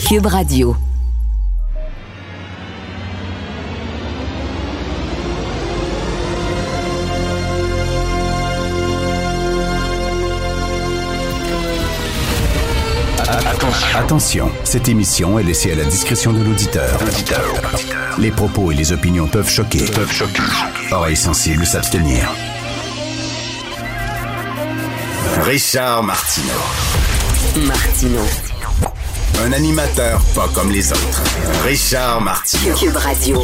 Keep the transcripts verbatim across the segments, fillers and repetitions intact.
Cube Radio. Attention, cette émission est laissée à la discrétion de l'auditeur. Les propos et les opinions peuvent choquer. Peuvent choquer. Oreilles sensibles s'abstenir. Richard Martineau. Martineau. Un animateur pas comme les autres. Richard Martineau. Cube Radio.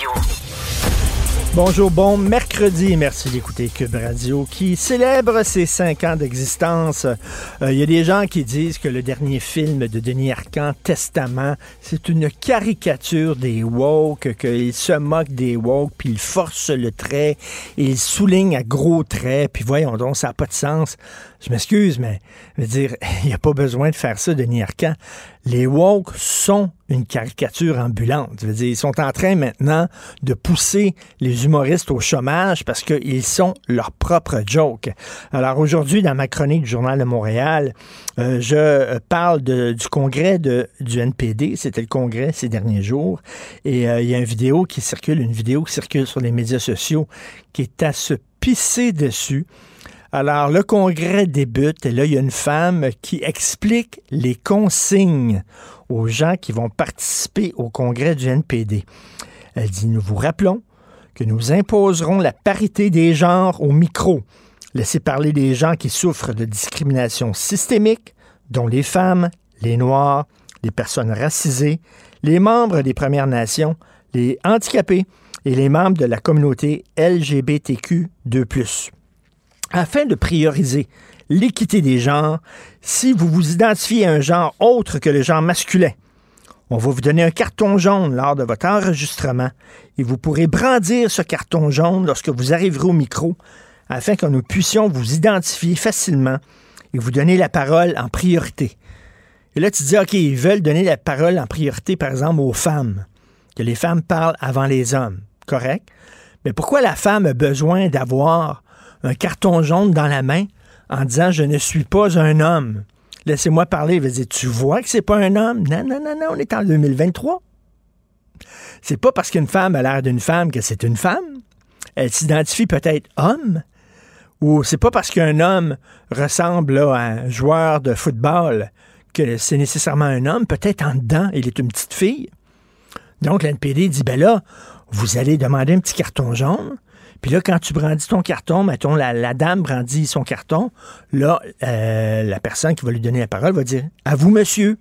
Bonjour, bon mercredi. Merci d'écouter Cube Radio qui célèbre ses cinq ans d'existence. Il euh, y a des gens qui disent que le dernier film de Denis Arcand, Testament, c'est une caricature des woke, qu'il se moque des woke, puis il force le trait, et il souligne à gros traits, puis voyons donc, ça n'a pas de sens. Je m'excuse, mais je veux dire, il n'y a pas besoin de faire ça, Denis Arcand. Les woke sont une caricature ambulante. Je veux dire, ils sont en train maintenant de pousser les humoristes au chômage parce qu'ils sont leur propre joke. Alors aujourd'hui, dans ma chronique du Journal de Montréal, euh, je parle de, du congrès de, du N P D. C'était le congrès ces derniers jours. Et euh, il y a une vidéo qui circule, une vidéo qui circule sur les médias sociaux qui est à se pisser dessus. Alors, le congrès débute et là, il y a une femme qui explique les consignes aux gens qui vont participer au congrès du N P D. Elle dit, nous vous rappelons que nous imposerons la parité des genres au micro. Laissez parler des gens qui souffrent de discrimination systémique, dont les femmes, les Noirs, les personnes racisées, les membres des Premières Nations, les handicapés et les membres de la communauté L G B T Q deux plus. Afin de prioriser l'équité des genres, si vous vous identifiez à un genre autre que le genre masculin, on va vous donner un carton jaune lors de votre enregistrement et vous pourrez brandir ce carton jaune lorsque vous arriverez au micro afin que nous puissions vous identifier facilement et vous donner la parole en priorité. Et là, tu te dis, OK, ils veulent donner la parole en priorité, par exemple, aux femmes, que les femmes parlent avant les hommes. Correct? Mais pourquoi la femme a besoin d'avoir un carton jaune dans la main en disant « Je ne suis pas un homme. Laissez-moi parler. » Il va dire « Tu vois que c'est pas un homme? » Non, non, non, non, on est en deux mille vingt-trois. C'est pas parce qu'une femme a l'air d'une femme que c'est une femme. Elle s'identifie peut-être homme. Ou c'est pas parce qu'un homme ressemble là, à un joueur de football que c'est nécessairement un homme. Peut-être en dedans, il est une petite fille. Donc, l'N P D dit « Ben là, vous allez demander un petit carton jaune. » Puis là, quand tu brandis ton carton, mettons, la, la dame brandit son carton, là, euh, la personne qui va lui donner la parole va dire « À vous, monsieur.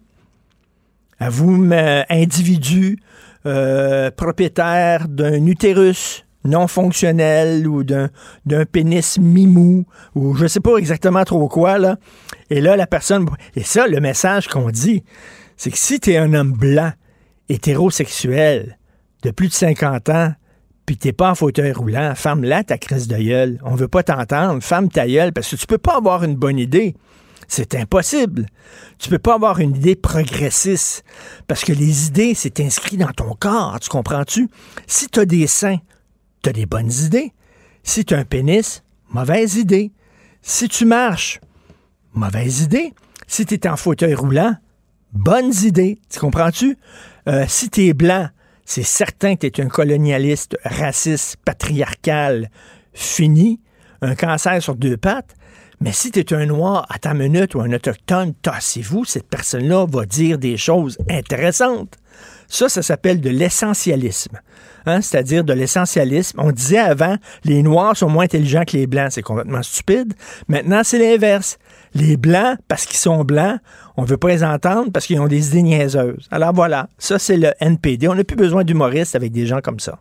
À vous, euh, individu, euh, propriétaire d'un utérus non fonctionnel ou d'un, d'un pénis mimou ou je sais pas exactement trop quoi, là. » Et là, la personne... Et ça, le message qu'on dit, c'est que si tu es un homme blanc, hétérosexuel, de plus de cinquante ans, puis t'es pas en fauteuil roulant, ferme là ta crise de gueule. On veut pas t'entendre, ferme ta gueule, parce que tu peux pas avoir une bonne idée. C'est impossible. Tu peux pas avoir une idée progressiste, parce que les idées, c'est inscrit dans ton corps, tu comprends-tu? Si t'as des seins, t'as des bonnes idées. Si t'as un pénis, mauvaise idée. Si tu marches, mauvaise idée. Si t'es en fauteuil roulant, bonnes idées, tu comprends-tu? Euh, si t'es blanc, c'est certain que tu es un colonialiste, raciste, patriarcal, fini, un cancer sur deux pattes. Mais si tu es un noir à ta minute ou un autochtone, tassez-vous, cette personne-là va dire des choses intéressantes. Ça, ça s'appelle de l'essentialisme. Hein? C'est-à-dire de l'essentialisme. On disait avant, les Noirs sont moins intelligents que les Blancs. C'est complètement stupide. Maintenant, c'est l'inverse. Les Blancs, parce qu'ils sont Blancs, on ne veut pas les entendre parce qu'ils ont des idées niaiseuses. Alors voilà, ça, c'est le N P D. On n'a plus besoin d'humoristes avec des gens comme ça.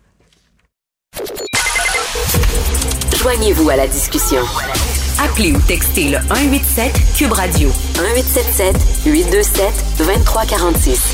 Joignez-vous à la discussion. Appelez ou textez le un huit sept Cube Radio. un huit sept sept huit deux sept deux trois quatre six.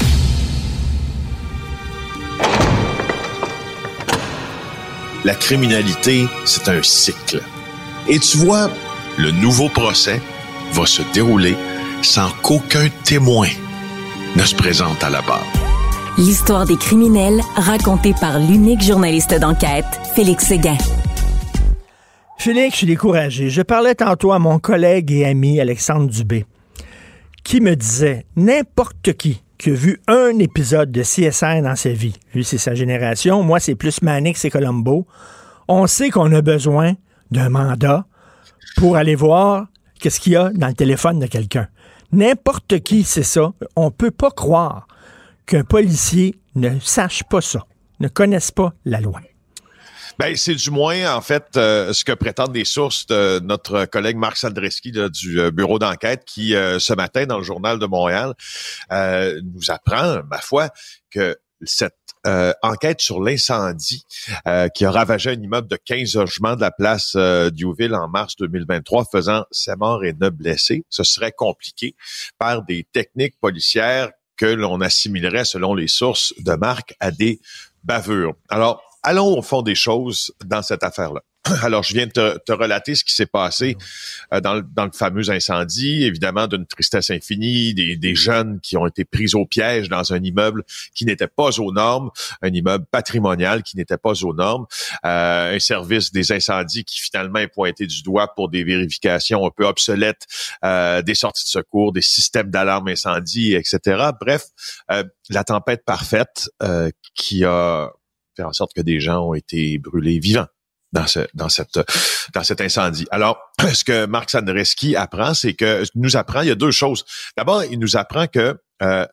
La criminalité, c'est un cycle. Et tu vois, le nouveau procès va se dérouler sans qu'aucun témoin ne se présente à la barre. L'histoire des criminels racontée par l'unique journaliste d'enquête, Félix Séguin. Félix, je suis découragé. Je parlais tantôt à mon collègue et ami Alexandre Dubé, qui me disait, n'importe qui qui a vu un épisode de C S I dans sa vie. Lui, c'est sa génération. Moi, c'est plus Mannix et Columbo. On sait qu'on a besoin d'un mandat pour aller voir qu'est-ce qu'il y a dans le téléphone de quelqu'un. N'importe qui sait ça. On peut pas croire qu'un policier ne sache pas ça, ne connaisse pas la loi. Ben, c'est du moins, en fait, euh, ce que prétendent les sources de notre collègue Marc Sandreski là, du euh, bureau d'enquête qui, euh, ce matin, dans le Journal de Montréal, euh, nous apprend, ma foi, que cette euh, enquête sur l'incendie euh, qui a ravagé un immeuble de quinze logements de la place euh, Diouville en mars deux mille vingt-trois, faisant sept morts et neuf blessés, ce serait compliqué par des techniques policières que l'on assimilerait, selon les sources de Marc, à des bavures. Alors, allons au fond des choses dans cette affaire-là. Alors, je viens de te, te relater ce qui s'est passé euh, dans, le, dans le fameux incendie, évidemment d'une tristesse infinie, des, des jeunes qui ont été pris au piège dans un immeuble qui n'était pas aux normes, un immeuble patrimonial qui n'était pas aux normes, euh, un service des incendies qui finalement est pointé du doigt pour des vérifications un peu obsolètes, euh, des sorties de secours, des systèmes d'alarme incendie, et cetera. Bref, euh, la tempête parfaite euh, qui a fait en sorte que des gens ont été brûlés vivants dans ce, dans cette, dans cet incendie. Alors, ce que Marc Sandreski apprend, c'est que, nous apprend, il y a deux choses. D'abord, il nous apprend que, euh,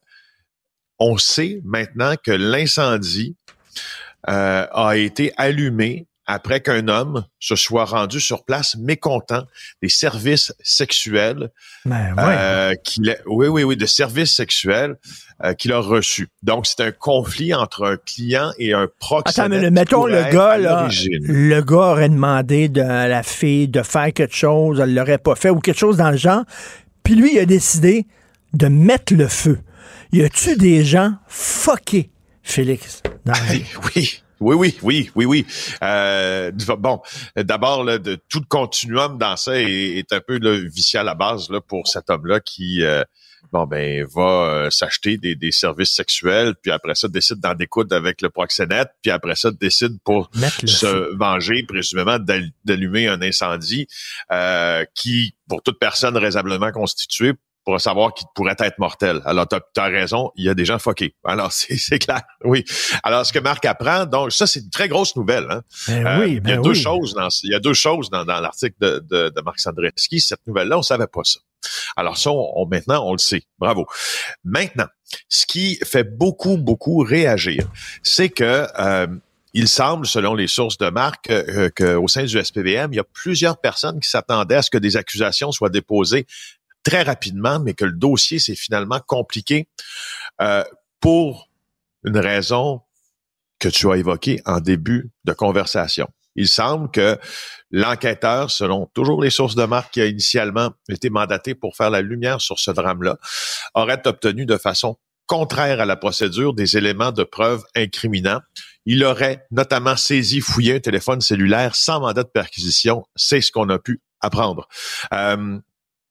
on sait maintenant que l'incendie, euh, a été allumé après qu'un homme se soit rendu sur place mécontent des services sexuels, Ben, ouais. euh, qu'il a, oui, oui, oui, de services sexuels euh, qu'il a reçus. Donc, c'est un conflit entre un client et un proxénète. Attends, mais mettons le gars, là, l'origine. le gars aurait demandé de, à la fille de faire quelque chose, elle l'aurait pas fait, ou quelque chose dans le genre, puis lui, il a décidé de mettre le feu. Y a-tu des gens fuckés, Félix, dans la vie? Oui. Oui, oui, oui, oui, oui. Euh, bon, d'abord, là, de, tout le continuum dans ça est, est un peu là, vicié à la base là, pour cet homme-là qui, euh, bon, ben, va euh, s'acheter des, des services sexuels, puis après ça, décide d'en découdre avec le proxénète, puis après ça, décide pour se feu. venger, présumément, d'all- d'allumer un incendie euh, qui, pour toute personne raisonnablement constituée, pour savoir qu'il pourrait être mortel. Alors, t'as, t'as raison, il y a des gens fuckés. Alors, c'est, c'est clair, oui. Alors, ce que Marc apprend, donc, ça, c'est une très grosse nouvelle. Hein? Ben euh, oui, ben il y a deux oui. choses dans, il y a deux choses dans, dans l'article de, de, de Marc Sandreski. Cette nouvelle-là, on savait pas ça. Alors, ça, on, on, maintenant, on le sait. Bravo. Maintenant, ce qui fait beaucoup, beaucoup réagir, c'est que, euh, il semble, selon les sources de Marc, euh, qu'au sein du S P V M, il y a plusieurs personnes qui s'attendaient à ce que des accusations soient déposées très rapidement, mais que le dossier s'est finalement compliqué euh, pour une raison que tu as évoquée en début de conversation. Il semble que l'enquêteur, selon toujours les sources de Marc qui a initialement été mandaté pour faire la lumière sur ce drame-là, aurait obtenu de façon contraire à la procédure des éléments de preuve incriminants. Il aurait notamment saisi, fouillé un téléphone cellulaire sans mandat de perquisition. C'est ce qu'on a pu apprendre. Euh,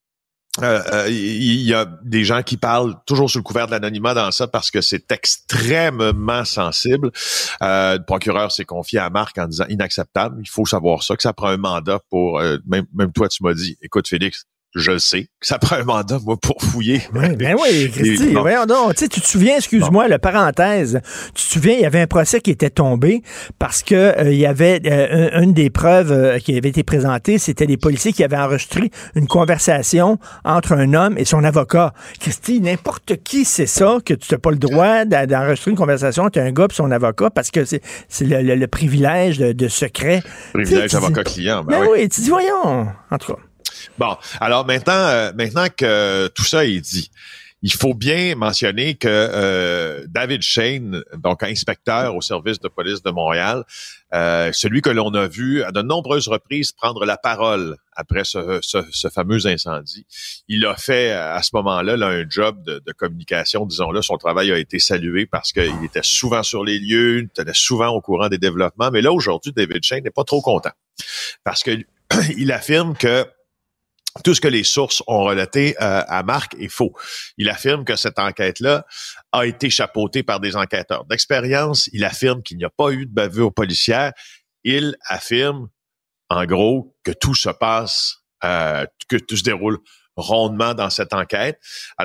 Euh, euh, il y a des gens qui parlent toujours sous le couvert de l'anonymat dans ça parce que c'est extrêmement sensible. Euh, le procureur s'est confié à Marc en disant inacceptable. Il faut savoir ça, que ça prend un mandat pour... Euh, même, même toi, tu m'as dit, écoute Félix, je le sais, que ça prend un mandat, moi, pour fouiller. Oui, ben oui, Christy, bon. voyons donc. Tu sais, tu te souviens, excuse-moi, bon. la parenthèse, tu te souviens, il y avait un procès qui était tombé parce que euh, il y avait euh, une des preuves euh, qui avait été présentée, c'était des policiers qui avaient enregistré une conversation entre un homme et son avocat. Christy, n'importe qui sait ça, que tu n'as pas le droit d'enregistrer une conversation entre un gars et son avocat parce que c'est, c'est le, le, le privilège de, de secret. Privilège avocat-client, ben, ben oui. oui, tu dis, voyons, en tout cas. Bon, alors maintenant, euh, maintenant que tout ça est dit, il faut bien mentionner que euh, David Shane, donc inspecteur au service de police de Montréal, euh, celui que l'on a vu à de nombreuses reprises prendre la parole après ce, ce, ce fameux incendie, il a fait à ce moment-là là, un job de, de communication, disons-le. Son travail a été salué parce qu'il était souvent sur les lieux, il était souvent au courant des développements. Mais là, aujourd'hui, David Shane n'est pas trop content parce que il affirme que tout ce que les sources ont relaté euh, à Marc est faux. Il affirme que cette enquête-là a été chapeautée par des enquêteurs d'expérience. Il affirme qu'il n'y a pas eu de bavure policière. Il affirme, en gros, que tout se passe, euh, que tout se déroule rondement dans cette enquête. Alors,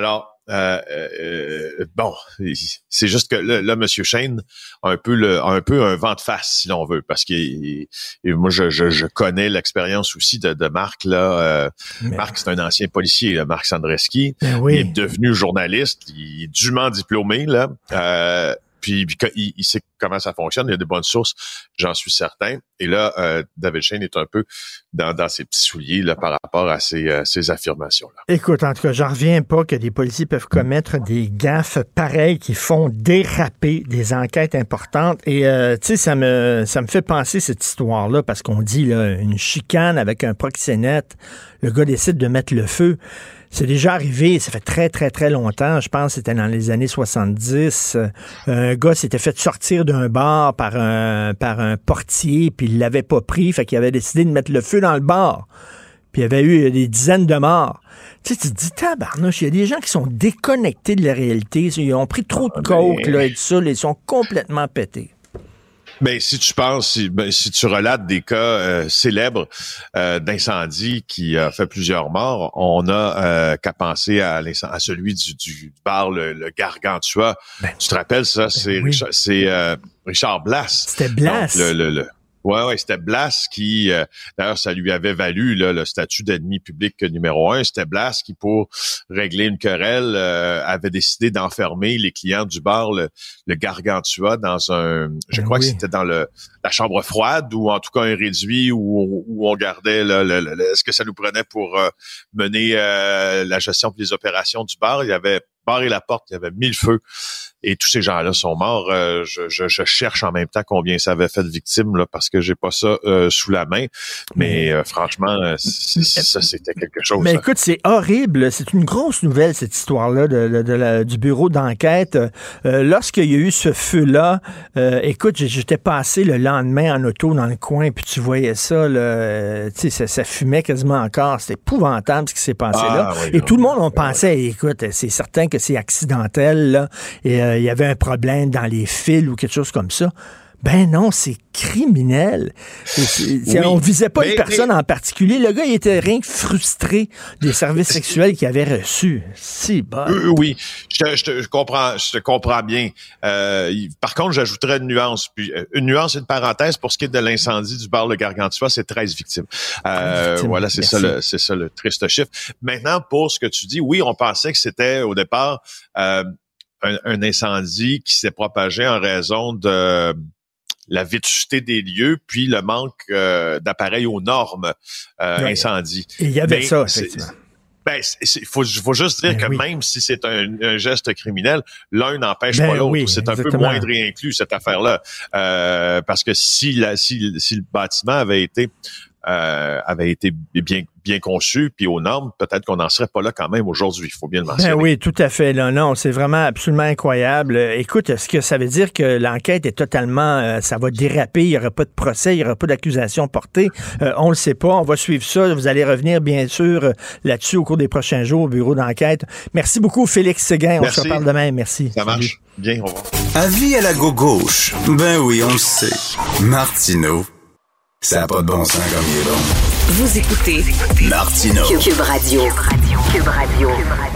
euh, euh, bon, c'est juste que là, là M. Shane a un peu le, a un peu un vent de face, si l'on veut, parce que et, et moi, je, je, je connais l'expérience aussi de, de Marc. Là, euh, Mais... Marc, c'est un ancien policier, là, Marc Sandreski. Oui. Il est devenu journaliste, il est dûment diplômé, là. Euh, Puis, puis il, il sait comment ça fonctionne, il y a de bonnes sources, j'en suis certain. Et là, euh, David Shane est un peu dans, dans ses petits souliers là, par rapport à ces, euh, ces affirmations-là. Écoute, en tout cas, j'en reviens pas que des policiers peuvent commettre des gaffes pareilles qui font déraper des enquêtes importantes. Et euh, tu sais, ça me ça me fait penser cette histoire-là, parce qu'on dit là, une chicane avec un proxénète, le gars décide de mettre le feu. C'est déjà arrivé, ça fait très, très, très longtemps. Je pense que c'était dans les années soixante-dix. Un gars s'était fait sortir d'un bar par un, par un portier, puis il l'avait pas pris, fait qu'il avait décidé de mettre le feu dans le bar. Puis il y avait eu des dizaines de morts. Tu sais, tu te dis, tabarnouche, il y a des gens qui sont déconnectés de la réalité. Ils ont pris trop de coke, là, et tout ça, ils sont complètement pétés. Ben, si tu penses, si, ben, si tu relates des cas euh, célèbres euh, d'incendie qui a fait plusieurs morts, on a euh, qu'à penser à, à celui du, du bar, le, le Gargantua. Ben, tu te rappelles ça? Ben c'est oui. Richard, c'est euh, Richard Blas. C'était Blas. Donc, le, le, le, Ouais, ouais, c'était Blas qui, euh, d'ailleurs, ça lui avait valu là, le statut d'ennemi public numéro un. C'était Blas qui, pour régler une querelle, euh, avait décidé d'enfermer les clients du bar, le, le Gargantua, dans un, je crois oui. que c'était dans le la chambre froide, ou en tout cas un réduit où, où on gardait là, le, le, le, ce que ça nous prenait pour euh, mener euh, la gestion et les opérations du bar. Il y avait barré la porte, il y avait mis le feu. Et tous ces gens-là sont morts. Euh, je, je, je cherche en même temps combien ça avait fait de victimes, là, parce que j'ai pas ça euh, sous la main. Mais euh, franchement, ça, c'était quelque chose. Mais hein. écoute, c'est horrible. C'est une grosse nouvelle, cette histoire-là de, de, de la, du bureau d'enquête. Euh, lorsqu'il y a eu ce feu-là, euh, écoute, j'étais passé le lendemain en auto dans le coin, puis tu voyais ça, là, tu sais, ça, ça fumait quasiment encore. C'était épouvantable ce qui s'est passé ah, là. Oui, Et oui, tout oui, le monde, on oui, pensait, oui. écoute, c'est certain que c'est accidentel, là. Et euh, il y avait un problème dans les fils ou quelque chose comme ça. Ben non, c'est criminel. C'est, c'est, oui, on visait pas mais, une personne mais... en particulier. Le gars, il était rien que frustré des services sexuels qu'il avait reçus. Si bon. Euh, oui, je te, je, te, je comprends, je te comprends bien. Euh, par contre, j'ajouterais une nuance. Puis une nuance et une parenthèse pour ce qui est de l'incendie du bar Le Gargantua, c'est treize victimes. Euh, victimes. Voilà, c'est Merci. ça le, c'est ça le triste chiffre. Maintenant, pour ce que tu dis, oui, on pensait que c'était au départ euh, Un, un incendie qui s'est propagé en raison de la vétusté des lieux, puis le manque euh, d'appareils aux normes euh, ouais. incendie. Il y avait Mais ça, effectivement. Ben, il faut, faut juste dire ben que oui. même si c'est un, un geste criminel, l'un n'empêche ben pas l'autre. Oui, c'est exactement. un peu moindre et inclus, cette affaire-là. Euh, parce que si, la, si, si le bâtiment avait été Euh, avait été bien bien conçu puis aux normes, peut-être qu'on n'en serait pas là quand même aujourd'hui. Il faut bien le mentionner. Ben oui, tout à fait. Là, non, c'est vraiment absolument incroyable. Écoute, est-ce que ça veut dire que l'enquête est totalement, euh, ça va déraper, il n'y aura pas de procès, il n'y aura pas d'accusation portée? Euh, on le sait pas. On va suivre ça. Vous allez revenir, bien sûr, là-dessus au cours des prochains jours au bureau d'enquête. Merci beaucoup, Félix Séguin. On se reparle demain. Merci. Ça marche. Salut. Bien, au revoir. Avis à la gauche. Ben oui, on le sait. Martineau. Ça n'a pas de bon sens comme il est bon. Vous écoutez Martineau. Cube Radio. Cube Radio.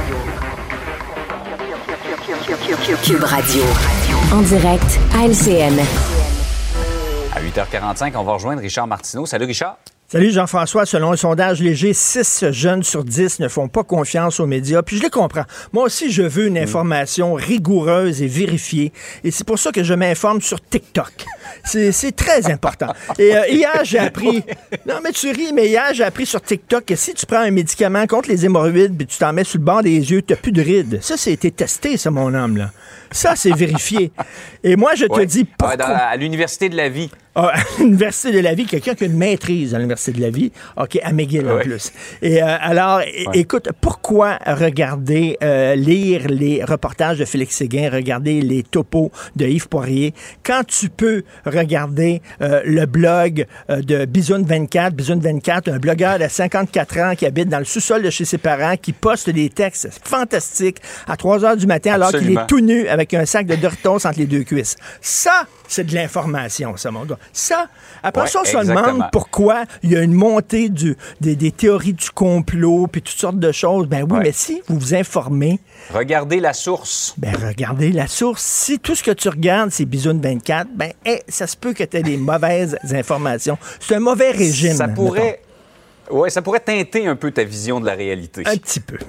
Cube Radio. En direct à L C N. À huit heures quarante-cinq, on va rejoindre Richard Martineau. Salut Richard. Salut Jean-François. Selon un sondage léger, six jeunes sur dix ne font pas confiance aux médias. Puis je les comprends. Moi aussi, je veux une information rigoureuse et vérifiée. Et c'est pour ça que je m'informe sur TikTok. C'est, c'est très important. Et euh, hier, j'ai appris... Non, mais tu ris, mais hier, j'ai appris sur TikTok que si tu prends un médicament contre les hémorroïdes puis tu t'en mets sur le bord des yeux, tu n'as plus de rides. Ça, c'est été testé, ça, mon homme, là. Ça, c'est vérifié. Et moi, je te ouais. dis pourquoi... Dans, à l'Université de la vie. Ah, à l'Université de la vie, quelqu'un qui a une maîtrise à l'Université de la vie. OK, à McGill en ouais. plus. Et euh, alors, ouais. écoute, pourquoi regarder, euh, lire les reportages de Félix Séguin, regarder les topos de Yves Poirier, quand tu peux regarder euh, le blog euh, de Bisoun vingt-quatre, Bisoun vingt-quatre, un blogueur de cinquante-quatre ans qui habite dans le sous-sol de chez ses parents, qui poste des textes fantastiques à trois heures du matin alors Absolument. qu'il est tout nu avec un sac de Doritos entre les deux cuisses. Ça, c'est de l'information, ça, mon gars. Ça, après ouais, ça, on se exactement. demande pourquoi il y a une montée du, des, des théories du complot puis toutes sortes de choses. Ben oui, ouais. mais si vous vous informez... Regardez la source. Ben regardez la source. Si tout ce que tu regardes, c'est Bisoun vingt-quatre, ben hey, ça se peut que tu aies des mauvaises informations. C'est un mauvais régime. Ça pourrait... Oui, ça pourrait teinter un peu ta vision de la réalité. Un petit peu.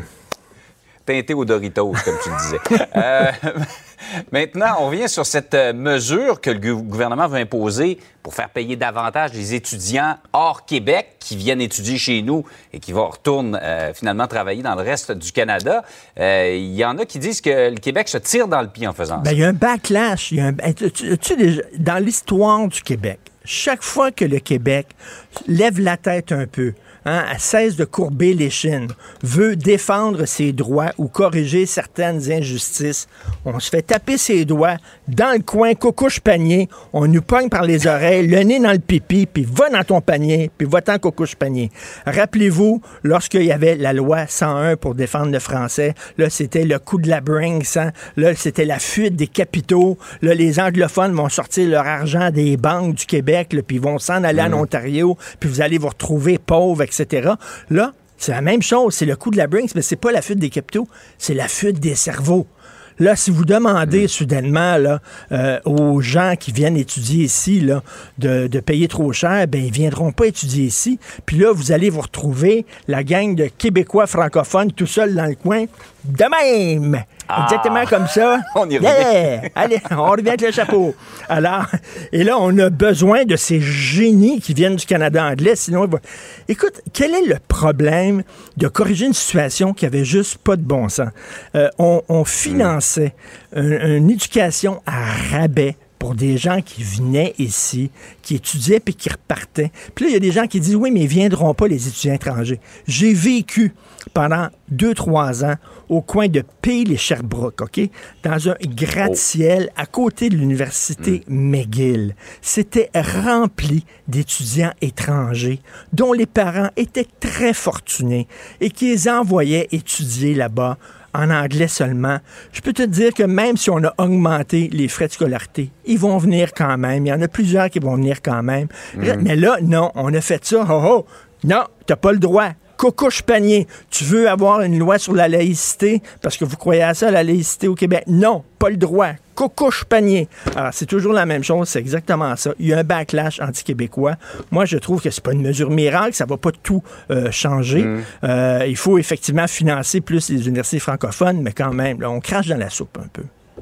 Teinté aux Doritos, comme tu le disais. euh, maintenant, on revient sur cette mesure que le gouvernement veut imposer pour faire payer davantage les étudiants hors Québec qui viennent étudier chez nous et qui vont retourner euh, finalement travailler dans le reste du Canada. Il euh, y en a qui disent que le Québec se tire dans le pied en faisant ben, ça. Il y a un backlash. Y a un... tu, tu, tu, déjà, dans l'histoire du Québec, chaque fois que le Québec lève la tête un peu, hein, cesse de courber l'échine, veut défendre ses droits ou corriger certaines injustices, on se fait taper ses doigts dans le coin, cocouche panier, on nous pogne par les oreilles, le nez dans le pipi, puis va dans ton panier, puis va-t'en cocouche panier. Rappelez-vous, lorsqu'il y avait la loi cent un pour défendre le français, là, c'était le coup de la Brinks, hein? Là, c'était la fuite des capitaux, là, les anglophones vont sortir leur argent des banques du Québec, là, puis ils vont s'en aller mmh. en Ontario, puis vous allez vous retrouver pauvres, et cetera. Là, c'est la même chose. C'est le coup de la Brinks, mais c'est pas la fuite des capitaux, c'est la fuite des cerveaux. Là, si vous demandez mmh. soudainement là, euh, aux gens qui viennent étudier ici là, de, de payer trop cher, ben ils viendront pas étudier ici. Puis là, vous allez vous retrouver la gang de Québécois francophones tout seuls dans le coin, de même. Ah, exactement comme ça. On y revient. Yeah! Allez, on revient avec le chapeau. Alors, et là, on a besoin de ces génies qui viennent du Canada anglais. Sinon, va... écoute, quel est le problème de corriger une situation qui avait juste pas de bon sens? Euh, on, on finançait mm. une, une éducation à rabais pour des gens qui venaient ici, qui étudiaient puis qui repartaient. Puis là, il y a des gens qui disent, oui, mais ils viendront pas, les étudiants étrangers. J'ai vécu pendant deux, trois ans au coin de Peel et Sherbrooke, OK? Dans un gratte-ciel à côté de l'université mmh. McGill. C'était rempli d'étudiants étrangers dont les parents étaient très fortunés et qui les envoyaient étudier là-bas en anglais seulement. Je peux te dire que même si on a augmenté les frais de scolarité, ils vont venir quand même. Il y en a plusieurs qui vont venir quand même. Mmh. Mais là, non, on a fait ça. Oh, oh, non, t'as pas le droit. Cocouche panier. Tu veux avoir une loi sur la laïcité parce que vous croyez à ça, la laïcité au Québec? Non, pas le droit. Cocouche panier. Alors, c'est toujours la même chose, c'est exactement ça. Il y a un backlash anti-québécois. Moi, je trouve que c'est pas une mesure miracle, ça va pas tout euh, changer. Mmh. Euh, il faut effectivement financer plus les universités francophones, mais quand même, là, on crache dans la soupe un peu.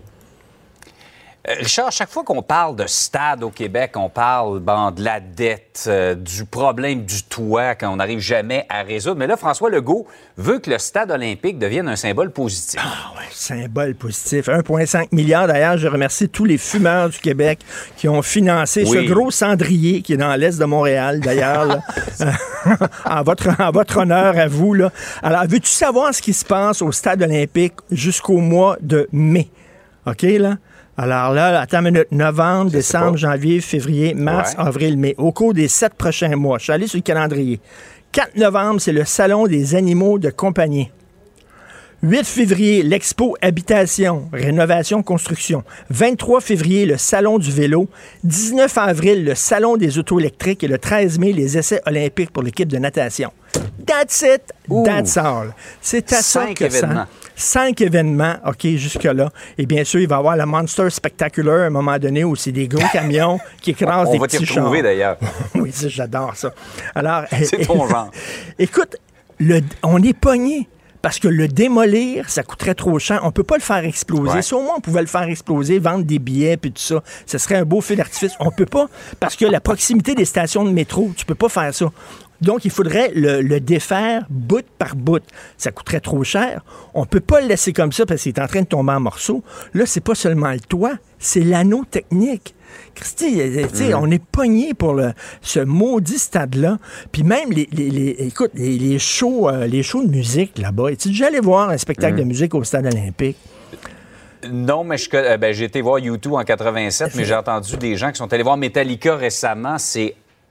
Richard, chaque fois qu'on parle de stade au Québec, on parle bon, de la dette, euh, du problème du toit qu'on n'arrive jamais à résoudre. Mais là, François Legault veut que le stade olympique devienne un symbole positif. Ah oui, symbole positif. un virgule cinq milliard. D'ailleurs, je remercie tous les fumeurs du Québec qui ont financé oui. ce gros cendrier qui est dans l'est de Montréal, d'ailleurs. en, votre, en votre honneur à vous. Là. Alors, veux-tu savoir ce qui se passe au stade olympique jusqu'au mois de mai? OK, là? Alors là, attends une minute, novembre, je décembre, janvier, février, mars, ouais. avril, mai. Au cours des sept prochains mois, je suis allé sur le calendrier. quatre novembre, c'est le Salon des animaux de compagnie. huit février, l'Expo Habitation, Rénovation, Construction. vingt-trois février, le Salon du vélo. dix-neuf avril, le Salon des autos électriques. Et le treize mai, les essais olympiques pour l'équipe de natation. That's it, Ouh. that's all. C'est à ça que événements. ça... Cinq événements, OK, jusque-là. Et bien sûr, il va y avoir la Monster Spectacular à un moment donné où c'est des gros camions qui écrasent On des va petits t'y chars. retrouver, d'ailleurs. Oui, ça, j'adore ça. Alors, c'est ton genre. Écoute, le, on est pogné. Parce que le démolir, ça coûterait trop cher. On ne peut pas le faire exploser. Ouais. Si au moins on pouvait le faire exploser, vendre des billets puis tout ça, ce serait un beau feu d'artifice. On ne peut pas, parce que la proximité des stations de métro, tu ne peux pas faire ça. Donc, il faudrait le, le défaire bout par bout. Ça coûterait trop cher. On ne peut pas le laisser comme ça parce qu'il est en train de tomber en morceaux. Là, c'est pas seulement le toit, c'est l'anneau technique. Christy, mmh. on est pogné pour le, ce maudit stade-là. Puis même, les, les, les, écoute, les, les, shows, euh, les shows de musique là-bas, es-tu déjà allé voir un spectacle mmh. de musique au stade olympique? Non, mais je, ben, j'ai été voir U deux en quatre-vingt-sept, c'est... mais j'ai entendu des gens qui sont allés voir Metallica récemment. C'est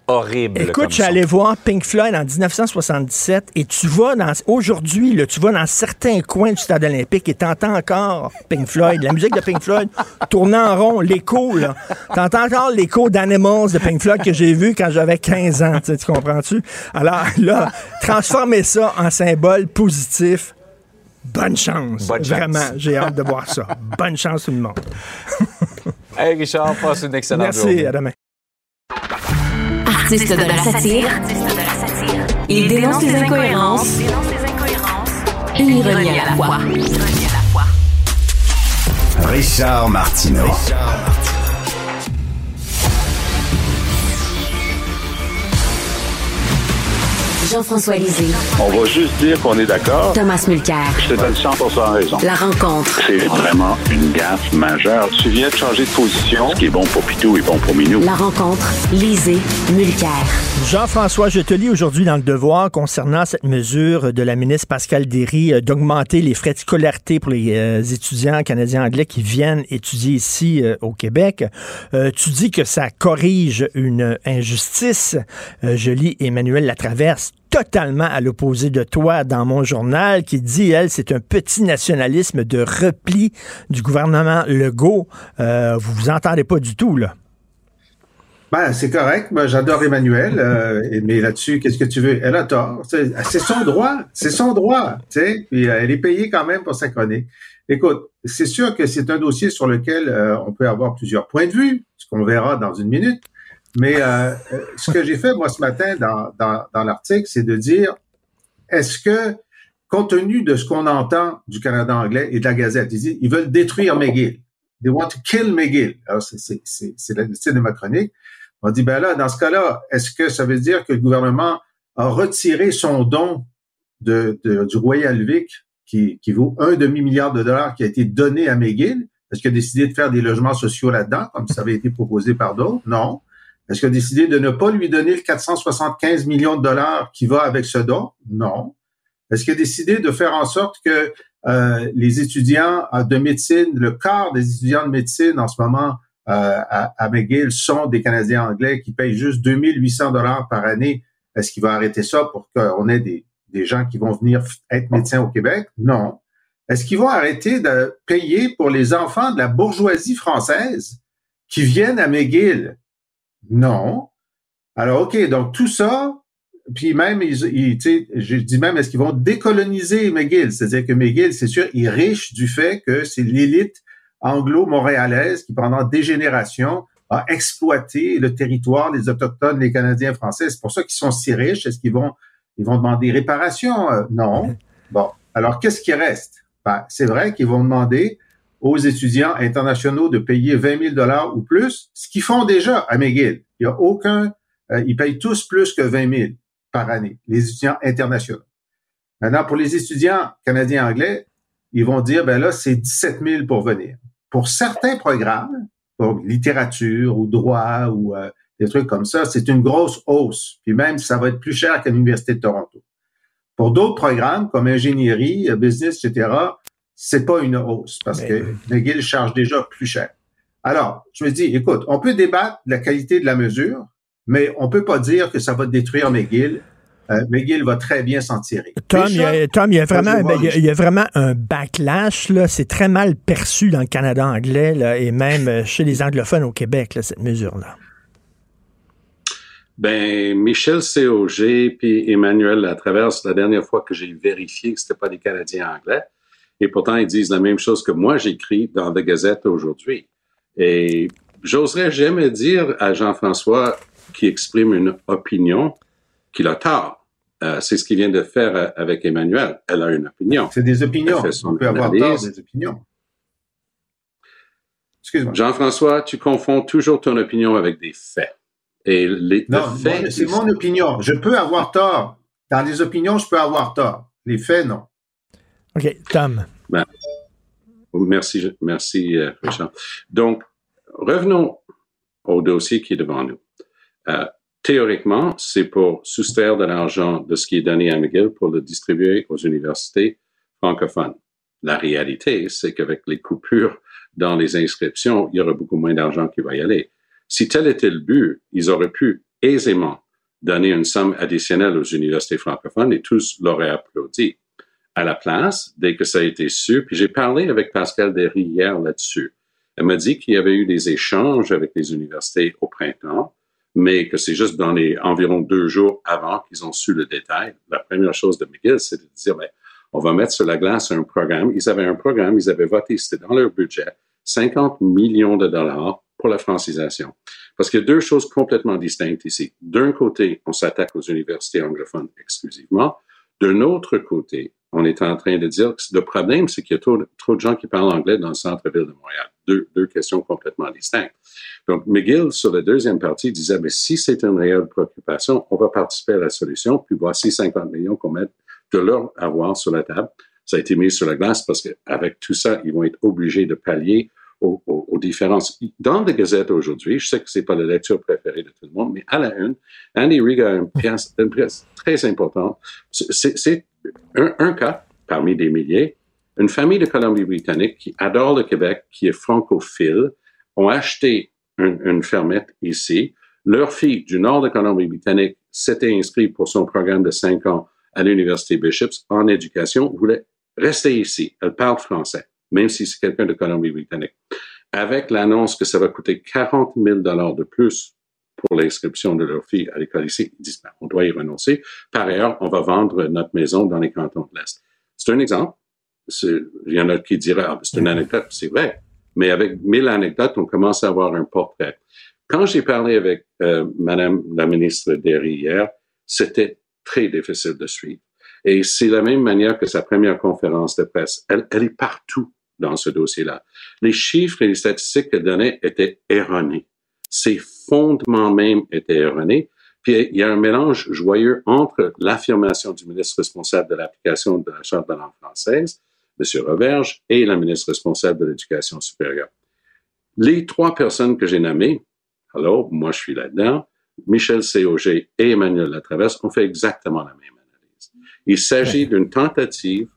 horrible. Écoute, je suis allé voir Pink Floyd en dix-neuf cent soixante-dix-sept et tu vas dans, aujourd'hui, là, tu vas dans certains coins du stade olympique et t'entends encore Pink Floyd, la musique de Pink Floyd tournant en rond, l'écho, là. T'entends encore l'écho d'Animals de Pink Floyd que j'ai vu quand j'avais quinze ans, tu comprends-tu? Alors là, transformer ça en symbole positif. Bonne chance. Bonne Vraiment, chance. j'ai hâte de voir ça. Bonne chance tout le monde. Hey Richard, passe une excellente Merci, journée. à demain. Artiste de la satire, il dénonce les incohérences et il renie à la fois. Richard Martineau. Jean-François Lisée. On va juste dire qu'on est d'accord. Thomas Mulcair. Je te donne cent pour cent raison. La rencontre. C'est vraiment une gaffe majeure. Tu viens de changer de position. Ce qui est bon pour Pitou est bon pour Minou. La rencontre. Lisée. Mulcair. Jean-François, je te lis aujourd'hui dans Le Devoir concernant cette mesure de la ministre Pascale Derry euh, d'augmenter les frais de scolarité pour les euh, étudiants canadiens anglais qui viennent étudier ici euh, au Québec. Euh, tu dis que ça corrige une injustice. Euh, je lis Emmanuel Latraverse, totalement à l'opposé de toi dans mon journal, qui dit, elle, c'est un petit nationalisme de repli du gouvernement Legault. Euh, vous vous entendez pas du tout, là. Ben, c'est correct. Moi, j'adore Emmanuel, euh, mais là-dessus, qu'est-ce que tu veux? Elle a tort. C'est, c'est son droit. C'est son droit. Tu sais. Puis euh, elle est payée quand même pour sa chronique. Écoute, c'est sûr que c'est un dossier sur lequel euh, on peut avoir plusieurs points de vue, ce qu'on verra dans une minute. Mais euh, ce que j'ai fait, moi, ce matin, dans, dans, dans l'article, c'est de dire, est-ce que, compte tenu de ce qu'on entend du Canada anglais et de la Gazette, ils disent, ils veulent détruire McGill. They want to kill McGill. Alors, c'est, c'est, c'est, c'est le titre de ma chronique. On dit, ben là, dans ce cas-là, est-ce que ça veut dire que le gouvernement a retiré son don de, de, du Royal Vic, qui, qui vaut un demi-milliard de dollars, qui a été donné à McGill? Est-ce qu'il a décidé de faire des logements sociaux là-dedans, comme ça avait été proposé par d'autres? Non. Est-ce qu'il a décidé de ne pas lui donner le quatre cent soixante-quinze millions de dollars qui va avec ce don? Non. Est-ce qu'il a décidé de faire en sorte que euh, les étudiants de médecine, le quart des étudiants de médecine en ce moment euh, à, à McGill sont des Canadiens anglais qui payent juste deux mille huit cents dollars par année? Est-ce qu'il va arrêter ça pour qu'on ait des, des gens qui vont venir être médecins au Québec? Non. Est-ce qu'ils vont arrêter de payer pour les enfants de la bourgeoisie française qui viennent à McGill? Non. Alors, OK, donc tout ça, puis même, ils, ils, tu sais, je dis même, est-ce qu'ils vont décoloniser McGill? C'est-à-dire que McGill, c'est sûr, est riche du fait que c'est l'élite anglo-montréalaise qui, pendant des générations, a exploité le territoire, les Autochtones, les Canadiens français. C'est pour ça qu'ils sont si riches. Est-ce qu'ils vont, ils vont demander réparation? Euh, non. Bon. Alors, qu'est-ce qui reste? Ben, c'est vrai qu'ils vont demander aux étudiants internationaux de payer vingt mille dollars ou plus, ce qu'ils font déjà à McGill. Il y a aucun, euh, ils payent tous plus que vingt mille par année, les étudiants internationaux. Maintenant, pour les étudiants canadiens anglais, ils vont dire, ben là, c'est dix-sept mille pour venir. Pour certains programmes, pour littérature ou droit ou euh, des trucs comme ça, c'est une grosse hausse. Puis même, ça va être plus cher qu'à l'Université de Toronto. Pour d'autres programmes, comme ingénierie, business, et cetera, c'est pas une hausse parce Mais... que McGill charge déjà plus cher. Alors, je me dis, écoute, on peut débattre de la qualité de la mesure, mais on peut pas dire que ça va détruire McGill. Euh, McGill va très bien s'en tirer. Tom, il y a, Tom, il y a vraiment, ben, il y a, il y a vraiment un backlash, là. C'est très mal perçu dans le Canada anglais, là, et même chez les anglophones au Québec, là, cette mesure-là. Ben, Michel C O G puis Emmanuel Latraverse, la dernière fois que j'ai vérifié que c'était pas des Canadiens anglais, et pourtant ils disent la même chose que moi j'écris dans la Gazette aujourd'hui. Et j'oserais jamais dire à Jean-François qui exprime une opinion qu'il a tort. Euh, c'est ce qu'il vient de faire avec Emmanuel. Elle a une opinion. C'est des opinions. On peut avoir tort des opinions. Excuse-moi. Jean-François, tu confonds toujours ton opinion avec des faits. Et les, non, faits, moi, c'est mon opinion. Je peux avoir tort. Dans les opinions, je peux avoir tort. Les faits, non. OK, Tom. Ben, merci, merci, euh, Richard. Donc, revenons au dossier qui est devant nous. Euh, théoriquement, c'est pour soustraire de l'argent de ce qui est donné à McGill pour le distribuer aux universités francophones. La réalité, c'est qu'avec les coupures dans les inscriptions, il y aura beaucoup moins d'argent qui va y aller. Si tel était le but, ils auraient pu aisément donné une somme additionnelle aux universités francophones et tous l'auraient applaudi. À la place, dès que ça a été su, puis j'ai parlé avec Pascal Derry hier là-dessus. Elle m'a dit qu'il y avait eu des échanges avec les universités au printemps, mais que c'est juste dans les environ deux jours avant qu'ils ont su le détail. La première chose de McGill, c'est de dire, ben, on va mettre sur la glace un programme. Ils avaient un programme, ils avaient voté, c'était dans leur budget, cinquante millions de dollars pour la francisation. Parce qu'il y a deux choses complètement distinctes ici. D'un côté, on s'attaque aux universités anglophones exclusivement. D'un autre côté, on est en train de dire que le problème, c'est qu'il y a trop, trop de gens qui parlent anglais dans le centre-ville de Montréal. Deux, deux questions complètement distinctes. Donc, McGill, sur la deuxième partie, disait, mais si c'est une réelle préoccupation, on va participer à la solution, puis voici cinquante millions qu'on met de leur avoir sur la table. Ça a été mis sur la glace parce qu'avec tout ça, ils vont être obligés de pallier Aux, aux, aux différences. Dans la Gazette aujourd'hui, je sais que c'est pas la lecture préférée de tout le monde, mais à la une, Andy Rigg a une pièce, une pièce très importante. C'est, c'est un, un cas parmi des milliers. Une famille de Colombie-Britannique qui adore le Québec, qui est francophile, ont acheté un, une fermette ici. Leur fille du nord de Colombie-Britannique s'était inscrite pour son programme de cinq ans à l'Université Bishops en éducation, voulait rester ici. Elle parle français, même si c'est quelqu'un de Colombie-Britannique. Avec l'annonce que ça va coûter quarante mille dollars de plus pour l'inscription de leur fille à l'école ici, ils disent, ben, on doit y renoncer. Par ailleurs, on va vendre notre maison dans les cantons de l'Est. C'est un exemple. C'est, il y en a qui diraient, ah, c'est une anecdote, c'est vrai. Mais avec mille anecdotes, on commence à avoir un portrait. Quand j'ai parlé avec euh, Madame la ministre Derry hier, c'était très difficile de suivre. Et c'est la même manière que sa première conférence de presse. Elle, elle est partout dans ce dossier-là. Les chiffres et les statistiques qu'elle donnait étaient erronés. Ses fondements même étaient erronés. Puis il y a un mélange joyeux entre l'affirmation du ministre responsable de l'application de la Charte de la langue française, M. Roberge, et la ministre responsable de l'Éducation supérieure. Les trois personnes que j'ai nommées, alors moi je suis là-dedans, Michel C. Auger et Emmanuel Latraverse ont fait exactement la même analyse. Il s'agit d'une tentative,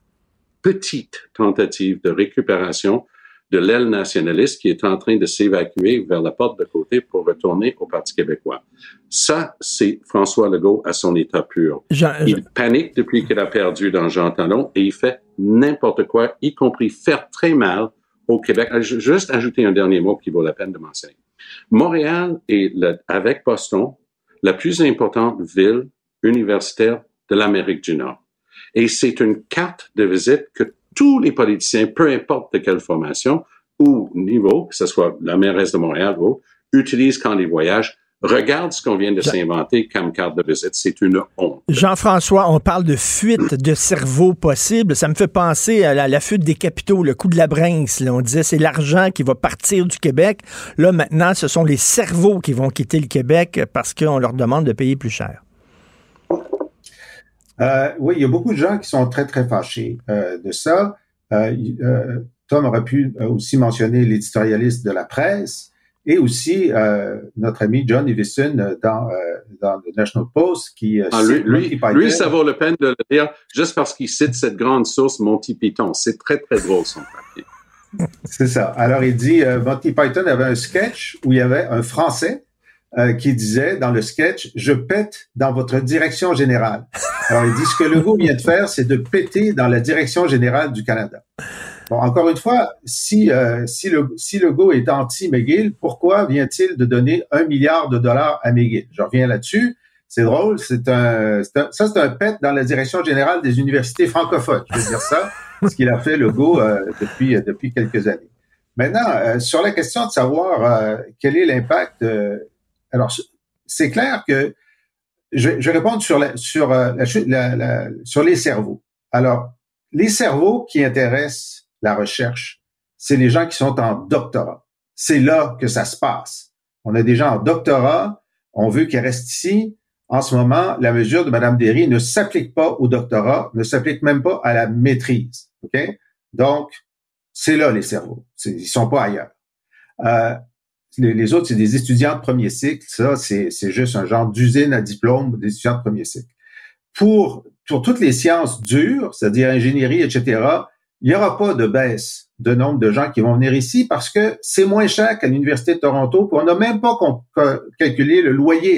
petite tentative de récupération de l'aile nationaliste qui est en train de s'évacuer vers la porte de côté pour retourner au Parti québécois. Ça, c'est François Legault à son état pur. Jean, il Jean... panique depuis qu'il a perdu dans Jean Talon et il fait n'importe quoi, y compris faire très mal au Québec. Juste ajouter un dernier mot qui vaut la peine de mentionner. Montréal est, le, avec Boston, la plus importante ville universitaire de l'Amérique du Nord. Et c'est une carte de visite que tous les politiciens, peu importe de quelle formation ou niveau, que ce soit la mairesse de Montréal ou autre, utilisent quand ils voyagent. Regarde ce qu'on vient de s'inventer comme carte de visite. C'est une honte. Jean-François, on parle de fuite de cerveau possible. Ça me fait penser à la, la fuite des capitaux, le coup de la Brinks. Là. On disait c'est l'argent qui va partir du Québec. Là, maintenant, ce sont les cerveaux qui vont quitter le Québec parce qu'on leur demande de payer plus cher. Euh, oui, il y a beaucoup de gens qui sont très, très fâchés euh, de ça. Euh, euh, Tom aurait pu aussi mentionner l'éditorialiste de la presse et aussi euh, notre ami John Evison dans, euh, dans le National Post qui ah, lui, lui, lui, ça vaut la peine de le dire juste parce qu'il cite cette grande source Monty Python. C'est très, très drôle son papier. C'est ça. Alors, il dit, euh, Monty Python avait un sketch où il y avait un Français Euh, qui disait dans le sketch « Je pète dans votre direction générale ». Alors, il dit ce que Legault vient de faire, c'est de péter dans la direction générale du Canada. Bon, encore une fois, si euh, si le si Legault est anti-McGill, pourquoi vient-il de donner un milliard de dollars à McGill? Je reviens là-dessus. C'est drôle, c'est un, c'est un ça c'est un pet dans la direction générale des universités francophones. Je veux dire ça, ce qu'il a fait Legault euh, depuis euh, depuis quelques années. Maintenant, euh, sur la question de savoir euh, quel est l'impact euh, alors, c'est clair que je, je vais répondre sur la, sur la, la, la, sur les cerveaux. Alors, les cerveaux qui intéressent la recherche, c'est les gens qui sont en doctorat. C'est là que ça se passe. On a des gens en doctorat, on veut qu'ils restent ici. En ce moment, la mesure de Mme Derry ne s'applique pas au doctorat, ne s'applique même pas à la maîtrise. OK? Donc, c'est là les cerveaux. C'est, ils sont pas ailleurs. Euh, Les, les autres, c'est des étudiants de premier cycle. Ça, c'est, c'est juste un genre d'usine à diplôme des étudiants de premier cycle. Pour, pour toutes les sciences dures, c'est-à-dire ingénierie, et cetera, il n'y aura pas de baisse de nombre de gens qui vont venir ici parce que c'est moins cher qu'à l'Université de Toronto. Puis on n'a même pas con, calculé le loyer encore.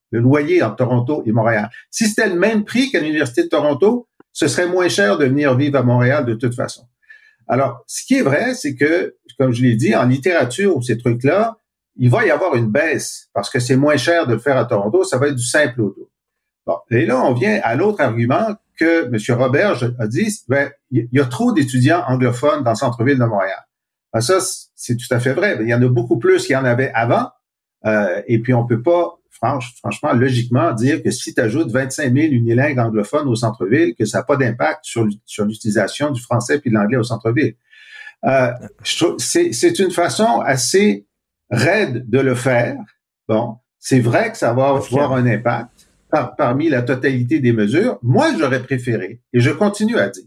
le loyer entre Toronto et Montréal. Si c'était le même prix qu'à l'Université de Toronto, ce serait moins cher de venir vivre à Montréal de toute façon. Alors, ce qui est vrai, c'est que, comme je l'ai dit, en littérature ou ces trucs-là, il va y avoir une baisse parce que c'est moins cher de le faire à Toronto, ça va être du simple au double. Bon, et là, on vient à l'autre argument que M. Roberge a dit, ben, il y a trop d'étudiants anglophones dans le centre-ville de Montréal. Ben, ça, c'est tout à fait vrai. Il y en a beaucoup plus qu'il y en avait avant. Euh, et puis, on peut pas, franch, franchement, logiquement, dire que si tu ajoutes vingt-cinq mille unilingues anglophones au centre-ville, que ça n'a pas d'impact sur, sur l'utilisation du français puis de l'anglais au centre-ville. Euh, je trouve, c'est, c'est une façon assez raide de le faire. Bon, c'est vrai que ça va avoir un impact par, parmi la totalité des mesures. Moi, j'aurais préféré, et je continue à dire,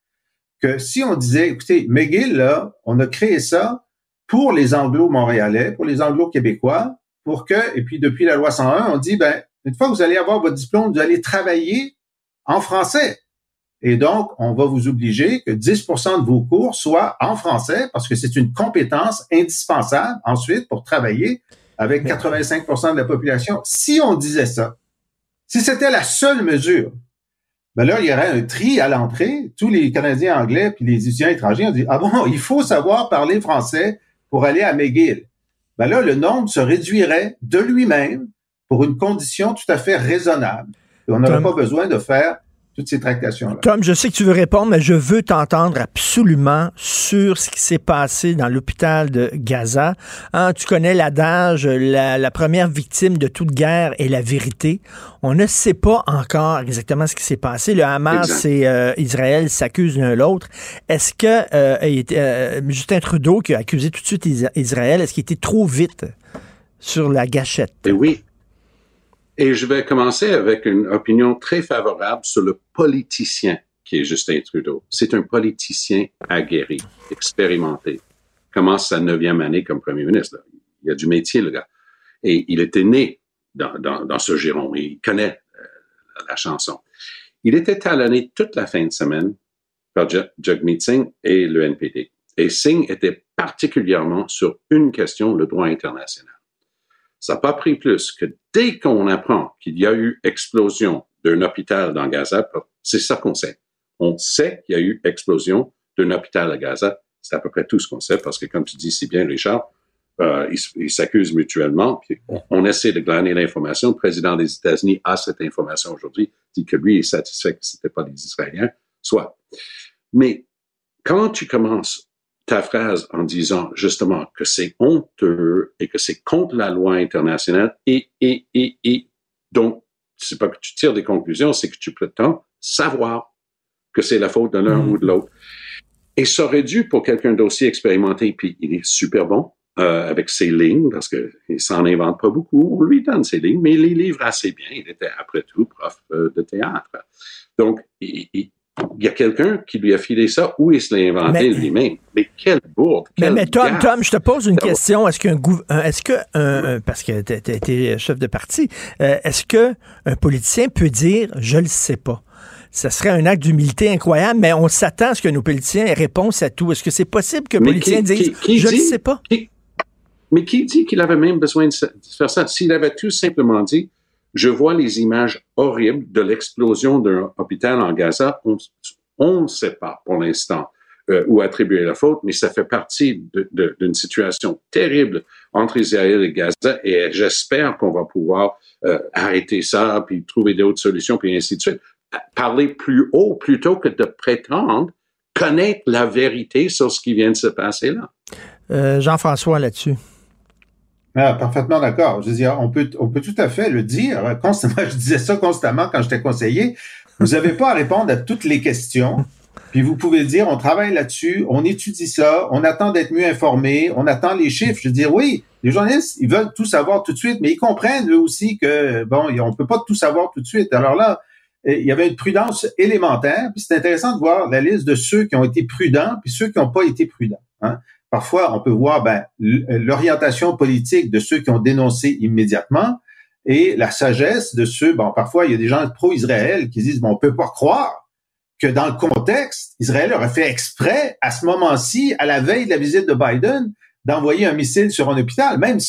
que si on disait, écoutez, McGill, là, on a créé ça pour les Anglo-Montréalais, pour les Anglo-Québécois, pour que, et puis depuis la loi cent un, on dit, ben, une fois que vous allez avoir votre diplôme, vous allez travailler en français. Et donc, on va vous obliger que dix pour cent de vos cours soient en français parce que c'est une compétence indispensable ensuite pour travailler avec quatre-vingt-cinq pour cent de la population. Si on disait ça, si c'était la seule mesure, ben là, il y aurait un tri à l'entrée. Tous les Canadiens anglais puis les étudiants étrangers ont dit, ah bon, il faut savoir parler français pour aller à McGill. Ben là, le nombre se réduirait de lui-même pour une condition tout à fait raisonnable. Et on n'aurait pas besoin de faire toutes ces tractations-là. Tom, je sais que tu veux répondre, mais je veux t'entendre absolument sur ce qui s'est passé dans l'hôpital de Gaza. Hein, tu connais l'adage, la, la première victime de toute guerre est la vérité. On ne sait pas encore exactement ce qui s'est passé. Le Hamas et euh, Israël s'accusent l'un l'autre. Est-ce que euh, euh, Justin Trudeau, qui a accusé tout de suite Israël, est-ce qu'il était trop vite sur la gâchette? Et oui. Et je vais commencer avec une opinion très favorable sur le politicien qui est Justin Trudeau. C'est un politicien aguerri, expérimenté. Commence sa neuvième année comme premier ministre. Là. Il a du métier, le gars. Et il était né dans, dans, dans ce giron. Il connaît euh, la chanson. Il était talonné toute la fin de semaine par Jagmeet Singh et le N P D. Et Singh était particulièrement sur une question, le droit international. Ça n'a pas pris plus que dès qu'on apprend qu'il y a eu explosion d'un hôpital dans Gaza, c'est ça qu'on sait. On sait qu'il y a eu explosion d'un hôpital à Gaza. C'est à peu près tout ce qu'on sait parce que, comme tu dis si bien, Richard, euh, ils, ils s'accusent mutuellement. Puis on, on essaie de glaner l'information. Le président des États-Unis a cette information aujourd'hui, dit que lui est satisfait que ce n'était pas des Israéliens. Soit. Mais quand tu commences ta phrase en disant justement que c'est honteux et que c'est contre la loi internationale et, et, et, et, donc, c'est pas que tu tires des conclusions, c'est que tu prétends savoir que c'est la faute de l'un mmh. ou de l'autre. Et ça aurait dû, pour quelqu'un d'aussi expérimenté, puis il est super bon euh, avec ses lignes, parce qu'il s'en invente pas beaucoup, on lui donne ses lignes, mais il les livre assez bien. Il était, après tout, prof euh, de théâtre. Donc, il, il Il y a quelqu'un qui lui a filé ça ou il se l'a inventé mais, lui-même. Mais quelle bourde! Quelle mais, mais Tom, Tom, je te pose une question. question. Est-ce qu'un gouv... est-ce que un, un, parce que tu as été chef de parti, euh, est-ce qu'un politicien peut dire je le sais pas? Ça serait un acte d'humilité incroyable, mais on s'attend à ce que nos politiciens aient réponse à tout. Est-ce que c'est possible qu'un politicien qui, dise qui, qui je ne sais pas? Qui, mais qui dit qu'il avait même besoin de faire ça? S'il avait tout simplement dit je vois les images horribles de l'explosion d'un hôpital en Gaza. On ne sait pas pour l'instant euh, où attribuer la faute, mais ça fait partie de, de, d'une situation terrible entre Israël et Gaza et j'espère qu'on va pouvoir euh, arrêter ça, puis trouver d'autres solutions, puis ainsi de suite. Parler plus haut plutôt que de prétendre connaître la vérité sur ce qui vient de se passer là. Euh, Jean-François, là-dessus. Ah, parfaitement d'accord. Je veux dire, on peut, on peut tout à fait le dire constamment. Je disais ça constamment quand j'étais conseiller. Vous n'avez pas à répondre à toutes les questions. Puis vous pouvez dire, on travaille là-dessus, on étudie ça, on attend d'être mieux informé, on attend les chiffres. Je veux dire, oui, les journalistes, ils veulent tout savoir tout de suite, mais ils comprennent eux aussi que, bon, on peut pas tout savoir tout de suite. Alors là, il y avait une prudence élémentaire. Puis c'est intéressant de voir la liste de ceux qui ont été prudents puis ceux qui n'ont pas été prudents. Hein? Parfois, on peut voir ben, l'orientation politique de ceux qui ont dénoncé immédiatement et la sagesse de ceux, bon, parfois, il y a des gens pro-Israël qui disent, bon, on peut pas croire que dans le contexte, Israël aurait fait exprès, à ce moment-ci, à la veille de la visite de Biden, d'envoyer un missile sur un hôpital. Même ça,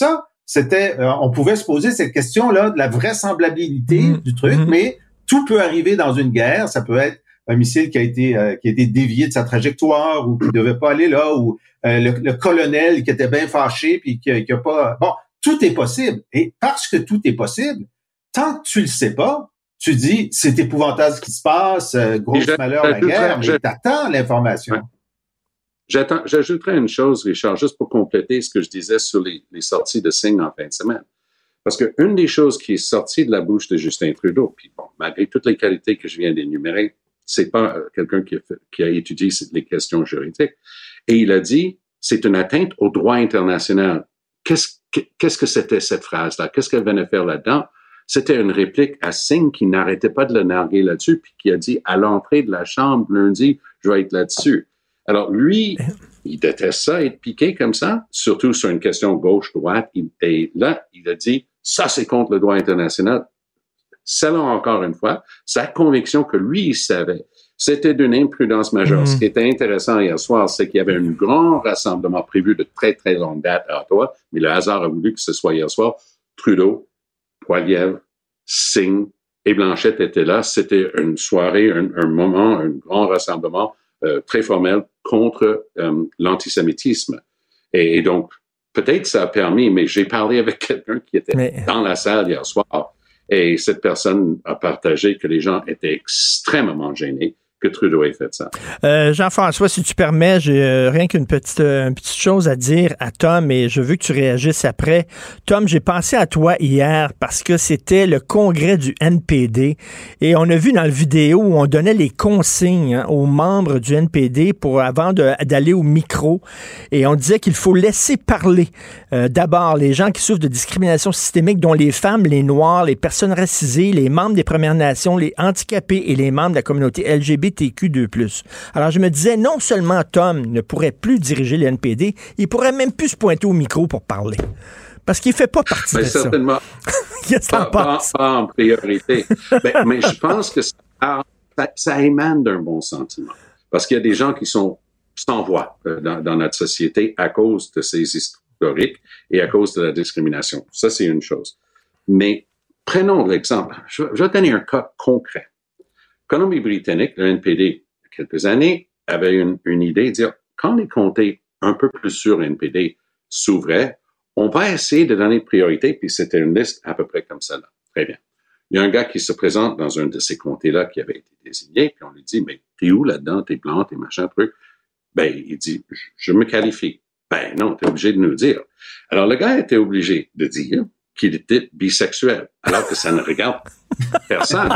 c'était, euh, on pouvait se poser cette question-là de la vraisemblabilité mmh. du truc, mmh. mais tout peut arriver dans une guerre. Ça peut être un missile qui a été euh, qui a été dévié de sa trajectoire ou qui devait pas aller là, ou euh, le, le colonel qui était bien fâché puis qui, qui a pas. Bon, tout est possible. Et parce que tout est possible, tant que tu le sais pas, tu dis c'est épouvantable ce qui se passe, euh, gros malheur la guerre, mais t'attends l'information. Ouais. J'attends, j'ajouterais une chose, Richard, juste pour compléter ce que je disais sur les, les sorties de signes en fin de semaine. Parce que une des choses qui est sortie de la bouche de Justin Trudeau, puis bon, malgré toutes les qualités que je viens d'énumérer, c'est pas euh, quelqu'un qui a, fait, qui a étudié les questions juridiques. Et il a dit, c'est une atteinte au droit international. Qu'est-ce, qu'est-ce que c'était cette phrase-là? Qu'est-ce qu'elle venait faire là-dedans? C'était une réplique à Singh qui n'arrêtait pas de le narguer là-dessus, puis qui a dit, à l'entrée de la Chambre lundi, je vais être là-dessus. Alors, lui, il déteste ça, être piqué comme ça, surtout sur une question gauche-droite. Et là, il a dit, ça, c'est contre le droit international. Selon, encore une fois, sa conviction que lui, il savait, c'était d'une imprudence majeure. Mmh. Ce qui était intéressant hier soir, c'est qu'il y avait un grand rassemblement prévu de très, très longue date à Ottawa, mais le hasard a voulu que ce soit hier soir. Trudeau, Poilievre, Singh et Blanchette étaient là. C'était une soirée, un, un moment, un grand rassemblement Euh, très formel contre euh, l'antisémitisme. Et, et donc, peut-être ça a permis, mais j'ai parlé avec quelqu'un qui était mais... dans la salle hier soir, et cette personne a partagé que les gens étaient extrêmement gênés que Trudeau ait fait ça. Euh, Jean-François, si tu permets, j'ai euh, rien qu'une petite, euh, une petite chose à dire à Tom et je veux que tu réagisses après. Tom, j'ai pensé à toi hier parce que c'était le congrès du N P D et on a vu dans la vidéo où on donnait les consignes hein, aux membres du N P D pour avant de, d'aller au micro et on disait qu'il faut laisser parler euh, d'abord les gens qui souffrent de discrimination systémique, dont les femmes, les Noirs, les personnes racisées, les membres des Premières Nations, les handicapés et les membres de la communauté L G B T Q deux plus. Alors, je me disais, non seulement Tom ne pourrait plus diriger le N P D, il pourrait même plus se pointer au micro pour parler. Parce qu'il ne fait pas partie mais de certainement, ça. Qu'est-ce que t'en penses? Pas, pas en priorité. mais, mais je pense que ça, ça, ça émane d'un bon sentiment. Parce qu'il y a des gens qui sont sans voix euh, dans, dans notre société à cause de ces historiques et à cause de la discrimination. Ça, c'est une chose. Mais prenons l'exemple. Je, je vais donner un cas concret. Colombie-Britannique, le N P D, il y a quelques années, avait une, une idée de dire, quand les comtés un peu plus sur N P D s'ouvraient, on va essayer de donner priorité, puis c'était une liste à peu près comme ça. Là. Très bien. Il y a un gars qui se présente dans un de ces comtés-là qui avait été désigné, puis on lui dit, mais t'es où là-dedans, t'es blanc, t'es machin, truc. Ben, il dit, je me qualifie. Ben non, t'es obligé de nous dire. Alors, le gars était obligé de dire qu'il était bisexuel, alors que ça ne regarde personne.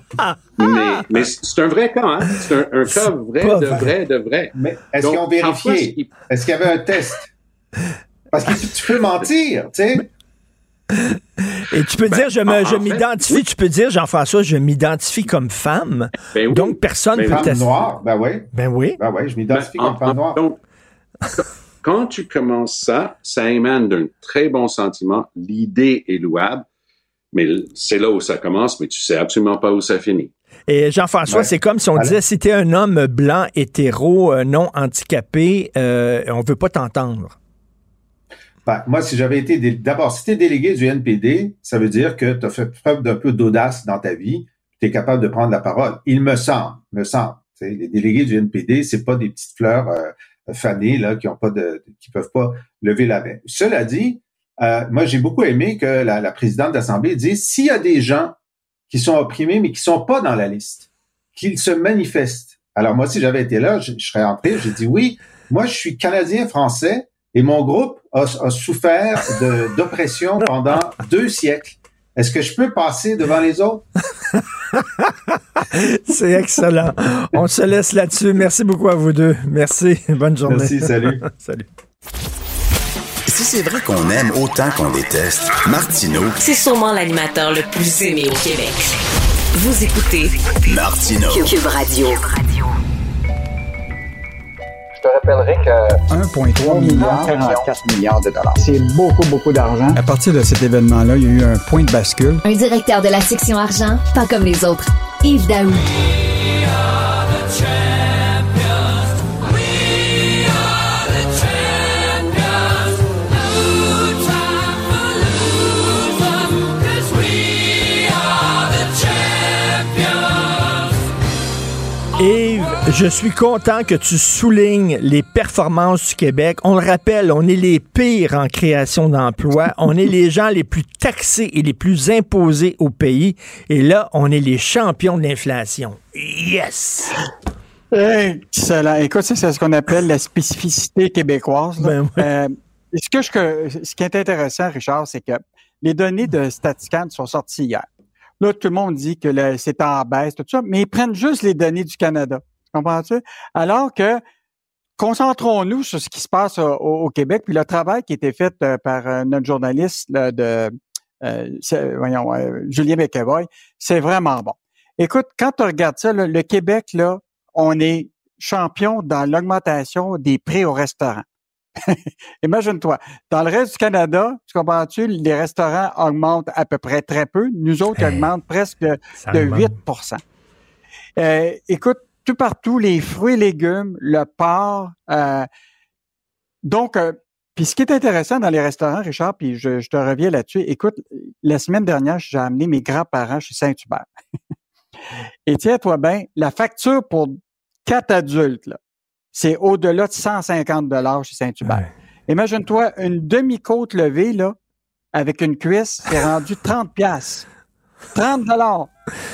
Mais, mais c'est un vrai cas, hein? C'est un, un cas vrai, de vrai. vrai, de vrai. Mais est-ce Donc, qu'ils ont vérifié? Il... Est-ce qu'il y avait un test? Parce que tu peux mentir, tu sais. Et tu peux ben, dire, je, me, je m'identifie, fait, oui. Tu peux dire, Jean-François, je m'identifie comme femme. Ben oui. Donc, personne ne ben, peut tester. Femme noire, ben oui. Ben oui. Ben oui, je m'identifie ben, comme en, femme noire. Donc, quand tu commences ça, ça émane d'un très bon sentiment. L'idée est louable, mais c'est là où ça commence, mais tu sais absolument pas où ça finit. Et Jean-François, ouais. C'est comme si on disait, si t'es un homme blanc, hétéro, euh, non handicapé, euh, on veut pas t'entendre. Ben, moi, si j'avais été... Dé... D'abord, si t'es délégué du N P D, ça veut dire que t'as fait preuve d'un peu d'audace dans ta vie, t'es capable de prendre la parole. Il me semble, me semble. T'sais, les délégués du N P D, c'est pas des petites fleurs... Euh, fanés là qui ont pas de qui peuvent pas lever la main. Cela dit, euh, moi j'ai beaucoup aimé que la, la présidente de l'Assemblée dise s'il y a des gens qui sont opprimés mais qui sont pas dans la liste, qu'ils se manifestent. Alors moi si j'avais été là, je, je serais entré, j'ai dit oui, moi je suis Canadien français et mon groupe a, a souffert de, d'oppression pendant deux siècles. Est-ce que je peux passer devant les autres? C'est excellent. On se laisse là-dessus. Merci beaucoup à vous deux. Merci. Bonne journée. Merci. Salut. Salut. Si c'est vrai qu'on aime autant qu'on déteste, Martineau, c'est sûrement l'animateur le plus aimé au Québec. Vous écoutez Martineau. Cube Radio. Je te rappellerai que un virgule trois milliard, quarante-quatre milliards de dollars. C'est beaucoup, beaucoup d'argent. À partir de cet événement-là, il y a eu un point de bascule. Un directeur de la section argent, pas comme les autres. Yves Daou. Je suis content que tu soulignes les performances du Québec. On le rappelle, on est les pires en création d'emplois. On est les gens les plus taxés et les plus imposés au pays. Et là, on est les champions de l'inflation. Yes! Excellent. Écoute, ça, c'est ce qu'on appelle la spécificité québécoise. Ben ouais. euh, ce, que je, ce qui est intéressant, Richard, c'est que les données de Statiscan sont sorties hier. Là, tout le monde dit que le, c'est en baisse, tout ça, mais ils prennent juste les données du Canada. Comprends-tu? Alors que, concentrons-nous sur ce qui se passe au, au Québec, puis le travail qui a été fait euh, par euh, notre journaliste là, de euh, voyons, euh, Julien McEvoy, c'est vraiment bon. Écoute, quand tu regardes ça, là, le Québec, là, on est champion dans l'augmentation des prix au restaurant. Imagine-toi, dans le reste du Canada, tu comprends-tu, les restaurants augmentent à peu près très peu. Nous autres, hey, ils augmentent presque de, de huit pour cent. Euh, écoute, tout partout, les fruits et légumes, le porc. Euh, donc, euh, puis ce qui est intéressant dans les restaurants, Richard, puis je, je te reviens là-dessus, écoute, la semaine dernière, j'ai amené mes grands-parents chez Saint-Hubert. Et tiens-toi bien, la facture pour quatre adultes, là, c'est au-delà de cent cinquante dollars chez Saint-Hubert. Ouais. Imagine-toi, une demi-côte levée, là, avec une cuisse, c'est rendu trente piastres. trente dollars.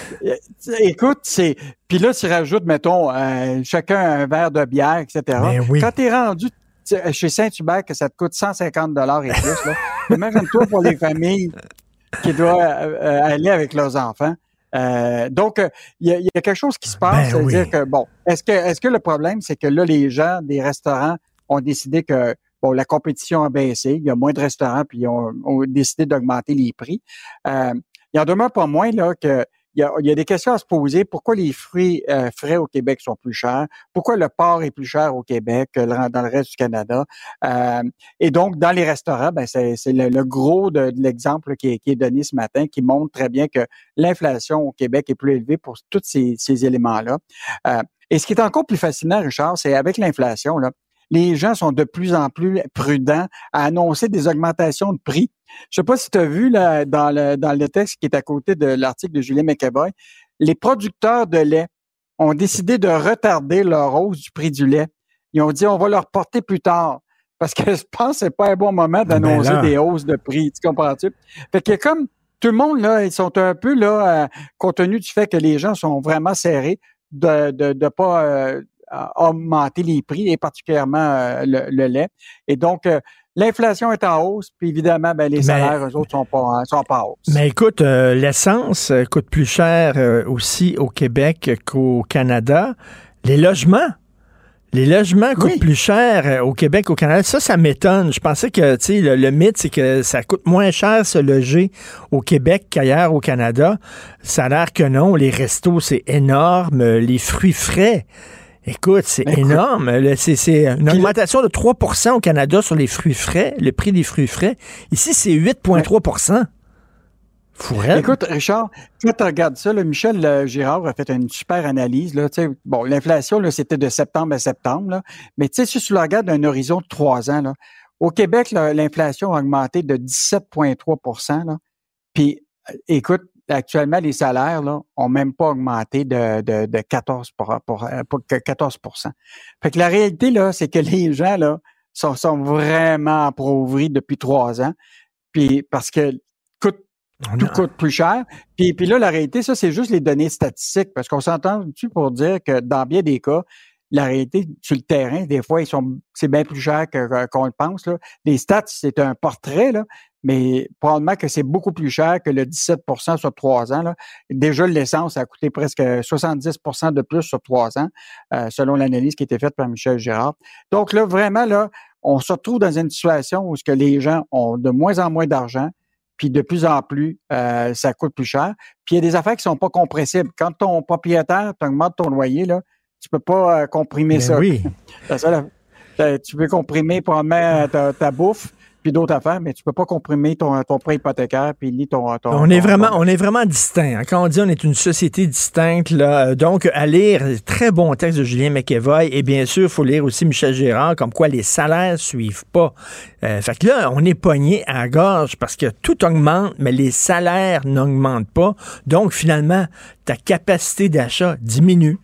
Écoute, c'est... Puis là, tu rajoutes, mettons, euh, chacun un verre de bière, et cetera. Oui. Quand t'es rendu chez Saint-Hubert que ça te coûte cent cinquante dollars et plus, là, imagine-toi pour les familles qui doivent euh, aller avec leurs enfants. Euh, donc, il euh, y, y a quelque chose qui se passe, ben c'est-à-dire oui. que, bon, est-ce que est-ce que le problème, c'est que là, les gens des restaurants ont décidé que, bon, la compétition a baissé, il y a moins de restaurants, puis ils ont, ont décidé d'augmenter les prix. Euh, il en demeure pas moins, là, que il y a, il y a des questions à se poser. Pourquoi les fruits euh, frais au Québec sont plus chers? Pourquoi le porc est plus cher au Québec que dans le reste du Canada? Euh, et donc, dans les restaurants, ben c'est, c'est le, le gros de, de l'exemple qui est, qui est donné ce matin, qui montre très bien que l'inflation au Québec est plus élevée pour tous ces, ces éléments-là. Euh, et ce qui est encore plus fascinant, Richard, c'est avec l'inflation, là, les gens sont de plus en plus prudents à annoncer des augmentations de prix. Je sais pas si tu as vu là, dans, le, dans le texte qui est à côté de l'article de Julien McEvoy, les producteurs de lait ont décidé de retarder leur hausse du prix du lait. Ils ont dit on va le reporter plus tard parce que je pense que c'est pas un bon moment d'annoncer ben des hausses de prix. Tu comprends-tu? Fait que comme tout le monde, là, ils sont un peu là, euh, compte tenu du fait que les gens sont vraiment serrés de de, de pas euh, augmenter les prix et particulièrement euh, le, le lait. Et donc, euh, l'inflation est en hausse, puis évidemment, ben, les salaires, mais, eux autres, sont pas, sont pas en hausse. Mais écoute, euh, l'essence coûte plus cher euh, aussi au Québec qu'au Canada. Les logements, les logements coûtent oui. plus cher au Québec qu'au Canada. Ça, ça m'étonne. Je pensais que, tu sais, le, le mythe, c'est que ça coûte moins cher se loger au Québec qu'ailleurs au Canada. Ça a l'air que non. Les restos, c'est énorme. Les fruits frais, écoute, c'est Écoute. énorme. C'est, c'est une augmentation de trois pour cent au Canada sur les fruits frais, le prix des fruits frais. Ici, c'est huit virgule trois pour cent. Fourette. Écoute, Richard, quand tu regardes ça, là, Michel euh, Girard a fait une super analyse. Là, bon, l'inflation, là, c'était de septembre à septembre, là, mais si tu le regardes d'un horizon de trois ans, là, au Québec, là, l'inflation a augmenté de dix-sept virgule trois pour cent. Là, puis, écoute, actuellement, les salaires là ont même pas augmenté de, de, de quatorze pour, pour, pour quatorze pour cent. Fait que la réalité, là, c'est que les gens là sont, sont vraiment appauvris depuis trois ans. Puis parce que coûte, tout coûte plus cher. Puis, puis là, la réalité, ça, c'est juste les données statistiques. Parce qu'on s'entend-tu pour dire que dans bien des cas, la réalité, sur le terrain, des fois, ils sont c'est bien plus cher que, qu'on le pense. Là. Les stats, c'est un portrait, là. Mais probablement que c'est beaucoup plus cher que le dix-sept pour cent sur trois ans. Là. Déjà, l'essence a coûté presque soixante-dix pour cent de plus sur trois ans, euh, selon l'analyse qui a été faite par Michel Girard. Donc là, vraiment, là, on se retrouve dans une situation où ce que les gens ont de moins en moins d'argent, puis de plus en plus, euh, ça coûte plus cher. Puis il y a des affaires qui sont pas compressibles. Quand ton propriétaire t'augmente ton loyer, là, tu peux pas euh, comprimer Mais ça. Oui. ça là, tu peux comprimer probablement ta, ta bouffe, puis d'autres affaires, mais tu peux pas comprimer ton, ton prêt hypothécaire puis ni ton, ton... On est ton, vraiment, ton... on est vraiment distinct. Hein. Quand on dit on est une société distincte, là, donc à lire, très bon texte de Julien McEvoy, et bien sûr, il faut lire aussi Michel Girard, comme quoi les salaires suivent pas. Euh, fait que là, on est pogné à la gorge parce que tout augmente, mais les salaires n'augmentent pas. Donc, finalement, ta capacité d'achat diminue.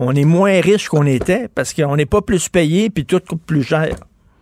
On est moins riche qu'on était parce qu'on n'est pas plus payé puis tout coûte plus cher.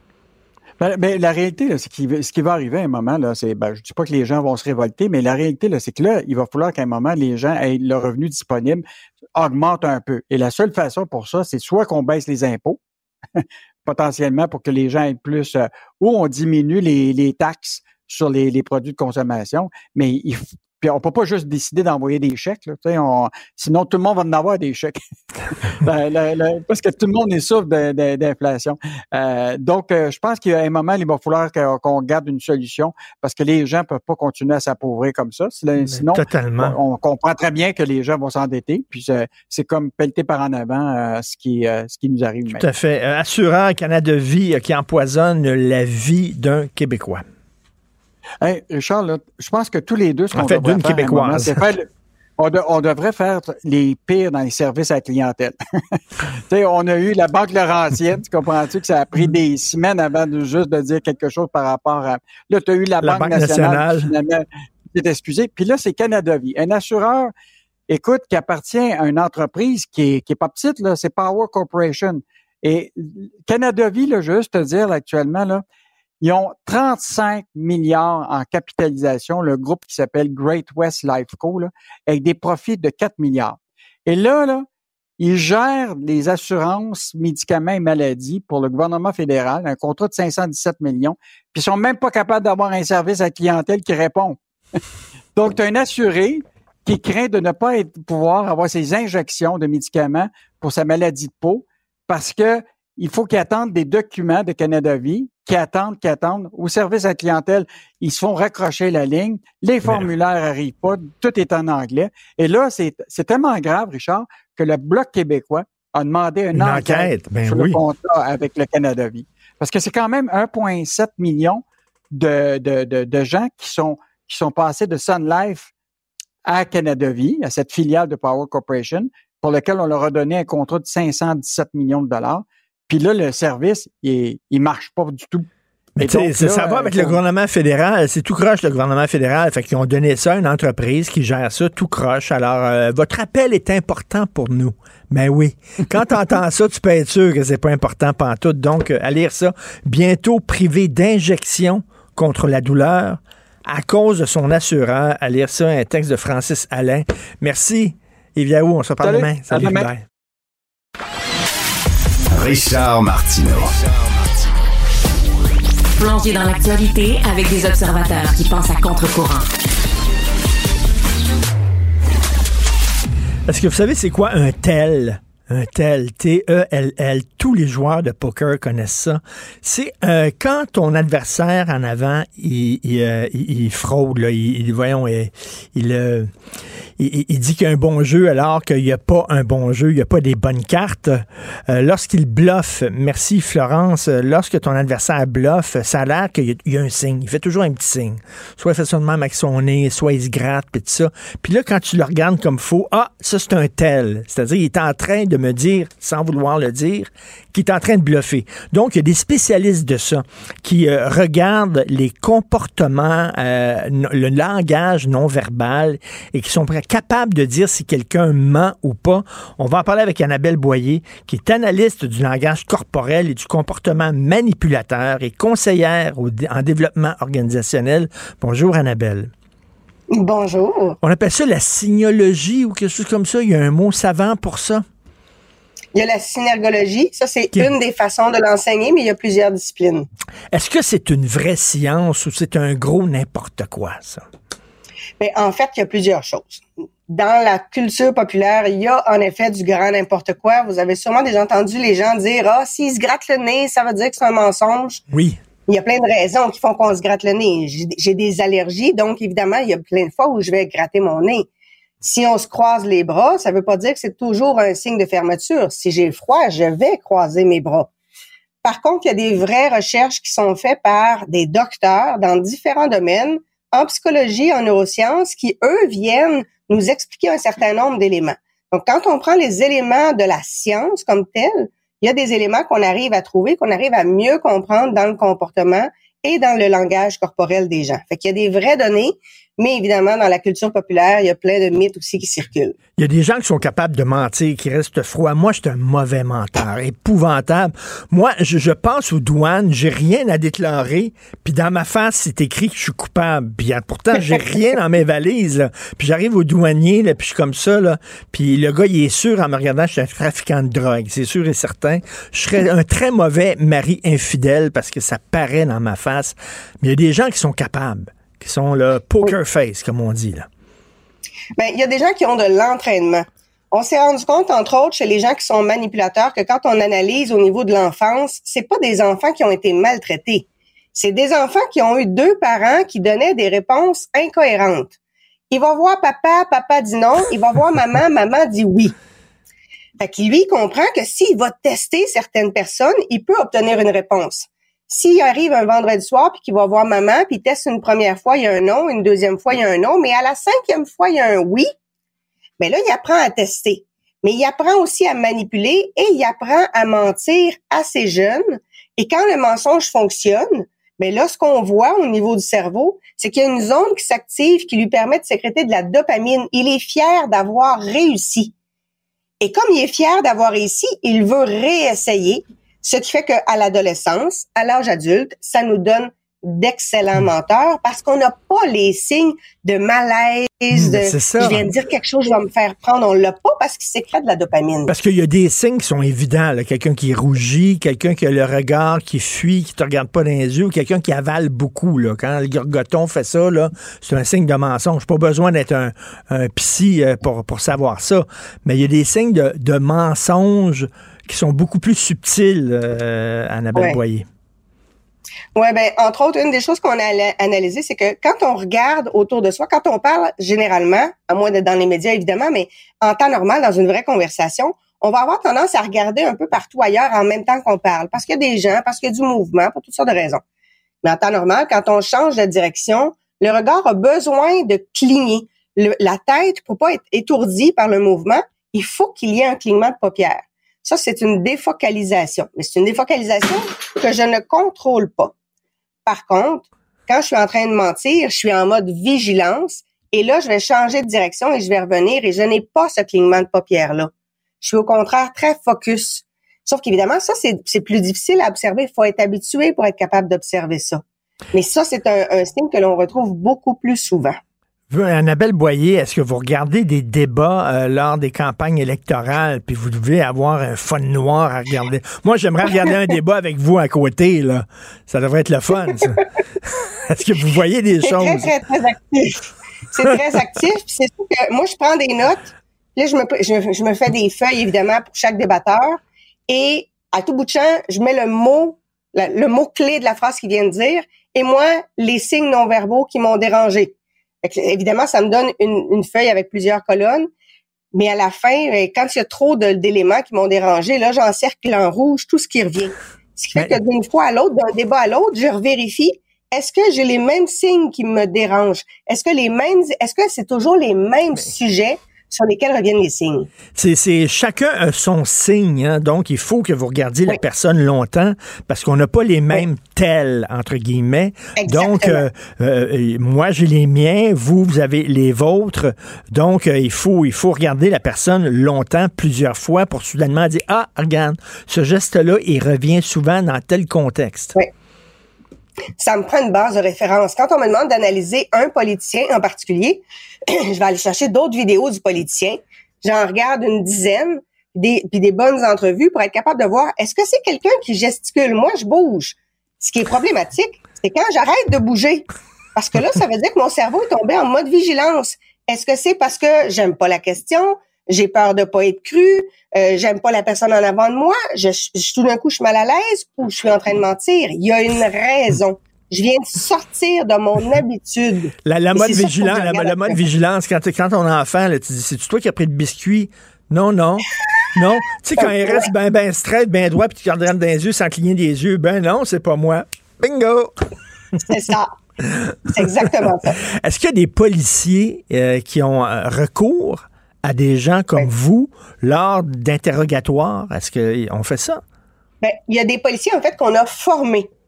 Ben, ben, la réalité, là, c'est qu'il, ce qui va arriver à un moment, là, c'est, ben, je dis pas que les gens vont se révolter, mais la réalité, là, c'est que là, il va falloir qu'à un moment, les gens aient le revenu disponible augmente un peu. Et la seule façon pour ça, c'est soit qu'on baisse les impôts, potentiellement pour que les gens aient plus, euh, ou on diminue les, les taxes sur les, les produits de consommation, mais il faut. Puis on peut pas juste décider d'envoyer des chèques, là, on, sinon tout le monde va en avoir des chèques. la, la, la, parce que tout le monde est souffre de, de, d'inflation. Euh, donc, euh, je pense qu'à un moment, il va falloir qu'on garde une solution parce que les gens peuvent pas continuer à s'appauvrir comme ça. Sinon, Totalement. On, on comprend très bien que les gens vont s'endetter. Puis c'est, c'est comme pelleter par en avant euh, ce qui euh, ce qui nous arrive Tout maintenant. à fait. Euh, Assureur Canada Vie euh, qui empoisonne la vie d'un Québécois. Hey, Richard, là, je pense que tous les deux, ce qu'on en fait, devrait d'une faire, Québécoise. Moment, c'est faire le, on, de, on devrait faire les pires dans les services à la clientèle. Tu sais, on a eu la Banque Laurentienne, tu comprends-tu que ça a pris des semaines avant de juste de dire quelque chose par rapport à... Là, tu as eu la, la Banque, Banque nationale, nationale. Qui finalement s'est excusée. Puis là, c'est Canada Vie. Un assureur, écoute, qui appartient à une entreprise qui est, qui est pas petite, là, c'est Power Corporation. Et Canada Vie, là, juste te dire, là, actuellement, là, ils ont trente-cinq milliards en capitalisation, le groupe qui s'appelle Great West Lifeco, là, avec des profits de quatre milliards. Et là, là, ils gèrent les assurances, médicaments et maladies pour le gouvernement fédéral, un contrat de cinq cent dix-sept millions, puis ils sont même pas capables d'avoir un service à la clientèle qui répond. Donc, tu as un assuré qui craint de ne pas être, pouvoir avoir ses injections de médicaments pour sa maladie de peau parce que il faut qu'ils attendent des documents de Canada Vie, qui attendent, qui attendent. Au service à la clientèle, ils se font raccrocher la ligne. Les formulaires n'arrivent pas. Tout est en anglais. Et là, c'est, c'est tellement grave, Richard, que le Bloc québécois a demandé une, une enquête, enquête ben sur oui. le contrat avec le Canada Vie. Parce que c'est quand même un virgule sept million de, de, de, de gens qui sont, qui sont passés de Sun Life à Canada Vie, à cette filiale de Power Corporation, pour laquelle on leur a donné un contrat de cinq cent dix-sept millions de dollars. Puis là, le service, il, il marche pas du tout. Mais tu sais, ça va avec euh, le gouvernement fédéral. C'est tout croche, le gouvernement fédéral. Fait qu'ils ont donné ça à une entreprise qui gère ça tout croche. Alors, euh, votre appel est important pour nous. Ben oui. Quand tu entends ça, tu peux être sûr que c'est pas important pantoute. Donc, euh, à lire ça. Bientôt privé d'injection contre la douleur à cause de son assureur. À lire ça, un texte de Francis Alain. Merci, Yves Yaou. On se reparle demain. Salut, demain. Bye. Richard Martineau. Plongé dans l'actualité avec des observateurs qui pensent à contre-courant. Est-ce que vous savez c'est quoi un tel? Un tel, T E L L, tous les joueurs de poker connaissent ça. C'est euh, quand ton adversaire en avant, il, il, euh, il, il fraude, là, il, il voyons, il, il, euh, il, il dit qu'il y a un bon jeu alors qu'il n'y a pas un bon jeu, il n'y a pas des bonnes cartes. Euh, lorsqu'il bluffe, merci Florence, lorsque ton adversaire bluffe, ça a l'air qu'il y a, il y a un signe, il fait toujours un petit signe. Soit il fait ça de même avec son nez, soit il se gratte, puis tout ça. Puis là, quand tu le regardes comme faux, ah, ça c'est un tel. C'est-à-dire, il est en train de me dire, sans vouloir le dire, qu'il est en train de bluffer. Donc, il y a des spécialistes de ça qui euh, regardent les comportements, euh, le langage non verbal et qui sont capables de dire si quelqu'un ment ou pas. On va en parler avec Annabelle Boyer, qui est analyste du langage corporel et du comportement manipulateur et conseillère au, en développement organisationnel. Bonjour, Annabelle. Bonjour. On appelle ça la signologie ou quelque chose comme ça. Il y a un mot savant pour ça. Il y a la synergologie. Ça, c'est okay. une des façons de l'enseigner, mais il y a plusieurs disciplines. Est-ce que c'est une vraie science ou c'est un gros n'importe quoi, ça? Mais en fait, il y a plusieurs choses. Dans la culture populaire, il y a en effet du grand n'importe quoi. Vous avez sûrement déjà entendu les gens dire « Ah, s'ils se grattent le nez, ça veut dire que c'est un mensonge. » Oui. Il y a plein de raisons qui font qu'on se gratte le nez. J'ai, j'ai des allergies, donc évidemment, il y a plein de fois où je vais gratter mon nez. Si on se croise les bras, ça veut pas dire que c'est toujours un signe de fermeture. Si j'ai froid, je vais croiser mes bras. Par contre, il y a des vraies recherches qui sont faites par des docteurs dans différents domaines, en psychologie, en neurosciences, qui, eux, viennent nous expliquer un certain nombre d'éléments. Donc, quand on prend les éléments de la science comme tels, il y a des éléments qu'on arrive à trouver, qu'on arrive à mieux comprendre dans le comportement et dans le langage corporel des gens. Fait qu'il y a des vraies données, Mais évidemment, dans la culture populaire, il y a plein de mythes aussi qui circulent. Il y a des gens qui sont capables de mentir, qui restent froids. Moi, je suis un mauvais menteur, épouvantable. Moi, je, je passe aux douanes, j'ai rien à déclarer, puis dans ma face, c'est écrit que je suis coupable. Puis pourtant, j'ai rien dans mes valises. Là. Puis j'arrive au douanier, là, puis je suis comme ça, là, puis le gars, il est sûr, en me regardant, je suis un trafiquant de drogue, c'est sûr et certain. Je serais un très mauvais mari infidèle parce que ça paraît dans ma face. Mais il y a des gens qui sont capables, qui sont le poker face, comme on dit, là. Ben, il y a des gens qui ont de l'entraînement. On s'est rendu compte, entre autres, chez les gens qui sont manipulateurs, que quand on analyse au niveau de l'enfance, c'est pas des enfants qui ont été maltraités. C'est des enfants qui ont eu deux parents qui donnaient des réponses incohérentes. Il va voir papa, papa dit non. Il va voir maman, maman dit oui. Fait qu'il lui comprend que s'il va tester certaines personnes, il peut obtenir une réponse. S'il arrive un vendredi soir puis qu'il va voir maman puis il teste une première fois, il y a un non, une deuxième fois, il y a un non, mais à la cinquième fois, il y a un oui, bien là, il apprend à tester. Mais il apprend aussi à manipuler et il apprend à mentir assez jeune. Et quand le mensonge fonctionne, bien là, ce qu'on voit au niveau du cerveau, c'est qu'il y a une zone qui s'active qui lui permet de sécréter de la dopamine. Il est fier d'avoir réussi. Et comme il est fier d'avoir réussi, il veut réessayer. Ce qui fait qu'à l'adolescence, à l'âge adulte, ça nous donne d'excellents menteurs parce qu'on n'a pas les signes de malaise, mmh, de c'est ça. Je viens de dire quelque chose, je vais me faire prendre. On l'a pas parce qu'il sécrète de la dopamine. Parce qu'il y a des signes qui sont évidents. Là. Quelqu'un qui rougit, quelqu'un qui a le regard qui fuit, qui te regarde pas dans les yeux, ou quelqu'un qui avale beaucoup. Là. Quand le gorgoton fait ça, là, c'est un signe de mensonge. Pas besoin d'être un, un psy pour, pour savoir ça. Mais il y a des signes de, de mensonge qui sont beaucoup plus subtils, euh, Annabelle ouais. Boyer. Oui, ben entre autres, une des choses qu'on a analysées, c'est que quand on regarde autour de soi, quand on parle généralement, à moins d'être dans les médias évidemment, mais en temps normal, dans une vraie conversation, on va avoir tendance à regarder un peu partout ailleurs en même temps qu'on parle, parce qu'il y a des gens, parce qu'il y a du mouvement, pour toutes sortes de raisons. Mais en temps normal, quand on change de direction, le regard a besoin de cligner. Le, la tête, pour pas être étourdie par le mouvement, il faut qu'il y ait un clignement de paupières. Ça, c'est une défocalisation. Mais c'est une défocalisation que je ne contrôle pas. Par contre, quand je suis en train de mentir, je suis en mode vigilance et là, je vais changer de direction et je vais revenir et je n'ai pas ce clignement de paupières-là. Je suis au contraire très focus. Sauf qu'évidemment, ça, c'est, c'est plus difficile à observer. Il faut être habitué pour être capable d'observer ça. Mais ça, c'est un, un signe que l'on retrouve beaucoup plus souvent. Annabelle Boyer, est-ce que vous regardez des débats euh, lors des campagnes électorales, puis vous devez avoir un fun noir à regarder? Moi, j'aimerais regarder un débat avec vous à côté, là. Ça devrait être le fun, ça. Est-ce que vous voyez des c'est choses? C'est très, très, très actif. C'est très actif, puis c'est sûr que moi, je prends des notes. Là, je me, je, je me fais des feuilles, évidemment, pour chaque débatteur. Et à tout bout de champ, je mets le mot, la, le mot-clé de la phrase qu'il vient de dire, et moi, les signes non-verbaux qui m'ont dérangé. Évidemment, ça me donne une, une feuille avec plusieurs colonnes, mais à la fin, quand il y a trop de, d'éléments qui m'ont dérangé, là, j'encercle en rouge tout ce qui revient. Ce qui fait que d'une fois à l'autre, d'un débat à l'autre, je revérifie, est-ce que j'ai les mêmes signes qui me dérangent? Est-ce que les mêmes, est-ce que c'est toujours les mêmes sujets sur lesquels reviennent les signes? C'est, c'est chacun a son signe, hein? Donc il faut que vous regardiez oui. la personne longtemps parce qu'on n'a pas les mêmes oui. tels, entre guillemets. Exactement. Donc, euh, euh, moi, j'ai les miens, vous, vous avez les vôtres. Donc, euh, il faut il faut regarder la personne longtemps, plusieurs fois, pour soudainement dire, ah, regarde, ce geste-là, il revient souvent dans tel contexte. Oui. Ça me prend une base de référence. Quand on me demande d'analyser un politicien en particulier, je vais aller chercher d'autres vidéos du politicien. J'en regarde une dizaine, des, puis des bonnes entrevues pour être capable de voir, est-ce que c'est quelqu'un qui gesticule? Moi, je bouge. Ce qui est problématique, c'est quand j'arrête de bouger. Parce que là, ça veut dire que mon cerveau est tombé en mode vigilance. Est-ce que c'est parce que j'aime pas la question? J'ai peur de pas être cru, euh, j'aime pas la personne en avant de moi, je, je, tout d'un coup, je suis mal à l'aise ou je suis en train de mentir. Il y a une raison. Je viens de sortir de mon habitude. La, la mode vigilance, la, la mode vigilance, quand, quand ton enfant, là, tu dis, c'est-tu toi qui as pris le biscuit? Non, non. Non. Tu sais, quand il reste ben, ben straight, ben droit, puis tu regardes dans les yeux sans cligner des yeux, ben non, c'est pas moi. Bingo! C'est ça. C'est exactement ça. Est-ce qu'il y a des policiers euh, qui ont euh, recours à des gens comme oui. vous lors d'interrogatoires? Est-ce qu'on fait ça? Ben, il y a des policiers, en fait, qu'on a formés.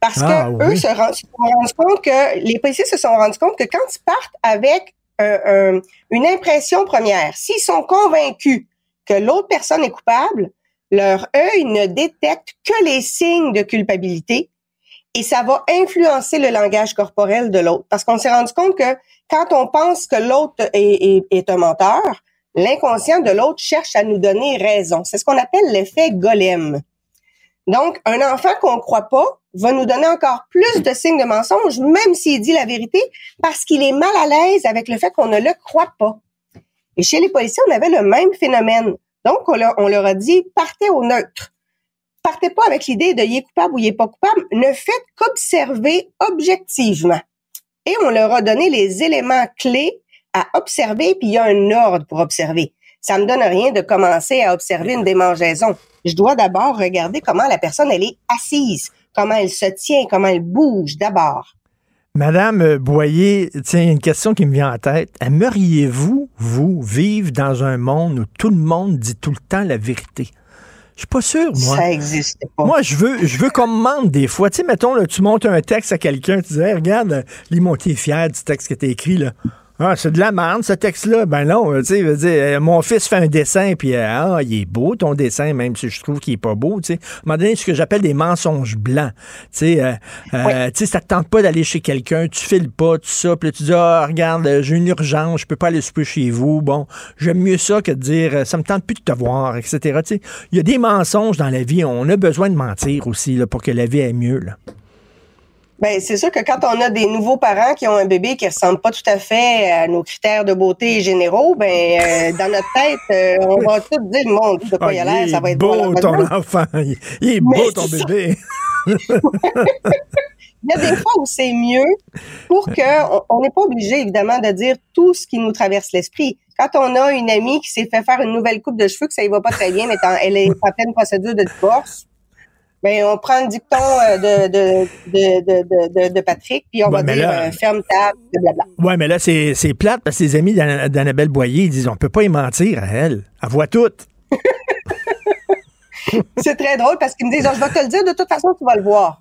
Parce Ah, que oui. eux se, rend- se sont rendus compte que, les policiers se sont rendus compte que quand ils partent avec euh, euh, une impression première, s'ils sont convaincus que l'autre personne est coupable, leur œil ne détecte que les signes de culpabilité et ça va influencer le langage corporel de l'autre. Parce qu'on s'est rendu compte que quand on pense que l'autre est, est, est un menteur, l'inconscient de l'autre cherche à nous donner raison. C'est ce qu'on appelle l'effet golem. Donc, un enfant qu'on ne croit pas va nous donner encore plus de signes de mensonge, même s'il dit la vérité, parce qu'il est mal à l'aise avec le fait qu'on ne le croit pas. Et chez les policiers, on avait le même phénomène. Donc, on leur, on leur a dit, partez au neutre. Partez pas avec l'idée de il est coupable ou il est pas coupable. Ne faites qu'observer objectivement. Et on leur a donné les éléments clés à observer, puis il y a un ordre pour observer. Ça me donne rien de commencer à observer une démangeaison. Je dois d'abord regarder comment la personne, elle est assise, comment elle se tient, comment elle bouge d'abord. Madame Boyer, tiens, une question qui me vient en tête. Aimeriez-vous, vous, vivre dans un monde où tout le monde dit tout le temps la vérité? Je suis pas sûr, moi. Ça existe pas. Moi, je veux, je veux qu'on me mente des fois. Tu sais, mettons, là, tu montes un texte à quelqu'un, tu dis, hey, regarde, lis-moi, t'es fier du texte que t'as écrit, là. Ah, c'est de la merde, ce texte-là. Ben non, tu sais, veux dire, mon fils fait un dessin, puis ah, il est beau, ton dessin, même si je trouve qu'il est pas beau, tu sais. À un moment donné, ce que j'appelle des mensonges blancs. Tu sais, euh, euh, oui. tu sais, ça te tente pas d'aller chez quelqu'un, tu files pas, tout ça, puis là, tu dis, ah, regarde, j'ai une urgence, je peux pas aller souper chez vous. Bon, j'aime mieux ça que de dire, ça me tente plus de te voir, et cetera. Tu sais, il y a des mensonges dans la vie. On a besoin de mentir aussi, là, pour que la vie aille mieux, là. Ben, c'est sûr que quand on a des nouveaux parents qui ont un bébé qui ressemble pas tout à fait à nos critères de beauté généraux, ben, euh, dans notre tête, euh, on va tout dire, mon Dieu, de quoi Ah, il a l'air, ça va être beau, bon. ton enfant. Il, il est beau, ton bébé. Il y a des fois où c'est mieux pour que on n'est pas obligé, évidemment, de dire tout ce qui nous traverse l'esprit. Quand on a une amie qui s'est fait faire une nouvelle coupe de cheveux, que ça y va pas très bien, mais elle est en pleine procédure de divorce, ben, on prend le dicton de, de, de, de, de, de Patrick, puis on ouais, va dire là, euh, ferme table, blablabla. Ouais, mais là, c'est, c'est plate parce que ses amis d'Anna- d'Annabelle Boyer, ils disent on peut pas y mentir à elle. Elle voit tout. C'est très drôle parce qu'ils me disent oh, je vais te le dire, de toute façon, tu vas le voir.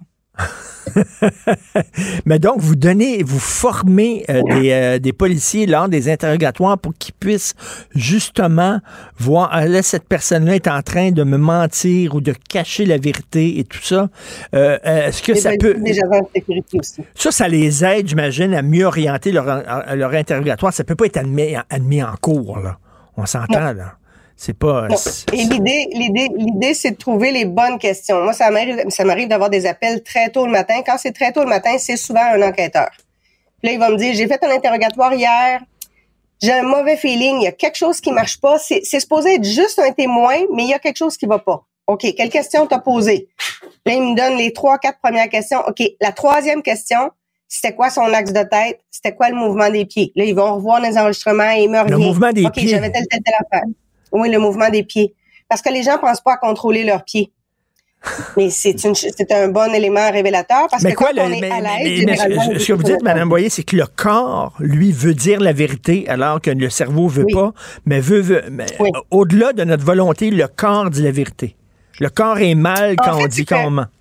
Mais donc, vous donnez, vous formez euh, des, euh, des policiers lors des interrogatoires pour qu'ils puissent justement voir, ah, là, cette personne-là est en train de me mentir ou de cacher la vérité et tout ça. Euh, est-ce que Et ça ben, peut... Des agents de sécurité aussi. Ça, ça les aide, j'imagine, à mieux orienter leur, leur interrogatoire. Ça peut pas être admis, admis en cours, là. On s'entend, non. là. C'est pas... Non. C'est... Et l'idée, l'idée, l'idée, c'est de trouver les bonnes questions. Moi, ça m'arrive, ça m'arrive d'avoir des appels très tôt le matin. Quand c'est très tôt le matin, c'est souvent un enquêteur. Puis là, il va me dire, j'ai fait un interrogatoire hier, j'ai un mauvais feeling, il y a quelque chose qui marche pas. C'est, c'est supposé être juste un témoin, mais il y a quelque chose qui va pas. OK, quelle question t'as posée? Là, il me donne les trois, quatre premières questions. OK, la troisième question, c'était quoi son axe de tête? C'était quoi le mouvement des pieds? Là, ils vont revoir les enregistrements et il me revient. Le mouvement des OK, pieds. j'avais telle, telle, telle affaire. Oui, le mouvement des pieds. Parce que les gens pensent pas à contrôler leurs pieds. Mais c'est une, c'est un bon élément révélateur parce mais que quoi, quand le, on est mais, à l'aise, mais, mais, généralement... ce que vous dites, Mme Boyer, c'est que le corps, lui, veut dire la vérité alors que le cerveau veut oui. pas, mais veut, veut mais oui. au-delà de notre volonté, le corps dit la vérité. Le corps est mal quand en fait, on dit qu'on ment.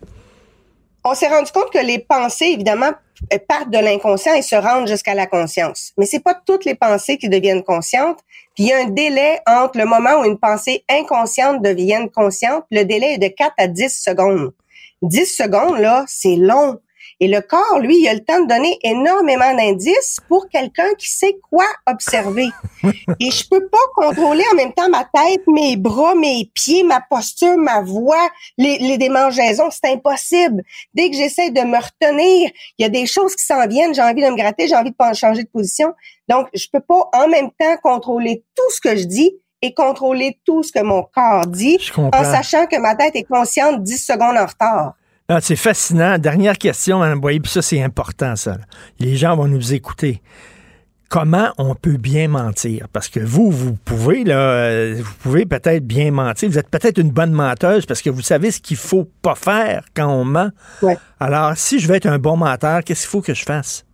On s'est rendu compte que les pensées, évidemment, partent de l'inconscient et se rendent jusqu'à la conscience. Mais c'est pas toutes les pensées qui deviennent conscientes. Puis il y a un délai entre le moment où une pensée inconsciente devienne consciente. Le délai est de quatre à dix secondes. dix secondes, là, c'est long. Et le corps, lui, il a le temps de donner énormément d'indices pour quelqu'un qui sait quoi observer. Et je peux pas contrôler en même temps ma tête, mes bras, mes pieds, ma posture, ma voix, les, les démangeaisons. C'est impossible. Dès que j'essaie de me retenir, il y a des choses qui s'en viennent. J'ai envie de me gratter, j'ai envie de changer de position. Donc, je peux pas en même temps contrôler tout ce que je dis et contrôler tout ce que mon corps dit en sachant que ma tête est consciente dix secondes en retard. Non, c'est fascinant. Dernière question, Mme Boyer, puis ça, c'est important, ça. Les gens vont nous écouter. Comment on peut bien mentir? Parce que vous, vous pouvez, là, vous pouvez peut-être bien mentir. Vous êtes peut-être une bonne menteuse parce que vous savez ce qu'il faut pas faire quand on ment. Ouais. Alors, si je veux être un bon menteur, qu'est-ce qu'il faut que je fasse?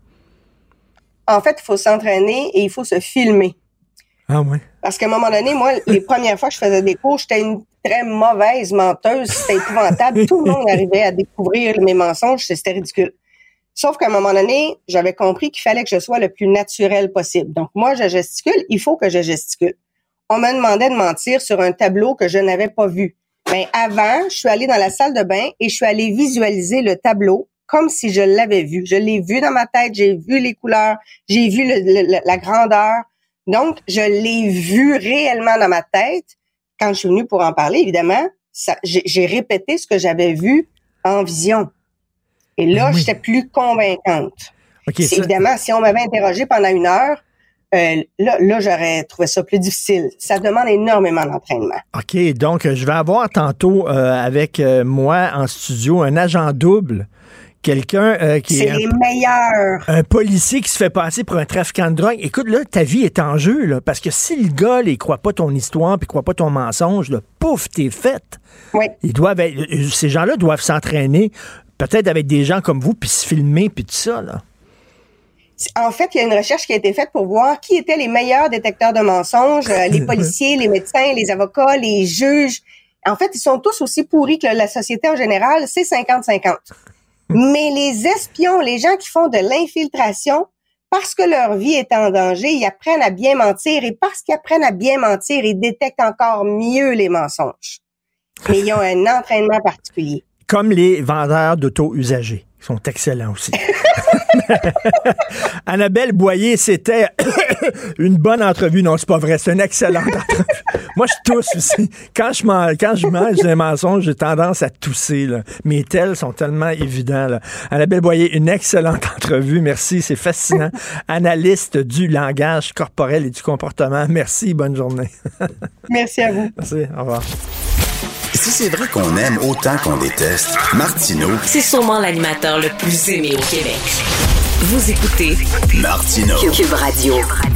En fait, il faut s'entraîner et il faut se filmer. Ah oui. Parce qu'à un moment donné, moi, les premières fois que je faisais des cours, j'étais une, très mauvaise menteuse, c'était épouvantable. Tout le monde arrivait à découvrir mes mensonges, c'était ridicule. Sauf qu'à un moment donné, j'avais compris qu'il fallait que je sois le plus naturel possible. Donc, moi, je gesticule, il faut que je gesticule. On me demandait de mentir sur un tableau que je n'avais pas vu. Mais avant, je suis allée dans la salle de bain et je suis allée visualiser le tableau comme si je l'avais vu. Je l'ai vu dans ma tête, j'ai vu les couleurs, j'ai vu le, le, la grandeur. Donc, je l'ai vu réellement dans ma tête. Quand je suis venue pour en parler, évidemment, ça, j'ai, j'ai répété ce que j'avais vu en vision. Et là, oui. j'étais plus convaincante. Okay, ça... Évidemment, si on m'avait interrogé pendant une heure, euh, là, là, j'aurais trouvé ça plus difficile. Ça demande énormément d'entraînement. OK, donc je vais avoir tantôt euh, avec euh, moi en studio un agent double. Quelqu'un euh, qui c'est est... C'est les un, meilleurs. Un policier qui se fait passer pour un trafiquant de drogue. Écoute, là, ta vie est en jeu, là, parce que si le gars, il croit pas ton histoire puis croit pas ton mensonge, là, pouf, t'es faite. Oui. Ils doivent être, ces gens-là doivent s'entraîner, peut-être avec des gens comme vous, puis se filmer, puis tout ça, là. En fait, il y a une recherche qui a été faite pour voir qui étaient les meilleurs détecteurs de mensonges, euh, les policiers, les médecins, les avocats, les juges. En fait, ils sont tous aussi pourris que la société en général, c'est cinquante cinquante. Mais les espions, les gens qui font de l'infiltration, parce que leur vie est en danger, ils apprennent à bien mentir. Et parce qu'ils apprennent à bien mentir, ils détectent encore mieux les mensonges. Mais ils ont un entraînement particulier. Comme les vendeurs d'auto usagés. Ils sont excellents aussi. Annabelle Boyer, c'était une bonne entrevue. Non, c'est pas vrai. C'est une excellente entrevue. Moi, je tousse aussi. Quand je, man- quand je mange des mensonges, j'ai tendance à tousser, là. Mes tels sont tellement évidents, là. Annabelle Boyer, une excellente entrevue. Merci. C'est fascinant. Analyste du langage corporel et du comportement. Merci. Bonne journée. Merci à vous. Merci. Au revoir. Si c'est vrai qu'on aime autant qu'on déteste, Martineau, c'est sûrement l'animateur le plus aimé au Québec. Vous écoutez Martineau. Cube Radio.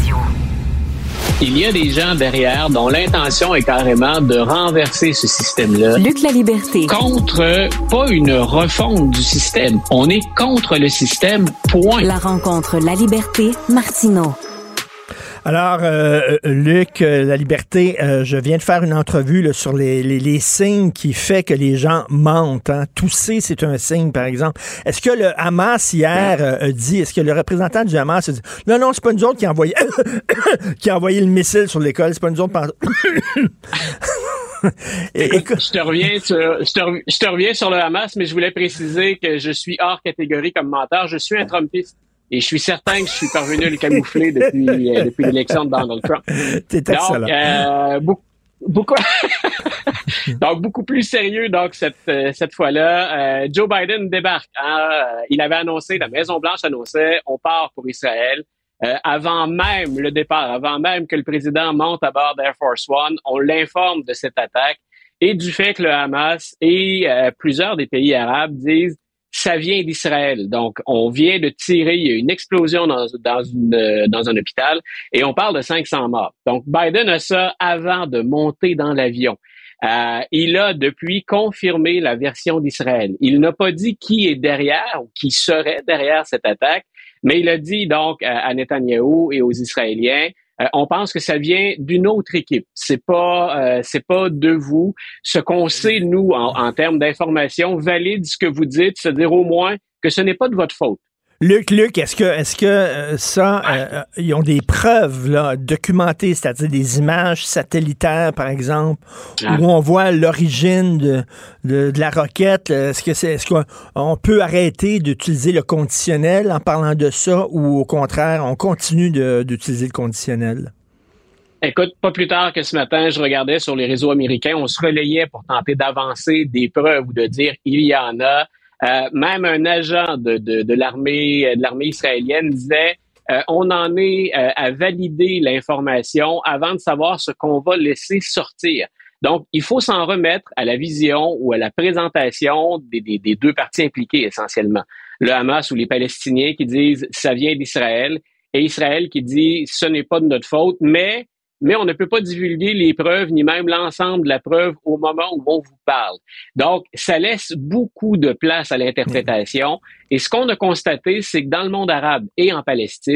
Il y a des gens derrière dont l'intention est carrément de renverser ce système-là. Luc Laliberté. Contre, pas une refonte du système. On est contre le système, point. La rencontre Laliberté, Martineau. Alors, euh, Luc, euh, Laliberté, euh, je viens de faire une entrevue là, sur les, les, les signes qui fait que les gens mentent. Hein. Tousser, c'est un signe, par exemple. Est-ce que le Hamas, hier, euh, a dit, est-ce que le représentant du Hamas a dit, non, non, c'est pas nous autres qui a envoyé, qui a envoyé le missile sur l'école, c'est pas nous autres. Par... Et, écoute, je te reviens sur, je te, je te reviens sur le Hamas, mais je voulais préciser que je suis hors catégorie comme menteur. Je suis un Trumpiste. Et je suis certain que je suis parvenu à le camoufler depuis, euh, depuis l'élection de Donald Trump. T'es excellent. Donc, euh, beaucoup, beaucoup, donc, beaucoup plus sérieux, donc, cette, euh, cette fois-là. Euh, Joe Biden débarque. Hein, il avait annoncé, la Maison-Blanche annonçait, on part pour Israël. Euh, avant même le départ, avant même que le président monte à bord d'Air Force One, on l'informe de cette attaque et du fait que le Hamas et euh, plusieurs des pays arabes disent ça vient d'Israël. Donc, on vient de tirer, il y a une explosion dans, dans, une, dans un hôpital et on parle de cinq cents morts. Donc, Biden a ça avant de monter dans l'avion. Euh, il a depuis confirmé la version d'Israël. Il n'a pas dit qui est derrière ou qui serait derrière cette attaque, mais il a dit donc à Netanyahou et aux Israéliens, Euh, on pense que ça vient d'une autre équipe. C'est pas, euh, c'est pas de vous. Ce qu'on sait, nous, en, en termes d'information, valide ce que vous dites, c'est-à-dire au moins que ce n'est pas de votre faute. Luc, Luc, est-ce que, est-ce que euh, ça, euh, ils ont des preuves là, documentées, c'est-à-dire des images satellitaires, par exemple, ah. où on voit l'origine de, de, de la roquette? Est-ce que c'est, est-ce qu'on peut arrêter d'utiliser le conditionnel en parlant de ça, ou au contraire, on continue de, d'utiliser le conditionnel? Écoute, pas plus tard que ce matin, je regardais sur les réseaux américains, on se relayait pour tenter d'avancer des preuves ou de dire il y en a. Euh, même un agent de, de, de l'armée de l'armée israélienne disait euh, on en est euh, à valider l'information avant de savoir ce qu'on va laisser sortir. Donc, il faut s'en remettre à la vision ou à la présentation des, des, des deux parties impliquées essentiellement. Le Hamas ou les Palestiniens qui disent ça vient d'Israël et Israël qui dit ce n'est pas de notre faute, mais mais on ne peut pas divulguer les preuves, ni même l'ensemble de la preuve au moment où on vous parle. Donc, ça laisse beaucoup de place à l'interprétation. Et ce qu'on a constaté, c'est que dans le monde arabe et en Palestine,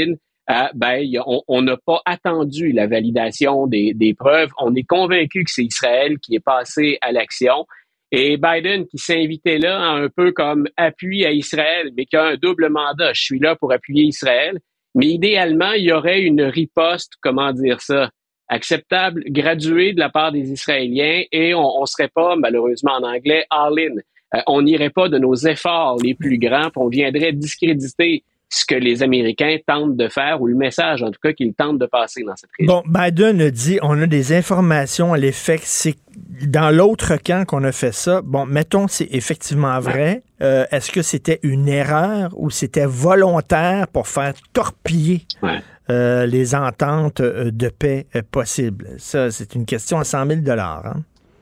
euh, ben on n'a pas attendu la validation des, des preuves. On est convaincu que c'est Israël qui est passé à l'action. Et Biden qui s'est invité là un peu comme appui à Israël, mais qui a un double mandat. Je suis là pour appuyer Israël. Mais idéalement, il y aurait une riposte, comment dire ça, acceptable, graduée de la part des Israéliens et on ne serait pas, malheureusement en anglais, all-in. Euh, on n'irait pas de nos efforts les plus grands, puis on viendrait discréditer ce que les Américains tentent de faire, ou le message, en tout cas, qu'ils tentent de passer dans cette région. Bon, Biden a dit, on a des informations à l'effet que c'est dans l'autre camp qu'on a fait ça. Bon, mettons, c'est effectivement vrai. Euh, est-ce que c'était une erreur ou c'était volontaire pour faire torpiller ouais. euh, les ententes de paix possibles? Ça, c'est une question à cent mille dollars, hein?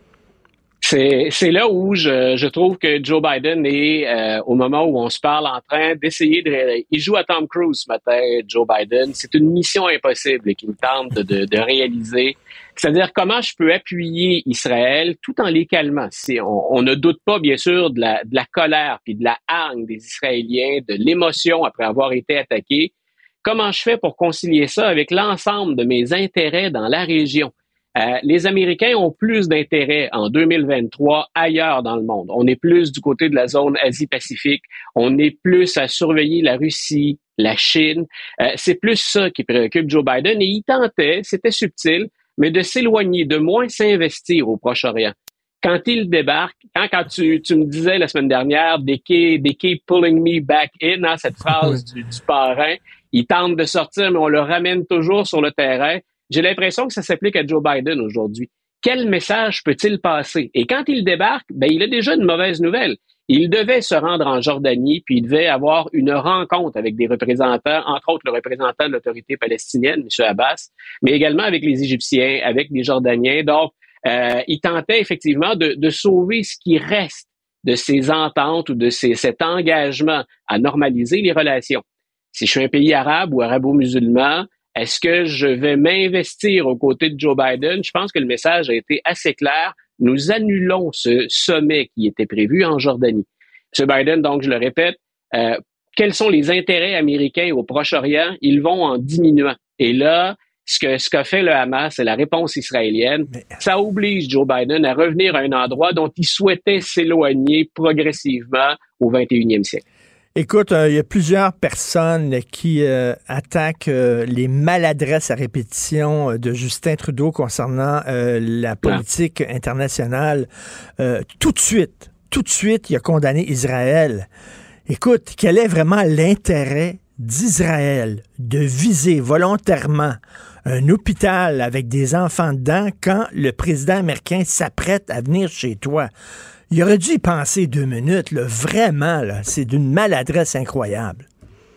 C'est, c'est là où je, je trouve que Joe Biden est, euh, au moment où on se parle, en train d'essayer de... Il joue à Tom Cruise ce matin, Joe Biden. C'est une mission impossible qu'il tente de, de, de réaliser. C'est-à-dire comment je peux appuyer Israël tout en les calmant. Si on, on ne doute pas, bien sûr, de la, de la colère puis de la hargne des Israéliens, de l'émotion après avoir été attaqués. Comment je fais pour concilier ça avec l'ensemble de mes intérêts dans la région? Euh, les Américains ont plus d'intérêt en deux mille vingt-trois ailleurs dans le monde. On est plus du côté de la zone Asie-Pacifique. On est plus à surveiller la Russie, la Chine. Euh, c'est plus ça qui préoccupe Joe Biden. Et il tentait, c'était subtil, mais de s'éloigner, de moins s'investir au Proche-Orient. Quand il débarque, quand, quand tu, tu me disais la semaine dernière, they keep, they keep pulling me back in, hein, cette phrase du, du parrain, il tente de sortir, mais on le ramène toujours sur le terrain. J'ai l'impression que ça s'applique à Joe Biden aujourd'hui. Quel message peut-il passer? Et quand il débarque, ben, il a déjà une mauvaise nouvelle. Il devait se rendre en Jordanie, puis il devait avoir une rencontre avec des représentants, entre autres le représentant de l'autorité palestinienne, M. Abbas, mais également avec les Égyptiens, avec les Jordaniens. Donc, euh, il tentait effectivement de, de sauver ce qui reste de ces ententes ou de ces, cet engagement à normaliser les relations. Si je suis un pays arabe ou arabo-musulman, est-ce que je vais m'investir aux côtés de Joe Biden? Je pense que le message a été assez clair. Nous annulons ce sommet qui était prévu en Jordanie. M. Biden, donc, je le répète, euh, quels sont les intérêts américains au Proche-Orient? Ils vont en diminuant. Et là, ce que ce qu'a fait le Hamas et la réponse israélienne, Mais... ça oblige Joe Biden à revenir à un endroit dont il souhaitait s'éloigner progressivement au vingt et unième siècle. Écoute, il euh, y a plusieurs personnes qui euh, attaquent euh, les maladresses à répétition de Justin Trudeau concernant euh, la politique ah. internationale. Euh, tout de suite, tout de suite, il a condamné Israël. Écoute, quel est vraiment l'intérêt d'Israël de viser volontairement un hôpital avec des enfants dedans quand le président américain s'apprête à venir chez toi? Il aurait dû y penser deux minutes, là. Vraiment, là. C'est d'une maladresse incroyable.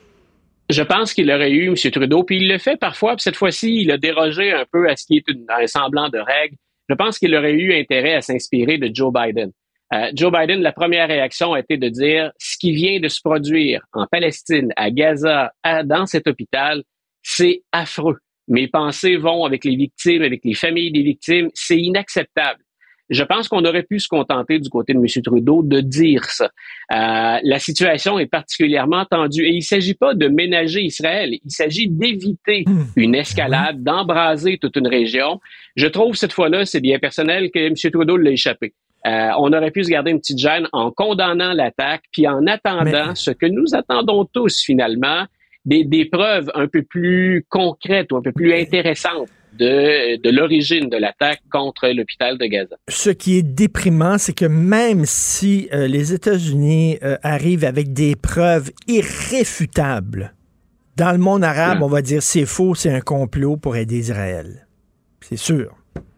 Je pense qu'il aurait eu, M. Trudeau, puis il le fait parfois, puis cette fois-ci, il a dérogé un peu à ce qui est une, un semblant de règle. Je pense qu'il aurait eu intérêt à s'inspirer de Joe Biden. Euh, Joe Biden, la première réaction a été de dire ce qui vient de se produire en Palestine, à Gaza, à, dans cet hôpital, c'est affreux. Mes pensées vont avec les victimes, avec les familles des victimes. C'est inacceptable. Je pense qu'on aurait pu se contenter du côté de M. Trudeau de dire ça. Euh, la situation est particulièrement tendue et il ne s'agit pas de ménager Israël, il s'agit d'éviter une escalade, d'embraser toute une région. Je trouve cette fois-là, c'est bien personnel, que M. Trudeau l'a échappé. Euh, on aurait pu se garder une petite gêne en condamnant l'attaque, puis en attendant Mais... ce que nous attendons tous finalement, des, des preuves un peu plus concrètes ou un peu plus intéressantes de, de l'origine de l'attaque contre l'hôpital de Gaza. Ce qui est déprimant, c'est que même si euh, les États-Unis euh, arrivent avec des preuves irréfutables, dans le monde arabe, ouais. on va dire c'est faux, c'est un complot pour aider Israël. C'est sûr.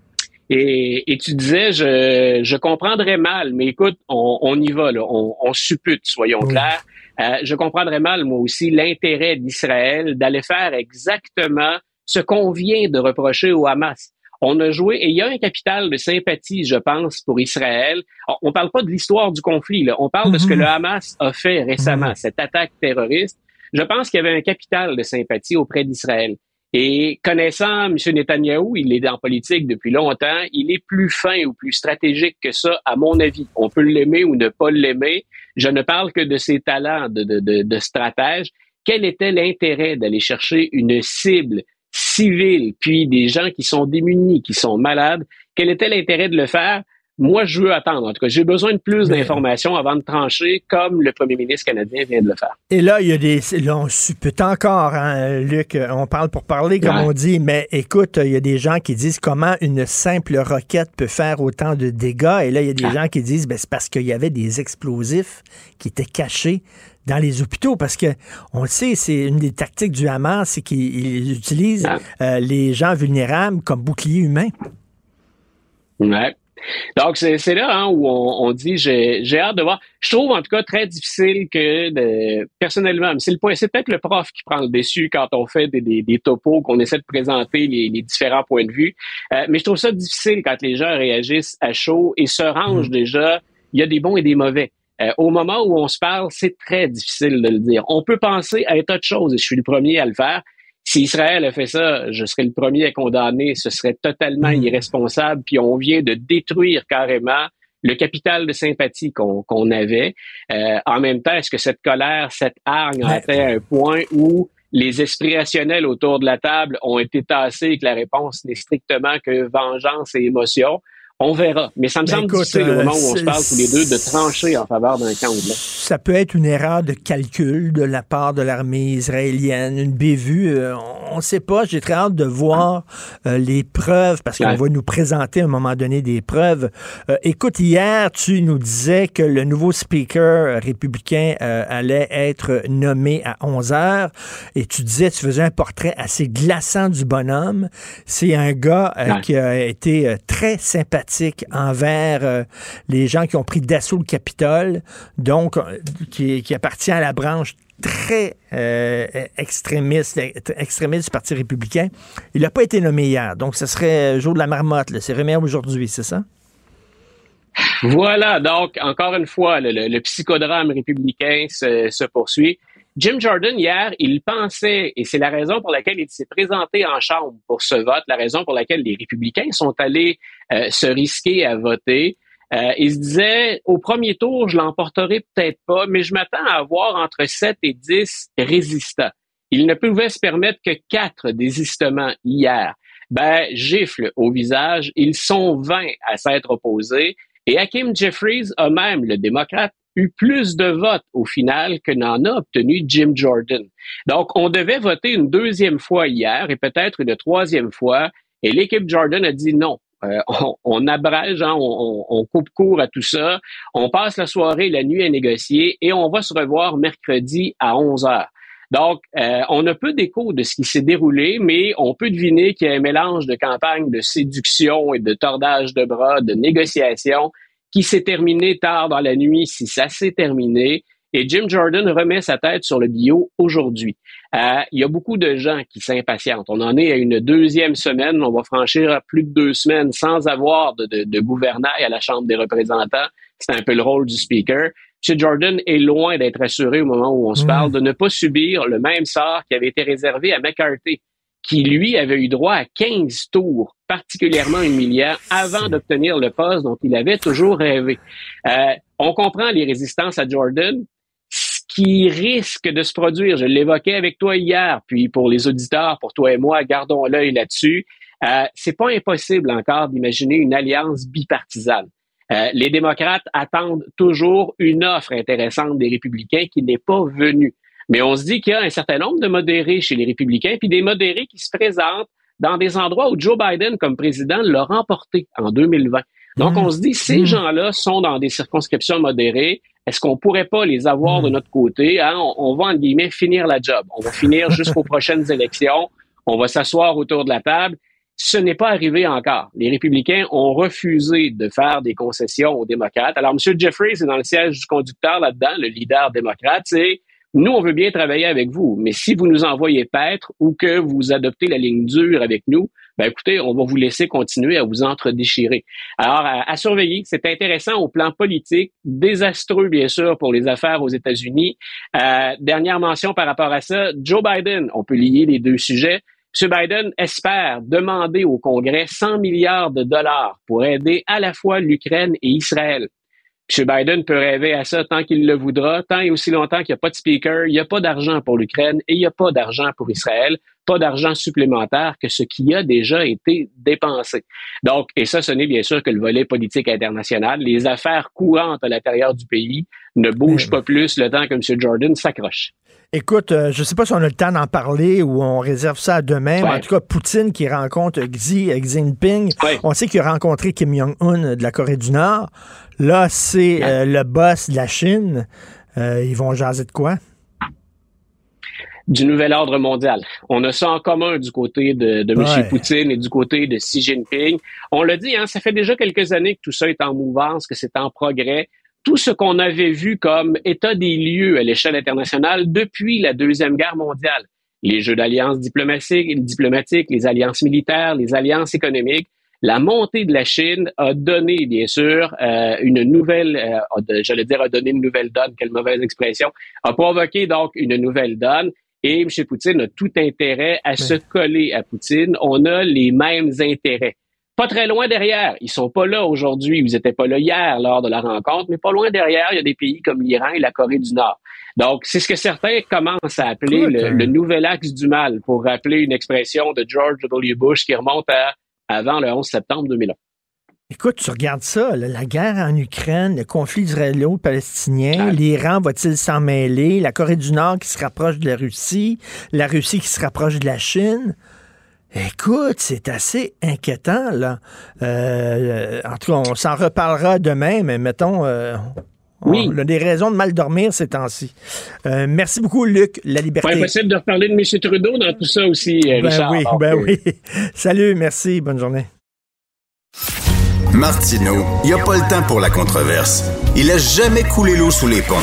Et, et tu disais, je, je comprendrais mal, mais écoute, on, on y va, là, on, on suppute, soyons oui. clairs. Euh, je comprendrais mal, moi aussi, l'intérêt d'Israël d'aller faire exactement ce qu'on vient de reprocher au Hamas. On a joué, et il y a un capital de sympathie, je pense, pour Israël. On ne parle pas de l'histoire du conflit, là. On parle mm-hmm. de ce que le Hamas a fait récemment, mm-hmm. cette attaque terroriste. Je pense qu'il y avait un capital de sympathie auprès d'Israël. Et connaissant M. Netanyahou, il est en politique depuis longtemps, il est plus fin ou plus stratégique que ça, à mon avis. On peut l'aimer ou ne pas l'aimer. Je ne parle que de ses talents de, de, de, de stratège. quel était l'intérêt d'aller chercher une cible civile, puis des gens qui sont démunis, qui sont malades? Quel était l'intérêt de le faire? Moi, je veux attendre. En tout cas, j'ai besoin de plus Mais... d'informations avant de trancher, comme le premier ministre canadien vient de le faire. Et là, il y a des... Là, on suppute encore, hein, Luc, on parle pour parler, comme ouais. on dit, mais écoute, il y a des gens qui disent comment une simple roquette peut faire autant de dégâts. Et là, il y a des ah. gens qui disent, ben, c'est parce qu'il y avait des explosifs qui étaient cachés dans les hôpitaux, parce que on le sait, c'est une des tactiques du Hamas, c'est qu'ils utilisent ah. euh, les gens vulnérables comme boucliers humains. Ouais. Donc, c'est, c'est là hein, où on, on dit, j'ai, j'ai hâte de voir. Je trouve, en tout cas, très difficile que, de, personnellement, c'est, le point, c'est peut-être le prof qui prend le dessus quand on fait des, des, des topos, qu'on essaie de présenter les, les différents points de vue. Euh, mais je trouve ça difficile quand les gens réagissent à chaud et se rangent mmh. déjà. Il y a des bons et des mauvais. Euh, au moment où on se parle, c'est très difficile de le dire. On peut penser à un tas de choses, et je suis le premier à le faire. Si Israël a fait ça, je serais le premier à condamner. Ce serait totalement irresponsable. Puis on vient de détruire carrément le capital de sympathie qu'on, qu'on avait. Euh, en même temps, est-ce que cette colère, cette hargne a atteint un point où les esprits rationnels autour de la table ont été tassés et que la réponse n'est strictement que vengeance et émotion? On verra. Mais ça me ben semble écoute, difficile au moment où on se parle tous les deux de trancher en faveur d'un camp ou de l'autre. Ça peut être une erreur de calcul de la part de l'armée israélienne, une bévue. Euh, on ne sait pas. J'ai très hâte de voir euh, les preuves parce qu'on ouais. va nous présenter à un moment donné des preuves. Euh, écoute, hier, tu nous disais que le nouveau speaker républicain euh, allait être nommé à onze heures et tu disais, tu faisais un portrait assez glaçant du bonhomme. C'est un gars euh, ouais. qui a été euh, très sympathique envers euh, les gens qui ont pris d'assaut le Capitole, donc euh, qui, qui appartient à la branche très euh, extrémiste, extrémiste du Parti républicain. Il n'a pas été nommé hier, donc ce serait jour de la marmotte. Là. C'est remis aujourd'hui, c'est ça? Voilà, donc encore une fois, le, le, le psychodrame républicain se, se poursuit. Jim Jordan, hier, il pensait, et c'est la raison pour laquelle il s'est présenté en chambre pour ce vote, la raison pour laquelle les républicains sont allés euh, se risquer à voter. Euh, il se disait, au premier tour, je l'emporterai peut-être pas, mais je m'attends à avoir entre sept et dix résistants. Il ne pouvait se permettre que quatre désistements hier. Ben, gifle au visage, ils sont vingt à s'être opposés, et Hakeem Jeffries a même, le démocrate, eu plus de votes au final que n'en a obtenu Jim Jordan. Donc, on devait voter une deuxième fois hier et peut-être une troisième fois, et l'équipe Jordan a dit non. Euh, on, on abrège, hein, on, on coupe court à tout ça, on passe la soirée et la nuit à négocier et on va se revoir mercredi à onze heures. Donc, euh, on a peu d'écho de ce qui s'est déroulé, mais on peut deviner qu'il y a un mélange de campagne de séduction et de tordage de bras, de négociation, qui s'est terminé tard dans la nuit, si ça s'est terminé, et Jim Jordan remet sa tête sur le bio aujourd'hui. Euh, il y a beaucoup de gens qui s'impatientent. On en est à une deuxième semaine, on va franchir plus de deux semaines sans avoir de, de, de gouvernail à la Chambre des représentants. C'est un peu le rôle du speaker. M. Jordan est loin d'être assuré au moment où on se parle de ne pas subir le même sort qui avait été réservé à McCarthy, qui, lui, avait eu droit à quinze tours particulièrement humiliants avant d'obtenir le poste dont il avait toujours rêvé. Euh, on comprend les résistances à Jordan. Ce qui risque de se produire, je l'évoquais avec toi hier, puis pour les auditeurs, pour toi et moi, gardons l'œil là-dessus, euh, c'est pas impossible encore d'imaginer une alliance bipartisane. Euh, les démocrates attendent toujours une offre intéressante des républicains qui n'est pas venue. Mais on se dit qu'il y a un certain nombre de modérés chez les républicains, puis des modérés qui se présentent dans des endroits où Joe Biden, comme président, l'a remporté en deux mille vingt. Donc, mmh. on se dit, ces mmh. gens-là sont dans des circonscriptions modérées. Est-ce qu'on pourrait pas les avoir mmh. de notre côté? Hein? On, on va, en guillemets, finir la job. On va finir jusqu'aux prochaines élections. On va s'asseoir autour de la table. Ce n'est pas arrivé encore. Les républicains ont refusé de faire des concessions aux démocrates. Alors, M. Jeffries est dans le siège du conducteur là-dedans, le leader démocrate, c'est nous, on veut bien travailler avec vous, mais si vous nous envoyez paître ou que vous adoptez la ligne dure avec nous, ben écoutez, on va vous laisser continuer à vous entre-déchirer. Alors, à, à surveiller, c'est intéressant au plan politique, désastreux bien sûr pour les affaires aux États-Unis. Euh, dernière mention par rapport à ça, Joe Biden, on peut lier les deux sujets. M. Biden espère demander au Congrès cent milliards de dollars pour aider à la fois l'Ukraine et Israël. M. Biden peut rêver à ça tant qu'il le voudra, tant et aussi longtemps qu'il n'y a pas de speaker, il n'y a pas d'argent pour l'Ukraine et il n'y a pas d'argent pour Israël, pas d'argent supplémentaire que ce qui a déjà été dépensé. Donc, et ça, ce n'est bien sûr que le volet politique international. Les affaires courantes à l'intérieur du pays ne bougent pas plus le temps que M. Jordan s'accroche. Écoute, euh, je ne sais pas si on a le temps d'en parler ou on réserve ça à demain, ouais. mais en tout cas, Poutine qui rencontre Xi, Xi Jinping, ouais. on sait qu'il a rencontré Kim Jong-un de la Corée du Nord. Là, c'est ouais. euh, le boss de la Chine. Euh, ils vont jaser de quoi? Du nouvel ordre mondial. On a ça en commun du côté de, de M. Ouais. Poutine et du côté de Xi Jinping. On l'a dit, hein, ça fait déjà quelques années que tout ça est en mouvance, que c'est en progrès. Tout ce qu'on avait vu comme état des lieux à l'échelle internationale depuis la Deuxième Guerre mondiale, les jeux d'alliances diplomatiques, diplomatiques, les alliances militaires, les alliances économiques, la montée de la Chine a donné, bien sûr, euh, une nouvelle, euh, j'allais dire a donné une nouvelle donne, quelle mauvaise expression, a provoqué donc une nouvelle donne. Et M. Poutine a tout intérêt à oui. se coller à Poutine. On a les mêmes intérêts. Pas très loin derrière. Ils sont pas là aujourd'hui. Ils n'étaient pas là hier lors de la rencontre, mais pas loin derrière, il y a des pays comme l'Iran et la Corée du Nord. Donc, c'est ce que certains commencent à appeler le, le nouvel axe du mal, pour rappeler une expression de George W. Bush qui remonte à avant le onze septembre deux mille un. Écoute, tu regardes ça, là, la guerre en Ukraine, le conflit israélo-palestinien, ah. l'Iran va-t-il s'en mêler, la Corée du Nord qui se rapproche de la Russie, la Russie qui se rapproche de la Chine. Écoute, c'est assez inquiétant, là. Euh, en tout cas, on s'en reparlera demain, mais mettons, euh, oui. on a des raisons de mal dormir ces temps-ci. Euh, merci beaucoup, Luc, La Liberté. Pas impossible de reparler de M. Trudeau dans tout ça aussi, ben Richard. Oui, ben oui. Salut, merci, bonne journée. Martineau, il n'y a pas le temps pour la controverse. Il a jamais coulé l'eau sous les ponts.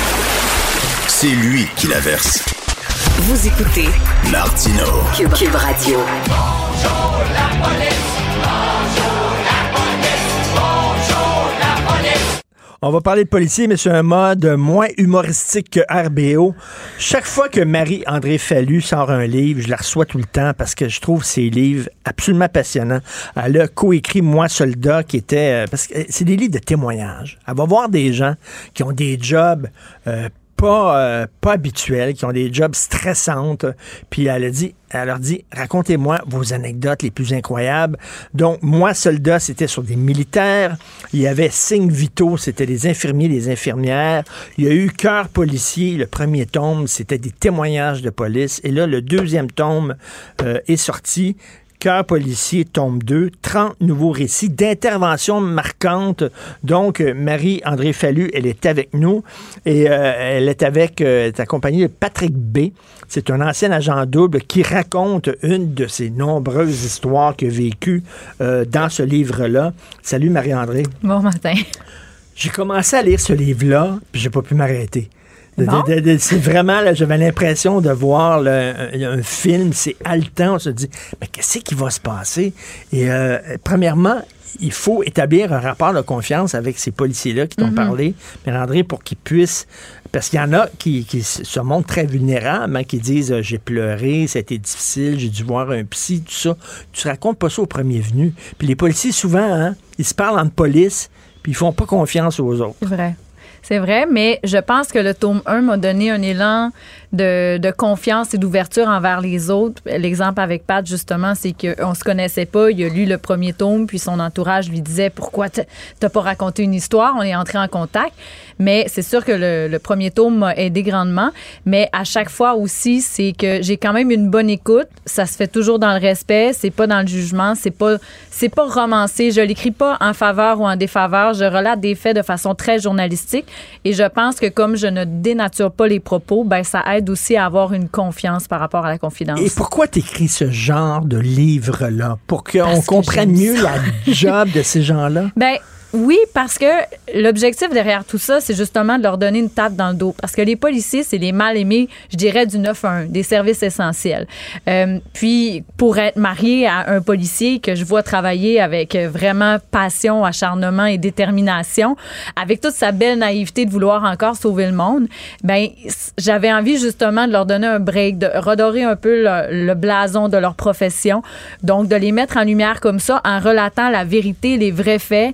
C'est lui qui la verse. Vous écoutez Martineau. Cube, Cube Radio. Bonjour la police, bonjour la police, bonjour la police. On va parler de policiers, mais sur un mode moins humoristique que R B O. Chaque fois que Marie-André Fallu sort un livre, je la reçois tout le temps parce que je trouve ses livres absolument passionnants. Elle a coécrit Moi soldat, qui était... parce que c'est des livres de témoignages. Elle va voir des gens qui ont des jobs... Euh, Pas, euh, pas habituelles, qui ont des jobs stressantes. Puis elle a dit, elle leur dit, racontez-moi vos anecdotes les plus incroyables. Donc, Moi, soldat, c'était sur des militaires. Il y avait Signes vitaux, c'était des infirmiers, des infirmières. Il y a eu Cœur policier, le premier tome, c'était des témoignages de police. Et là, le deuxième tome euh, est sorti. Cœur policier, tome deux, trente nouveaux récits d'interventions marquantes. Donc, Marie-André Fallu, elle est avec nous et euh, elle est avec, euh, elle est accompagnée de Patrick B. C'est un ancien agent double qui raconte une de ses nombreuses histoires qu'il a vécues euh, dans ce livre-là. Salut Marie-André. Bon matin. J'ai commencé à lire ce livre-là, puis j'ai pas pu m'arrêter. Bon. De, de, de, c'est vraiment, là, j'avais l'impression de voir là, un, un film, c'est haletant, on se dit, mais qu'est-ce qui va se passer? Et euh, premièrement, il faut établir un rapport de confiance avec ces policiers-là qui t'ont mm-hmm. parlé, Marie-André, pour qu'ils puissent, parce qu'il y en a qui, qui se montrent très vulnérables, hein, qui disent euh, j'ai pleuré, ça a été difficile, j'ai dû voir un psy, tout ça. Tu racontes pas ça au premier venu. Puis les policiers, souvent, hein, ils se parlent en police, puis ils font pas confiance aux autres. C'est vrai. C'est vrai, mais je pense que le tome un m'a donné un élan de, de confiance et d'ouverture envers les autres. L'exemple avec Pat, justement, c'est qu'on se connaissait pas. Il a lu le premier tome, puis son entourage lui disait « Pourquoi t'as pas raconté une histoire? » On est entré en contact. Mais c'est sûr que le, le premier tome m'a aidé grandement. Mais à chaque fois aussi, c'est que j'ai quand même une bonne écoute. Ça se fait toujours dans le respect. C'est pas dans le jugement. C'est pas, c'est pas romancé. Je l'écris pas en faveur ou en défaveur. Je relate des faits de façon très journalistique. Et je pense que comme je ne dénature pas les propos, ben ça aide aussi à avoir une confiance par rapport à la confidence. Et pourquoi tu écris ce genre de livre-là? Pour qu'on comprenne mieux ça. La job de ces gens-là? Ben oui, parce que l'objectif derrière tout ça, c'est justement de leur donner une tape dans le dos. Parce que les policiers, c'est les mal-aimés, je dirais, du neuf un un, des services essentiels. Euh, puis, pour être marié à un policier que je vois travailler avec vraiment passion, acharnement et détermination, avec toute sa belle naïveté de vouloir encore sauver le monde, ben j'avais envie justement de leur donner un break, de redorer un peu le, le blason de leur profession. Donc, de les mettre en lumière comme ça, en relatant la vérité, les vrais faits, que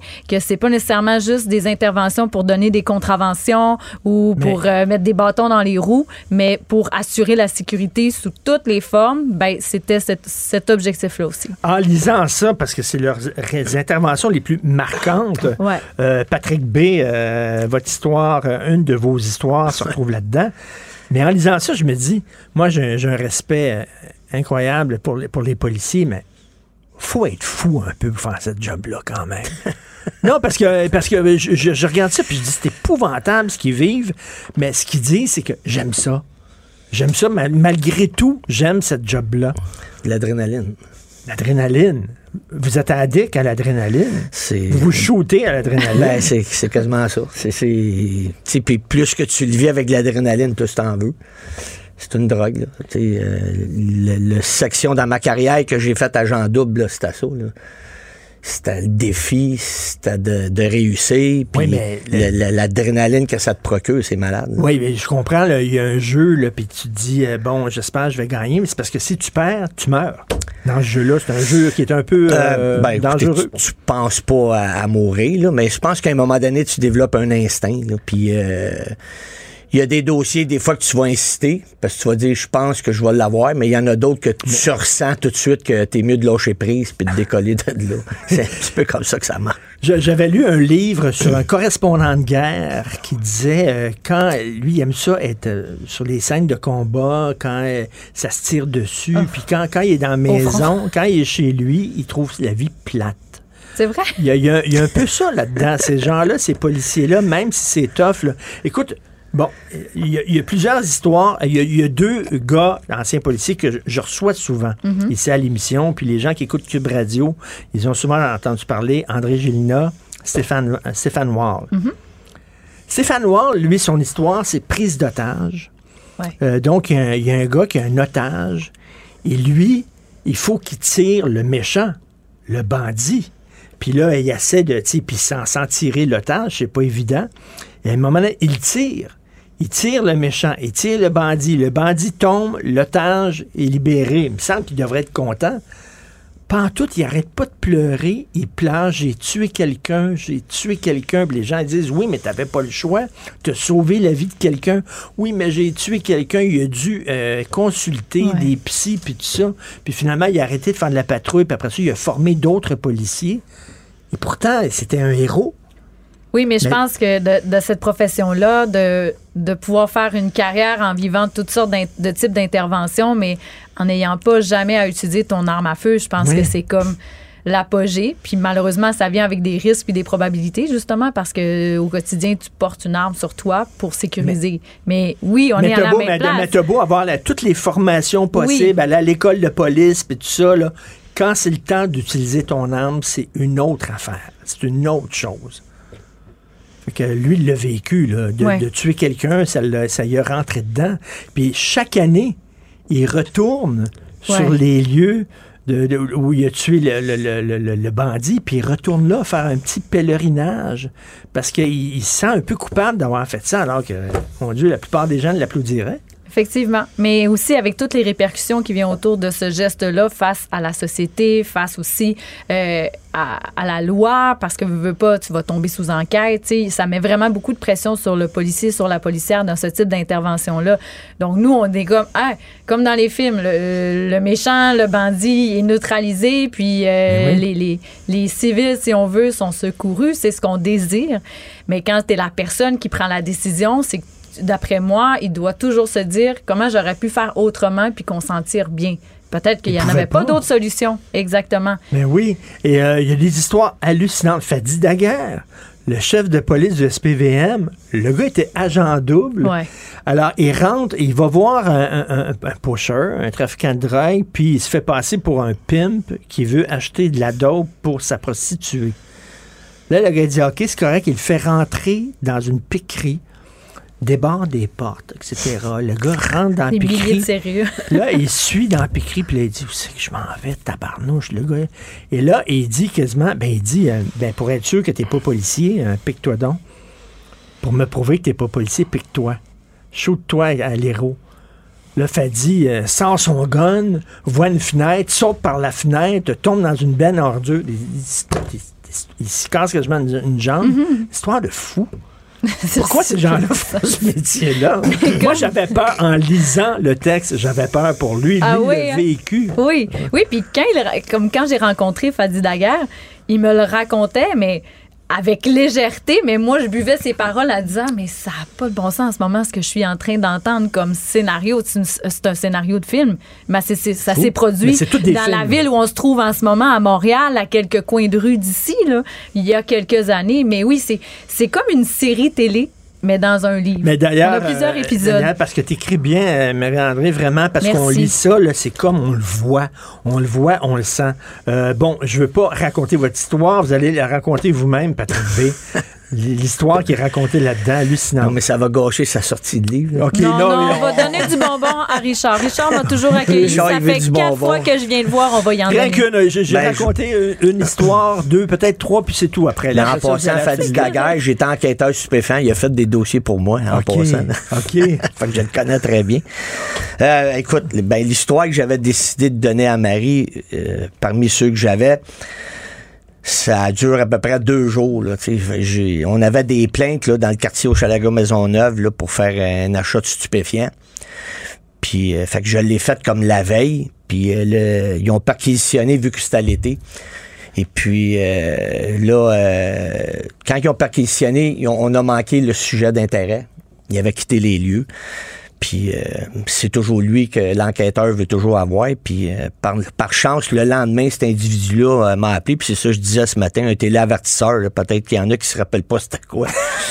c'est pas nécessairement juste des interventions pour donner des contraventions ou pour mais... euh, mettre des bâtons dans les roues, mais pour assurer la sécurité sous toutes les formes, ben c'était cet, cet objectif-là aussi. En lisant ça, parce que c'est leurs interventions les plus marquantes, ouais. euh, Patrick B., euh, votre histoire, euh, une de vos histoires se retrouve là-dedans. Mais en lisant ça, je me dis, moi, j'ai, j'ai un respect euh, incroyable pour les, pour les policiers, mais faut être fou un peu pour faire ce job-là quand même. Non, parce que parce que je, je, je regarde ça puis je dis c'est épouvantable ce qu'ils vivent, mais ce qu'ils disent, c'est que j'aime ça. J'aime ça, mal, malgré tout, j'aime cette job-là. L'adrénaline. L'adrénaline. Vous êtes addict à l'adrénaline? C'est... Vous shootez à l'adrénaline? Ben, c'est, c'est quasiment ça. C'est, c'est... Puis plus que tu le vis avec l'adrénaline, plus t'en veux. C'est une drogue, là. Euh, le, le section dans ma carrière que j'ai faite agent double, là, c'était ça, là. C'était le défi, c'était de, de réussir, puis oui, mais le, le, l'adrénaline que ça te procure, c'est malade. Là. Oui, mais je comprends, il y a un jeu, là, puis tu te dis, euh, bon, j'espère que je vais gagner, mais c'est parce que si tu perds, tu meurs. Dans ce jeu-là, c'est un jeu qui est un peu euh, euh, ben, dangereux. Tu, tu penses pas à, à mourir, là, mais je pense qu'à un moment donné, tu développes un instinct, là, puis... Euh, il y a des dossiers, des fois, que tu vas insister, parce que tu vas dire, je pense que je vais l'avoir, mais il y en a d'autres que tu mais... ressens tout de suite que t'es mieux de lâcher prise puis de décoller de là. C'est un petit peu comme ça que ça marche. J'avais lu un livre sur un correspondant de guerre qui disait, euh, quand lui, il aime ça, être euh, sur les scènes de combat, quand euh, ça se tire dessus, oh. puis quand, quand il est dans la maison, quand il est chez lui, il trouve la vie plate. C'est vrai? Il y a, il y a, il y a un peu ça là-dedans. Ces gens-là, ces policiers-là, même si c'est tough, là. Écoute, bon, il y, a, il y a plusieurs histoires. Il y a, il y a deux gars, anciens policiers, que je, je reçois souvent mm-hmm. ici à l'émission. Puis les gens qui écoutent Cube Radio, ils ont souvent entendu parler André Gélina, Stéphane, Stéphane Wall. Mm-hmm. Stéphane Wall, lui, son histoire, c'est prise d'otage. Ouais. Euh, donc, il y, a, il y a un gars qui a un otage. Et lui, il faut qu'il tire le méchant, le bandit. Puis là, il essaie de, tu sais, puis sans, sans tirer l'otage, c'est pas évident. Et à un moment donné, il tire. Il tire le méchant, il tire le bandit. Le bandit tombe, l'otage est libéré. Il me semble qu'il devrait être content. Pantoute, il arrête pas de pleurer. Il pleure, j'ai tué quelqu'un, j'ai tué quelqu'un. Puis les gens disent, oui, mais t'avais pas le choix. T'as sauvé la vie de quelqu'un. Oui, mais j'ai tué quelqu'un. Il a dû euh, consulter ouais. des psys, puis tout ça. Puis finalement, il a arrêté de faire de la patrouille. Puis après ça, il a formé d'autres policiers. Et pourtant, c'était un héros. Oui, mais je mais... pense que de, de cette profession-là, de, de pouvoir faire une carrière en vivant toutes sortes de types d'interventions, mais en n'ayant pas jamais à utiliser ton arme à feu, je pense oui. que c'est comme l'apogée. Puis malheureusement, ça vient avec des risques et des probabilités, justement, parce que au quotidien, tu portes une arme sur toi pour sécuriser. Mais, mais oui, on mais est à la beau, même mais, place. Mais t'as beau avoir là, toutes les formations possibles, oui. aller à l'école de police, puis tout ça, là, quand c'est le temps d'utiliser ton arme, c'est une autre affaire. C'est une autre chose. Fait que lui, il l'a vécu, là, de, ouais. de tuer quelqu'un, ça, ça y a rentré dedans. Puis chaque année, il retourne ouais. sur les lieux de, de, où il a tué le, le, le, le, le bandit, puis il retourne là faire un petit pèlerinage parce qu'il il se sent un peu coupable d'avoir fait ça, alors que, mon Dieu, la plupart des gens l'applaudiraient. Effectivement, mais aussi avec toutes les répercussions qui viennent autour de ce geste-là face à la société, face aussi euh, à, à la loi, parce que veux, veux pas, tu vas tomber sous enquête. T'sais, ça met vraiment beaucoup de pression sur le policier, sur la policière dans ce type d'intervention-là. Donc nous, on est comme, hein, comme dans les films, le, le méchant, le bandit est neutralisé, puis euh, oui. les, les, les civils, si on veut, sont secourus. C'est ce qu'on désire. Mais quand t'es la personne qui prend la décision, c'est que d'après moi, il doit toujours se dire comment j'aurais pu faire autrement puis qu'on s'en tire bien. Peut-être qu'il n'y en avait pas, pas d'autres solutions. Exactement. Mais oui. Et euh, il y a des histoires hallucinantes. Fadi Daguerre, le chef de police du S P V M, le gars était agent double. Ouais. Alors, il rentre, il va voir un, un, un, un pusher, un trafiquant de drogue, puis il se fait passer pour un pimp qui veut acheter de la dope pour sa prostituée. Là, le gars dit, OK, c'est correct, il le fait rentrer dans une piquerie, débarre des portes, et cetera. Le gars rentre dans la piquerie. Des milliers de sérieux. Là, il suit dans la piquerie, puis là, il dit, où c'est que je m'en vais, tabarnouche, le gars. Et là, il dit quasiment, ben, il dit, euh, ben, pour être sûr que t'es pas policier, euh, pique-toi donc. Pour me prouver que t'es pas policier, pique-toi. Shoot-toi à l'héros. Là, Fadi euh, sort son gun, voit une fenêtre, saute par la fenêtre, tombe dans une benne ordure. il se casse quasiment une, une jambe. Mm-hmm. Histoire de fou. Pourquoi ces gens-là font ce métier-là? Moi, j'avais peur, en lisant le texte, j'avais peur pour lui. Lui, ah oui, il l'a vécu. Oui, oui, puis quand, il, comme quand j'ai rencontré Fadi Daguerre, il me le racontait, mais avec légèreté, mais moi, je buvais ses paroles en disant, mais ça n'a pas de bon sens en ce moment, ce que je suis en train d'entendre comme scénario. C'est, une, c'est un scénario de film. Mais c'est, c'est, ça Ouh, s'est produit dans films. La ville où on se trouve en ce moment, à Montréal, à quelques coins de rue d'ici, là, il y a quelques années. Mais oui, c'est, c'est comme une série télé, mais dans un livre. Mais d'ailleurs, on a plusieurs épisodes. Euh, d'ailleurs, parce que tu écris bien, euh, Marie-André, vraiment, parce Merci. qu'on lit ça, là, c'est comme on le voit. On le voit, on le sent. Euh, bon, je veux pas raconter votre histoire, vous allez la raconter vous-même, Patrick B. L'histoire qui est racontée là-dedans, hallucinante. Non, mais ça va gâcher sa sortie de livre. Okay, non, non, non, on va donner du bonbon à Richard. Richard m'a toujours accueilli. Richard, ça fait quatre bonbon. fois que je viens le voir, on va y en Rien donner. Qu'une, j'ai j'ai ben, raconté je... une histoire, deux, peut-être trois, puis c'est tout après. Là, en passant, Fadi Daguerre, j'étais enquêteur stupéfiant. Il a fait des dossiers pour moi, en okay, passant. OK. Fait que je le connais très bien. Euh, écoute, ben, l'histoire que j'avais décidé de donner à Marie, euh, parmi ceux que j'avais, ça dure à peu près deux jours. Là, j'ai, on avait des plaintes là, dans le quartier Hochelaga Maisonneuve là, pour faire un achat de stupéfiants. Puis, euh, fait que je l'ai fait comme la veille. Puis, euh, le, ils ont perquisitionné vu que c'était l'été. Et puis, euh, là, euh, quand ils ont perquisitionné, ils ont, on a manqué le sujet d'intérêt. Il avait quitté les lieux. Puis euh, c'est toujours lui que l'enquêteur veut toujours avoir. Puis euh, par, par chance, le lendemain, cet individu-là euh, m'a appelé. Puis c'est ça que je disais ce matin, un téléavertisseur. Là, peut-être qu'il y en a qui se rappellent pas c'était quoi.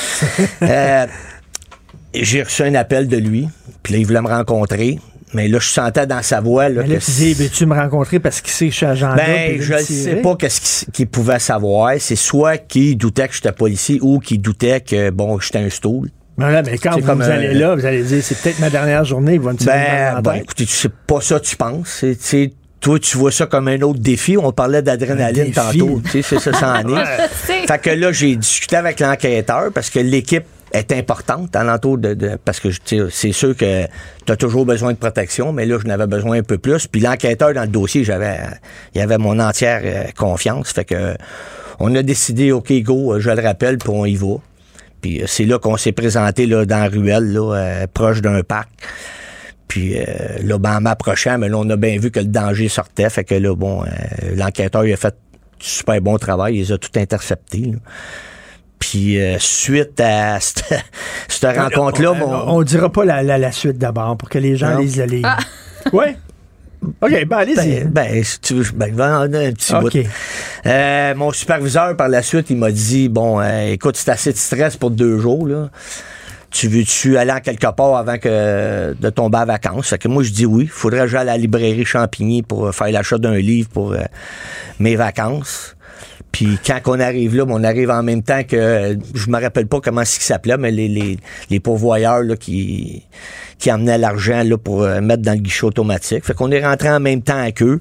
euh, j'ai reçu un appel de lui. Puis là, il voulait me rencontrer. Mais là, je sentais dans sa voix... Là, mais là, que tu dis, veux-tu me rencontrer parce qu'il sait que je suis agent ben, je ne sais pas qu'est-ce qu'il pouvait savoir. C'est soit qu'il doutait que j'étais policier ou qu'il doutait que, bon, j'étais un stool. Voilà, mais quand vous, vous allez un... là, vous allez dire, c'est peut-être ma dernière journée, ils vont me tirer ben, ben, écoutez, c'est pas ça que tu penses. C'est, c'est, toi, tu vois ça comme un autre défi. On parlait d'adrénaline tantôt. Tu sais, c'est ça, ça en est. Fait que là, j'ai discuté avec l'enquêteur parce que l'équipe est importante alentour de, de parce que c'est sûr que tu as toujours besoin de protection, mais là, je n'avais besoin un peu plus. Puis l'enquêteur dans le dossier, j'avais il y avait mon entière euh, confiance. Fait que on a décidé, OK, go, je le rappelle, puis on y va. Puis c'est là qu'on s'est présenté là, dans la ruelle, là, euh, proche d'un parc. Puis euh, là, ben, en m'approchant, mais là, on a bien vu que le danger sortait. Fait que là, bon, euh, l'enquêteur, il a fait du super bon travail. Il les a tout interceptés. Là. Puis euh, suite à cette, cette rencontre-là... On, on, on dira pas la, la, la suite d'abord pour que les gens non. lisent le livre. Ah. Oui. OK, ben allez-y. Ben, ben si tu veux, ben, un petit okay. bout. Euh, mon superviseur, par la suite, il m'a dit, bon, euh, écoute, c'est assez de stress pour deux jours, là. Tu veux-tu aller en quelque part avant que de tomber en vacances? Fait que moi, je dis oui. Il faudrait que j'aille à la librairie Champigny pour faire l'achat d'un livre pour euh, mes vacances. Puis quand on arrive là, on arrive en même temps que, je me rappelle pas comment c'est qu'il s'appelait, mais les, les, les pourvoyeurs là, qui, qui emmenaient l'argent là, pour euh, mettre dans le guichet automatique. Fait qu'on est rentré en même temps qu'eux.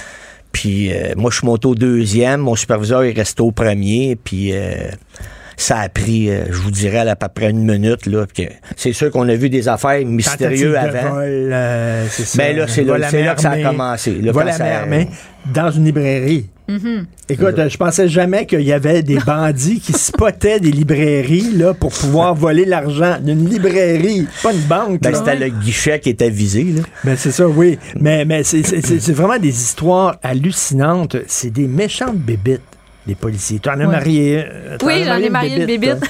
Puis euh, moi, je suis monté au deuxième. Mon superviseur est resté au premier. Puis euh, ça a pris, euh, je vous dirais, à peu près une minute. Là, que c'est sûr qu'on a vu des affaires mystérieuses avant. Vol, euh, c'est ça. Mais là, c'est, là, c'est là que ça a commencé. Là, vol à mer, mais dans une librairie. Mm-hmm. Écoute, je pensais jamais qu'il y avait des bandits qui spottaient des librairies là, pour pouvoir voler l'argent d'une librairie, pas une banque. Ben, c'était le guichet qui était visé. Là. Ben, c'est ça, oui. Mais, mais c'est, c'est, c'est, c'est vraiment des histoires hallucinantes. C'est des méchantes bébites, les policiers. Tu en as ouais. marié. Oui, j'en ai marié une bébite.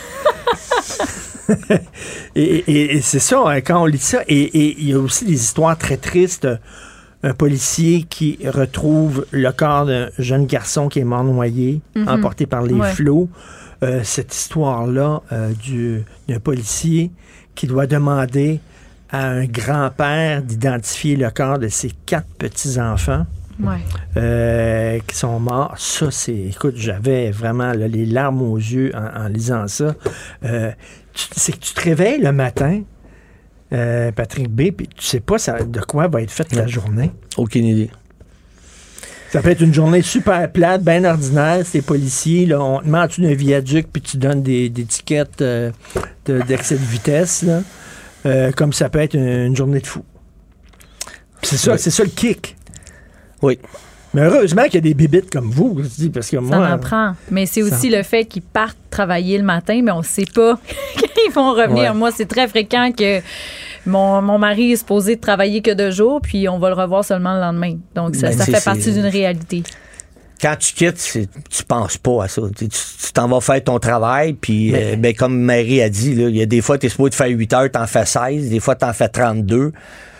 et, et, et c'est ça, hein, quand on lit ça. Et il y a aussi des histoires très tristes. Un policier qui retrouve le corps d'un jeune garçon qui est mort noyé, mm-hmm. emporté par les ouais. flots. Euh, cette histoire-là euh, du, d'un policier qui doit demander à un grand-père d'identifier le corps de ses quatre petits-enfants ouais. euh, qui sont morts. Ça, c'est... Écoute, j'avais vraiment là, les larmes aux yeux en, en lisant ça. Euh, tu, c'est que tu te réveilles le matin... Euh, Patrick B, puis tu sais pas ça, de quoi va être faite la journée. Aucune idée. Ça peut être une journée super plate, bien ordinaire, c'est policier, là, on te met en dessous d'un viaduc puis tu donnes des, des tickets euh, de, d'excès de vitesse, là, euh, comme ça peut être une, une journée de fou. Puis c'est ça, oui. c'est ça le kick. Oui. Mais heureusement qu'il y a des bébites comme vous, aussi, parce que moi... Ça en prend. Mais c'est aussi ça... le fait qu'ils partent travailler le matin, mais on ne sait pas quand ils vont revenir. Ouais. Moi, c'est très fréquent que mon, mon mari est supposé travailler que deux jours, puis on va le revoir seulement le lendemain. Donc, ça, ben, ça fait partie d'une réalité. Quand tu quittes, tu penses pas à ça. Tu, tu t'en vas faire ton travail, puis mais... euh, ben, comme Marie a dit, il y a des fois, tu es supposé te faire huit heures, tu en fais seize, des fois, tu en fais trente-deux.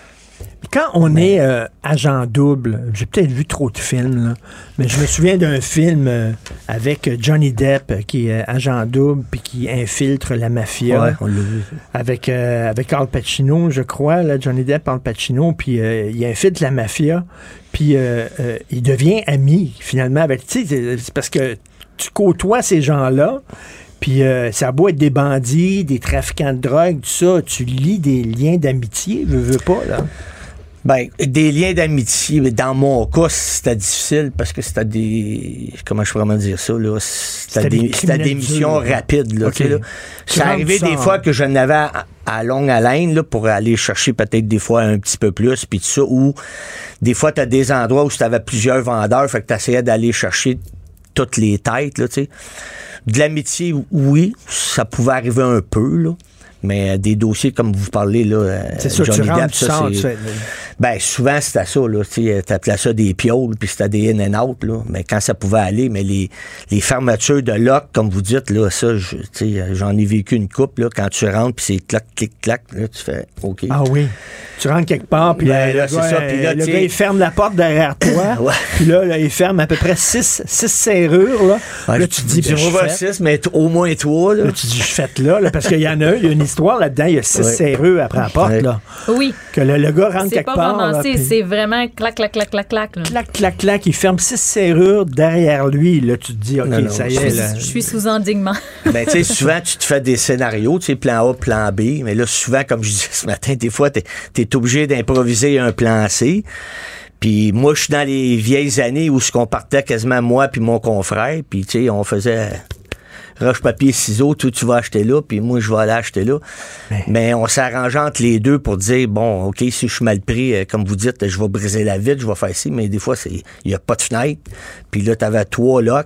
Quand on mais... est euh, agent double, j'ai peut-être vu trop de films, là, mais je me souviens d'un film euh, avec Johnny Depp, euh, qui est agent double, puis qui infiltre la mafia. Ouais, on l'a vu. Avec, euh, avec Al Pacino, je crois, là, Johnny Depp, Al Pacino, puis euh, il infiltre la mafia, puis euh, euh, il devient ami, finalement, avec, tu sais, c'est parce que tu côtoies ces gens-là, puis euh, ça a beau être des bandits, des trafiquants de drogue, tout ça, tu lis des liens d'amitié, veux, veux pas, là. Ben, des liens d'amitié, mais dans mon cas, c'était difficile parce que c'était des... Comment je pourrais dire ça, là? C'était, c'était, des, c'était des missions rapides, là, okay. Tu sais, là. C'est arrivé des fois que je n'avais à, à longue haleine, là, pour aller chercher peut-être des fois un petit peu plus, puis tout ça, ou des fois, t'as des endroits où tu avais plusieurs vendeurs, fait que t'essayais d'aller chercher toutes les têtes, là, tu sais. De l'amitié, oui, ça pouvait arriver un peu, là. Mais euh, des dossiers comme vous parlez, là, c'est ça, Johnny Depp, ça, sens, c'est... Ben, souvent, c'était ça, là, tu sais, t'appelais ça des pioles, puis c'était des in and out, là, mais quand ça pouvait aller, mais les, les fermetures de lock, comme vous dites, là, ça, tu sais, j'en ai vécu une couple, là, quand tu rentres, puis c'est clac, clic, clac, là, tu fais OK. Ah oui, tu rentres quelque part, puis ben, là, là, c'est gars, ça, puis là, le gars, il ferme la porte derrière toi, ouais. Puis là, là, il ferme à peu près six, six serrures, là. Ouais, là, tu te dis, ben, je fais six, mais au moins trois, là. Là, tu dis, je fais là, là, parce qu'il y en a, il y a une histoire là-dedans, il y a six ouais. serrures après la porte, ouais. là. Oui. Que le, le gars rentre c'est quelque pas part. Vraiment, là, c'est, puis... c'est vraiment clac, clac, clac, clac, clac. Là. Clac, clac, clac. Il ferme six serrures derrière lui. Là, tu te dis, OK, non, non, ça y est. Là. Je suis sous endignement. Ben, tu sais, souvent, tu te fais des scénarios, tu sais, plan A, plan B. Mais là, souvent, comme je disais ce matin, des fois, t'es, t'es obligé d'improviser un plan C. Puis moi, je suis dans les vieilles années où ce qu'on partait quasiment moi puis mon confrère. Puis, tu sais, on faisait... roche, papier, ciseaux, toi, tu vas acheter là, puis moi, je vais aller acheter là. Mais, Mais on s'arrangeait entre les deux pour dire, bon, OK, si je suis mal pris, euh, comme vous dites, je vais briser la vitre, je vais faire ci, mais des fois, il n'y a pas de fenêtre. Puis là, tu avais trois locks.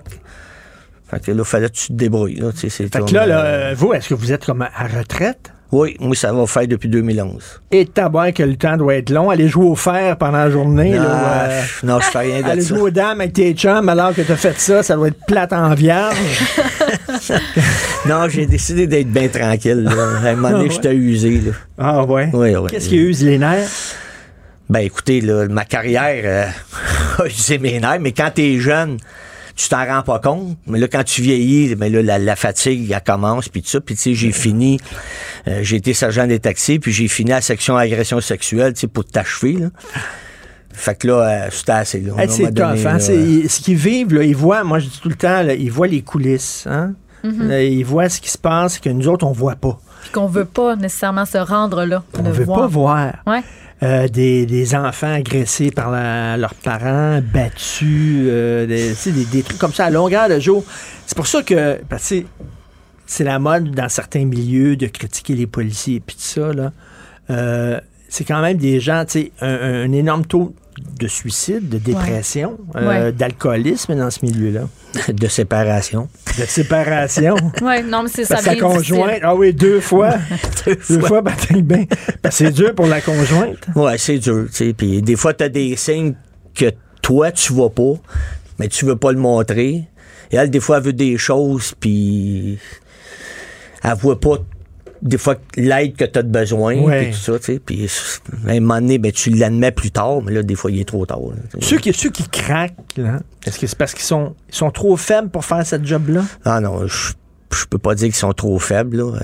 Fait que là, il fallait que tu te débrouilles. Là, c'est fait que là, là, vous, est-ce que vous êtes comme à retraite? Oui, moi, ça va faire depuis deux mille onze. Et tabac que le temps doit être long. Aller jouer au fer pendant la journée. Non, là, euh, non je fais rien de ça. Aller jouer aux dames avec tes chums alors que tu as fait ça, ça doit être plate en vierge. Non, j'ai décidé d'être bien tranquille. Là. À un moment donné, ah, ouais. j'étais usé. Là. Ah ouais? Oui, oui. Qu'est-ce qui use les nerfs? Ben écoutez, là, ma carrière euh, a usé mes nerfs, mais quand t'es jeune... tu t'en rends pas compte, mais là, quand tu vieillis, mais là, la, la fatigue, elle commence, puis tout ça. Puis, tu sais, j'ai fini, euh, j'ai été sergent des taxis, puis j'ai fini à la section agression sexuelle, tu sais, pour t'achever, là. Fait que là, euh, c'était assez, là. Hey, c'est tough, hein? C'est, ce qu'ils vivent, là, ils voient, moi, je dis tout le temps, là, ils voient les coulisses, hein? Mm-hmm. Là, ils voient ce qui se passe que nous autres, on voit pas. Puis qu'on veut pas nécessairement se rendre là. On veut voir. pas voir. Ouais. Euh, des, des enfants agressés par la, leurs parents, battus, euh, des, des, des trucs comme ça à longueur de jour. C'est pour ça que, parce que c'est la mode dans certains milieux de critiquer les policiers et puis tout ça, là. Euh, c'est quand même des gens, tu sais, un, un énorme taux de suicide, de dépression, ouais. euh, ouais. d'alcoolisme dans ce milieu-là. De séparation. De séparation. Oui, non, mais c'est ça. Sa conjointe, ah oui, deux fois. deux, deux fois, ben, bien. Parce que c'est dur pour la conjointe. Oui, c'est dur, tu sais. Puis des fois, tu as des signes que toi, tu vois pas, mais tu veux pas le montrer. Et elle, des fois, elle veut des choses, puis elle voit pas des fois l'aide que tu as de besoin, ouais. Puis tout ça, tu sais. Puis à un moment donné, ben, tu l'admets plus tard, mais là, des fois, il est trop tard. Là, ceux, qui, ceux qui craquent, là, est-ce que c'est parce qu'ils sont, ils sont trop faibles pour faire cette job-là? Ah non, je, je peux pas dire qu'ils sont trop faibles, là.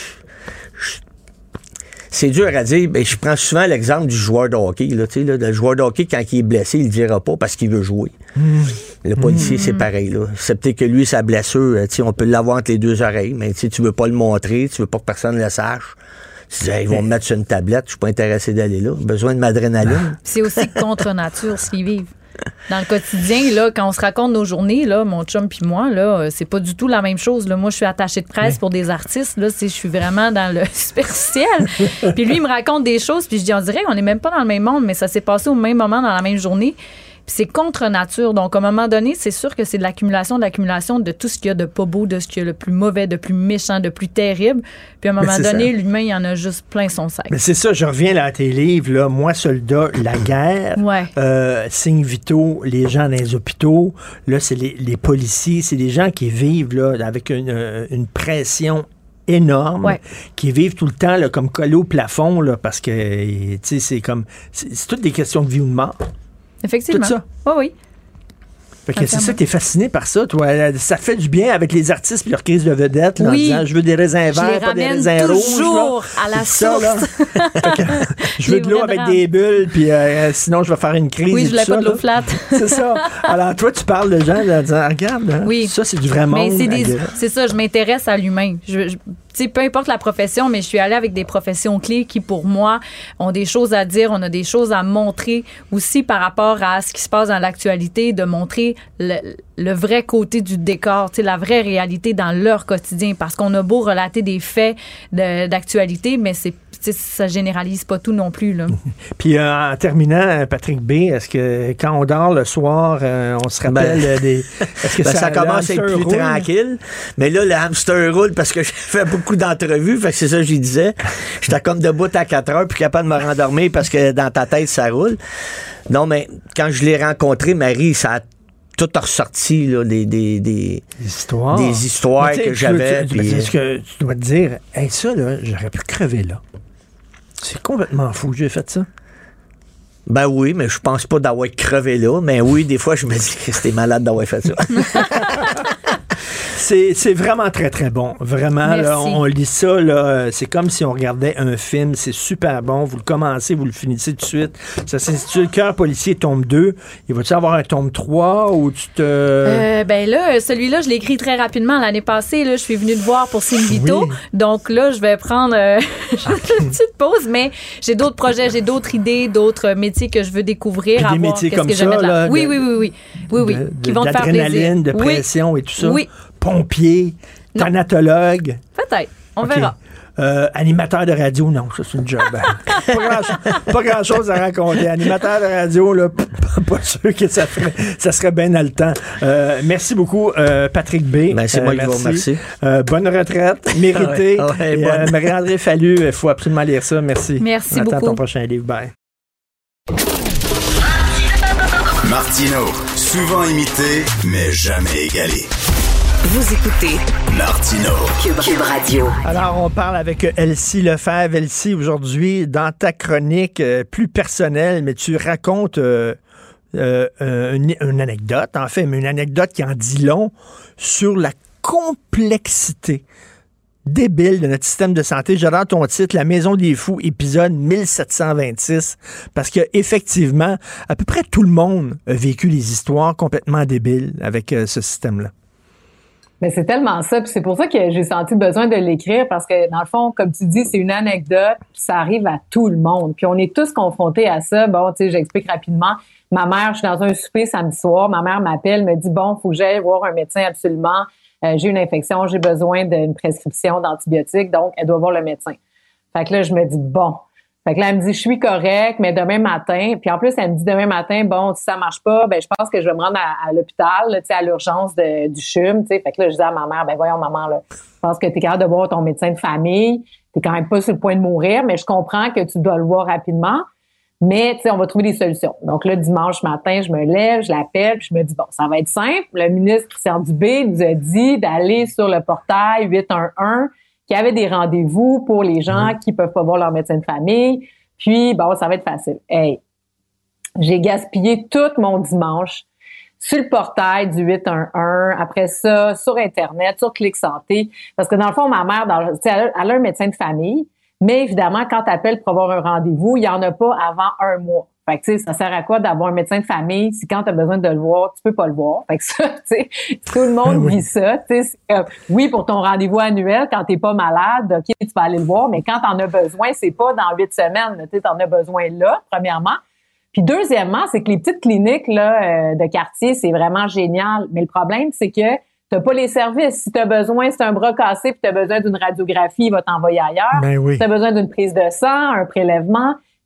Je, c'est dur à dire. Ben, je prends souvent l'exemple du joueur de hockey. Là, là, le joueur de hockey, quand il est blessé, il ne le dira pas parce qu'il veut jouer. Mmh. Le policier, mmh. c'est pareil. Là. C'est peut-être que lui, sa blessure, on peut l'avoir entre les deux oreilles, mais tu ne veux pas le montrer, tu veux pas que personne le sache. Tu dis, hey, ils vont me mettre sur une tablette, je suis pas intéressé d'aller là. Besoin de m'adrénaline. C'est aussi contre nature ce qu'ils vivent. Dans le quotidien, là, quand on se raconte nos journées, là, mon chum puis moi, là, c'est pas du tout la même chose. Là. Moi, je suis attachée de presse pour des artistes. Là, je suis vraiment dans le superficiel. Puis lui, il me raconte des choses, puis je dis, on dirait qu'on n'est même pas dans le même monde, mais ça s'est passé au même moment, dans la même journée. Puis c'est contre nature. Donc, à un moment donné, c'est sûr que c'est de l'accumulation, de l'accumulation de tout ce qu'il y a de pas beau, de ce qu'il y a le plus mauvais, de plus méchant, de plus terrible. Puis à un moment donné, ça. L'humain, il y en a juste plein son sac. Mais c'est ça, je reviens là à tes livres, là, Moi, soldat, la guerre, ouais. euh, signes vitaux, les gens dans les hôpitaux, là, c'est les, les policiers, c'est des gens qui vivent là, avec une, une pression énorme, ouais. qui vivent tout le temps là, comme collés au plafond, là, parce que c'est comme c'est, c'est toutes des questions de vie ou de mort. Effectivement. Tout ça. Oui, oui. Fait que c'est ça, t'es fasciné par ça, toi. Ça fait du bien avec les artistes et leur crise de vedette, là, oui. en disant je veux des raisins verts, pas des raisins rouges. Toujours à la ça, source. Que, je veux de l'eau avec drames. Des bulles, puis euh, sinon je vais faire une crise. Oui, je voulais pas ça, de l'eau flat. C'est ça. Alors toi, tu parles de gens en disant regarde, hein, oui. ça c'est du vrai monde. Mais c'est, des, c'est ça, je m'intéresse à l'humain. Je, je, tu sais, peu importe la profession, mais je suis allée avec des professions clés qui, pour moi, ont des choses à dire, on a des choses à montrer aussi par rapport à ce qui se passe dans l'actualité, de montrer le, le vrai côté du décor, tu sais, la vraie réalité dans leur quotidien. Parce qu'on a beau relater des faits de, d'actualité, mais c'est, ça généralise pas tout non plus, là. Puis euh, en terminant, Patrick B, est-ce que quand on dort le soir, euh, on se rappelle ben, des... Est-ce que ben, ça, ça commence à être plus roule? Tranquille. Mais là, le hamster roule parce que j'ai fait beaucoup d'entrevues, fait que c'est ça que je disais. J'étais comme debout à quatre heures, puis capable de me rendormir parce que dans ta tête, ça roule. Non, mais quand je l'ai rencontré, Marie, ça a tout ressorti, là, des, des, des, des histoires, des histoires que j'avais. Tu, tu, puis, ce que tu dois te dire, hey, ça, là, j'aurais pu crever là. C'est complètement fou que j'ai fait ça. Ben oui, mais je pense pas d'avoir crevé là. Mais oui, des fois, je me dis que c'était malade d'avoir fait ça. C'est, c'est vraiment très, très bon. Vraiment, là, on, on lit ça, là, c'est comme si on regardait un film. C'est super bon. Vous le commencez, vous le finissez tout de suite. Ça s'intitule Cœur policier, tome deux. Il va-tu avoir un tome trois ou tu te... Euh, ben là, celui-là, je l'ai écrit très rapidement. L'année passée, là, je suis venue te voir pour Signe Vito. Oui. Donc là, je vais prendre euh, okay. une petite pause, mais j'ai d'autres projets, j'ai d'autres idées, d'autres métiers que je veux découvrir. Puis à des voir, métiers qu'est-ce comme que ça, là, oui, oui, oui, oui, oui, oui, de, qui de, vont te faire plaisir. D'adrénaline, de pression oui. et tout ça. Oui. Pompier, non. Thanatologue. Peut-être. On okay. verra. Euh, animateur de radio, non, ça c'est une job. pas, grand, pas grand chose à raconter. Animateur de radio, là, pas sûr que ça, ferait, ça serait bien dans le temps. Euh, merci beaucoup, euh, Patrick B. Ben, c'est euh, moi qui vous remercie. Euh, bonne retraite, méritée. Ah ouais, ah ouais, et, euh, Marie-André Fallu, il faut absolument lire ça. Merci. Merci On beaucoup. attend ton prochain livre. Bye. Martino, souvent imité, mais jamais égalé. Vous écoutez Martino, Cube, Cube Radio. Alors, on parle avec Elsie Lefebvre. Elsie, aujourd'hui, dans ta chronique euh, plus personnelle, mais tu racontes euh, euh, une, une anecdote, en fait, mais une anecdote qui en dit long sur la complexité débile de notre système de santé. J'adore ton titre, La Maison des Fous, épisode mille sept cent vingt-six, parce que effectivement, à peu près tout le monde a vécu des histoires complètement débiles avec euh, ce système-là. Mais c'est tellement ça, puis c'est pour ça que j'ai senti le besoin de l'écrire, parce que dans le fond, comme tu dis, c'est une anecdote, puis ça arrive à tout le monde, puis on est tous confrontés à ça. Bon, tu sais, j'explique rapidement. Ma mère, je suis dans un souper samedi soir, ma mère m'appelle, me dit bon, faut que j'aille voir un médecin absolument. Euh, j'ai une infection, j'ai besoin d'une prescription d'antibiotiques, donc elle doit voir le médecin. Fait que là, je me dis bon. Fait que là, elle me dit, je suis correct, mais demain matin, puis en plus, elle me dit demain matin, bon, si ça marche pas, ben je pense que je vais me rendre à, à l'hôpital, tu sais, à l'urgence de, du C H U M, tu sais. Fait que là, je dis à ma mère, ben voyons, maman, là, je pense que tu es capable de voir ton médecin de famille, t'es quand même pas sur le point de mourir, mais je comprends que tu dois le voir rapidement, mais tu sais, on va trouver des solutions. Donc là, dimanche matin, je me lève, je l'appelle, puis je me dis, bon, ça va être simple. Le ministre Christian Dubé nous a dit d'aller sur le portail huit un un, qu'il y avait des rendez-vous pour les gens mmh. qui peuvent pas voir leur médecin de famille. Puis, bon, ça va être facile. Hey, j'ai gaspillé tout mon dimanche sur le portail du huit un un, après ça, sur Internet, sur Clic Santé. Parce que dans le fond, ma mère, dans, elle, a, elle a un médecin de famille, mais évidemment, quand tu appelles pour avoir un rendez-vous, il n'y en a pas avant un mois. Fait que, tu sais, ça sert à quoi d'avoir un médecin de famille si quand tu as besoin de le voir, tu peux pas le voir. Fait que ça, tu sais, tout le monde oui. vit ça. Tu sais, euh, oui, pour ton rendez-vous annuel, quand t'es pas malade, OK, tu vas aller le voir, mais quand t'en as besoin, c'est pas dans huit semaines. Tu sais, t'en as besoin là, premièrement. Puis deuxièmement, c'est que les petites cliniques là euh, de quartier, c'est vraiment génial. Mais le problème, c'est que t'as pas les services. Si t'as besoin, c'est un bras cassé puis t'as besoin d'une radiographie, il va t'envoyer ailleurs. Ben oui. Si t'as besoin d'une prise de sang, un prélèvement,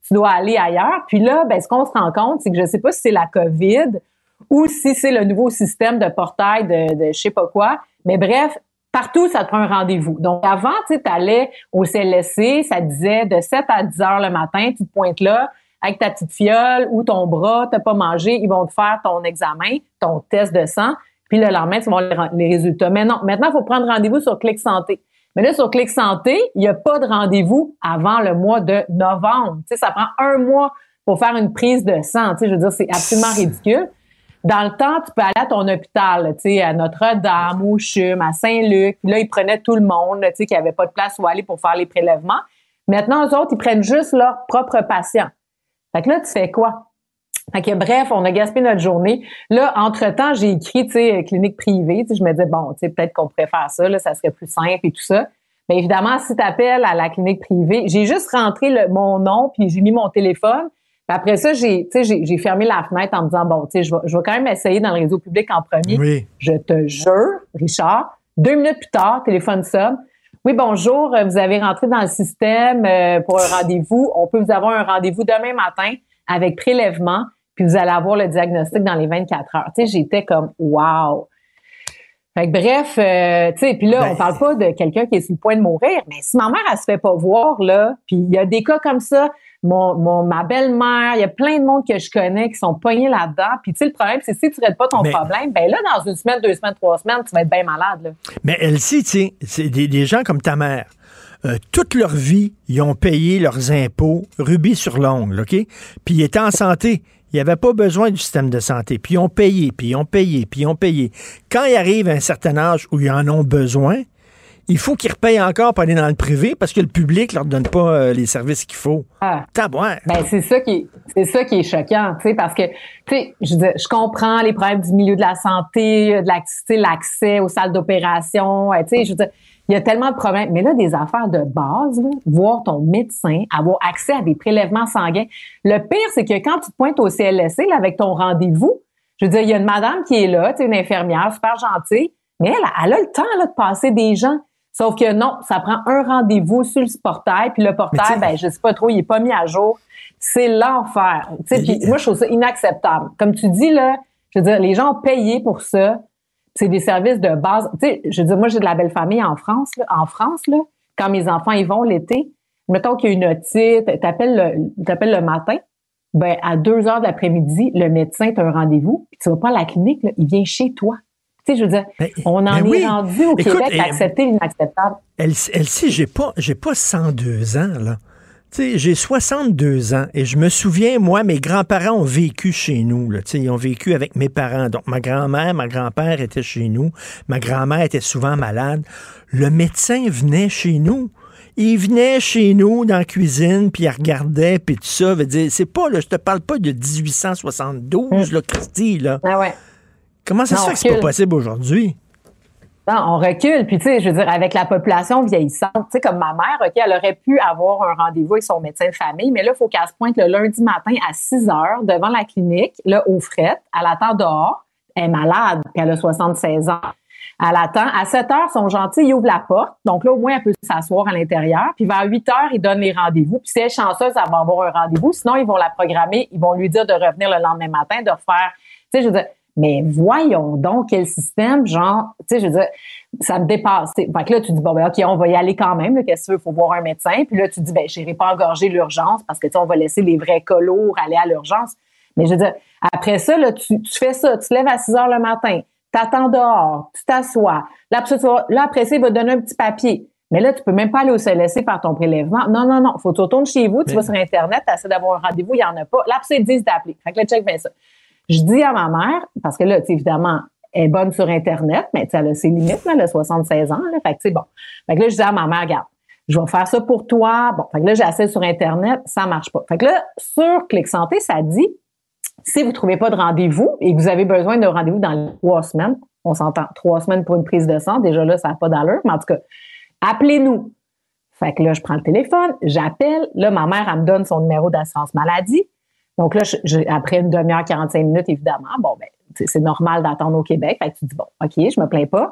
tu dois aller ailleurs. Puis là, ben, ce qu'on se rend compte, c'est que je sais pas si c'est la COVID ou si c'est le nouveau système de portail de, de je sais pas quoi. Mais bref, partout, ça te prend un rendez-vous. Donc, avant, tu sais, t'allais au C L S C, ça te disait de sept à dix heures le matin, tu te pointes là avec ta petite fiole ou ton bras, t'as pas mangé, ils vont te faire ton examen, ton test de sang, puis le lendemain, tu vas avoir les, les résultats. Mais non, maintenant, il faut prendre rendez-vous sur Clic Santé. Mais là, sur Clic Santé, il n'y a pas de rendez-vous avant le mois de novembre. Tu sais, ça prend un mois pour faire une prise de sang. Tu sais, je veux dire, c'est absolument ridicule. Dans le temps, tu peux aller à ton hôpital, tu sais, à Notre-Dame, au C H U M, à Saint-Luc. Là, ils prenaient tout le monde, tu sais, qui avait pas de place où aller pour faire les prélèvements. Maintenant, eux autres, ils prennent juste leurs propres patients. Fait que là, tu fais quoi? Fait que bref, on a gaspillé notre journée. Là, entre-temps, j'ai écrit, tu sais, clinique privée. Tu sais, je me disais, bon, tu sais, peut-être qu'on pourrait faire ça, là, ça serait plus simple et tout ça. Mais évidemment, si tu appelles à la clinique privée, j'ai juste rentré le, mon nom puis j'ai mis mon téléphone. Puis après ça, j'ai, tu sais, j'ai, j'ai fermé la fenêtre en me disant, bon, tu sais, je vais, je vais quand même essayer dans le réseau public en premier. Oui. Je te jure, Richard, deux minutes plus tard, téléphone sonne. Oui, bonjour, vous avez rentré dans le système euh, pour un rendez-vous. On peut vous avoir un rendez-vous demain matin avec prélèvement, puis vous allez avoir le diagnostic dans les vingt-quatre heures. Tu sais, j'étais comme wow. Fait que bref, euh, tu sais, puis là, ben, on parle pas de quelqu'un qui est sur le point de mourir, mais si ma mère, elle se fait pas voir, là, puis il y a des cas comme ça, mon, mon ma belle-mère, il y a plein de monde que je connais qui sont pognés là-dedans, puis tu sais, le problème, c'est si tu règles pas ton mais, problème, ben là, dans une semaine, deux semaines, trois semaines, tu vas être bien malade, là. Mais Elsie, tu sais, c'est des, des gens comme ta mère, euh, toute leur vie, ils ont payé leurs impôts rubis sur l'ongle, OK? Puis ils étaient en santé. Ils n'avaient pas besoin du système de santé. Puis ils ont payé, puis ils ont payé, puis ils ont payé. Quand ils arrivent à un certain âge où ils en ont besoin, il faut qu'ils repayent encore pour aller dans le privé parce que le public leur donne pas euh, les services qu'il faut. Ah. Tabouin. Ben, c'est ça qui est, c'est ça qui est choquant, tu sais, parce que, tu sais, je veux dire, je comprends les problèmes du milieu de la santé, de l'activité, l'accès aux salles d'opération, tu sais, je veux dire, il y a tellement de problèmes. Mais là, des affaires de base, là, voir ton médecin, avoir accès à des prélèvements sanguins. Le pire, c'est que quand tu te pointes au C L S C, là, avec ton rendez-vous, je veux dire, il y a une madame qui est là, tu sais, une infirmière super gentille, mais elle, elle a le temps, là, de passer des gens. Sauf que non, ça prend un rendez-vous sur le portail, puis le portail, ben, je sais pas trop, il est pas mis à jour. C'est l'enfer. Tu sais, puis moi, je trouve ça inacceptable. Comme tu dis, là, je veux dire, les gens ont payé pour ça. C'est des services de base. Tu sais, je veux dire, moi, j'ai de la belle famille en France, là. En France, là, quand mes enfants y vont l'été, mettons qu'il y a une otite, t'appelles le, t'appelles le matin, ben, à deux heures de l'après-midi, le médecin t'a un rendez-vous, puis tu vas pas à la clinique, là, il vient chez toi. Tu sais, je veux dire, mais, on en est oui. rendu au Écoute, Québec à accepter l'inacceptable. Elle, elle sait, j'ai pas, j'ai pas cent deux ans, là. Tu sais, j'ai soixante-deux ans et je me souviens, moi, mes grands-parents ont vécu chez nous, là. Tu sais, ils ont vécu avec mes parents. Donc, ma grand-mère, ma grand-père étaient chez nous. Ma grand-mère était souvent malade. Le médecin venait chez nous. Il venait chez nous dans la cuisine, puis il regardait, puis tout ça. Veut dire, c'est pas, là, je te parle pas de dix-huit cent soixante-douze, mmh. là, Christy, là. Ah ouais. Comment ça non, se fait que c'est pas possible aujourd'hui? Non, on recule. Puis, tu sais, je veux dire, avec la population vieillissante, tu sais, comme ma mère, OK, elle aurait pu avoir un rendez-vous avec son médecin de famille, mais là, il faut qu'elle se pointe le lundi matin à six heures devant la clinique, là, aux frettes. Elle attend dehors. Elle est malade, puis elle a soixante-seize ans. Elle attend. À sept heures, son gentil, il ouvre la porte. Donc là, au moins, elle peut s'asseoir à l'intérieur. Puis vers huit heures, il donne les rendez-vous. Puis si elle est chanceuse, elle va avoir un rendez-vous. Sinon, ils vont la programmer. Ils vont lui dire de revenir le lendemain matin, de refaire... Tu sais, je veux dire... Mais voyons donc quel système, genre, tu sais, je veux dire, ça me dépasse. T'sais. Fait que là, tu dis, bon, ben, OK, on va y aller quand même, là, qu'est-ce que tu veux, il faut voir un médecin. Puis là, tu dis, ben, je n'irai pas engorger l'urgence parce que, tu sais, on va laisser les vrais cas lourds aller à l'urgence. Mais je veux dire, après ça, là, tu, tu fais ça, tu te lèves à six heures le matin, t'attends dehors, tu t'assois. Là, après ça, là, après ça, il va te donner un petit papier. Mais là, tu peux même pas aller au C L S C faire ton prélèvement. Non, non, non, faut que tu retournes chez vous, tu Mais... vas sur Internet, tu essaies d'avoir un rendez-vous, il n'y en a pas. Là, après ça, ils te disent d'appeler. Fait que là, check bien ça. Je dis à ma mère, parce que là, tu sais, évidemment, elle est bonne sur Internet, mais tu sais, elle a ses limites, là, elle a soixante-seize ans, là, fait que c'est bon. Fait que là, je dis à ma mère, regarde, je vais faire ça pour toi. Bon, fait que là, j'essaie sur Internet, ça marche pas. Fait que là, sur Clic Santé, ça dit, si vous trouvez pas de rendez-vous et que vous avez besoin d'un rendez-vous dans les trois semaines, on s'entend, trois semaines pour une prise de sang, déjà là, ça n'a pas d'allure, mais en tout cas, appelez-nous. Fait que là, je prends le téléphone, j'appelle, là, ma mère, elle me donne son numéro d'assurance maladie. Donc là, je, je, après une demi-heure, quarante-cinq minutes, évidemment, bon, ben, c'est normal d'attendre au Québec. Fait que tu dis, bon, OK, je me plains pas.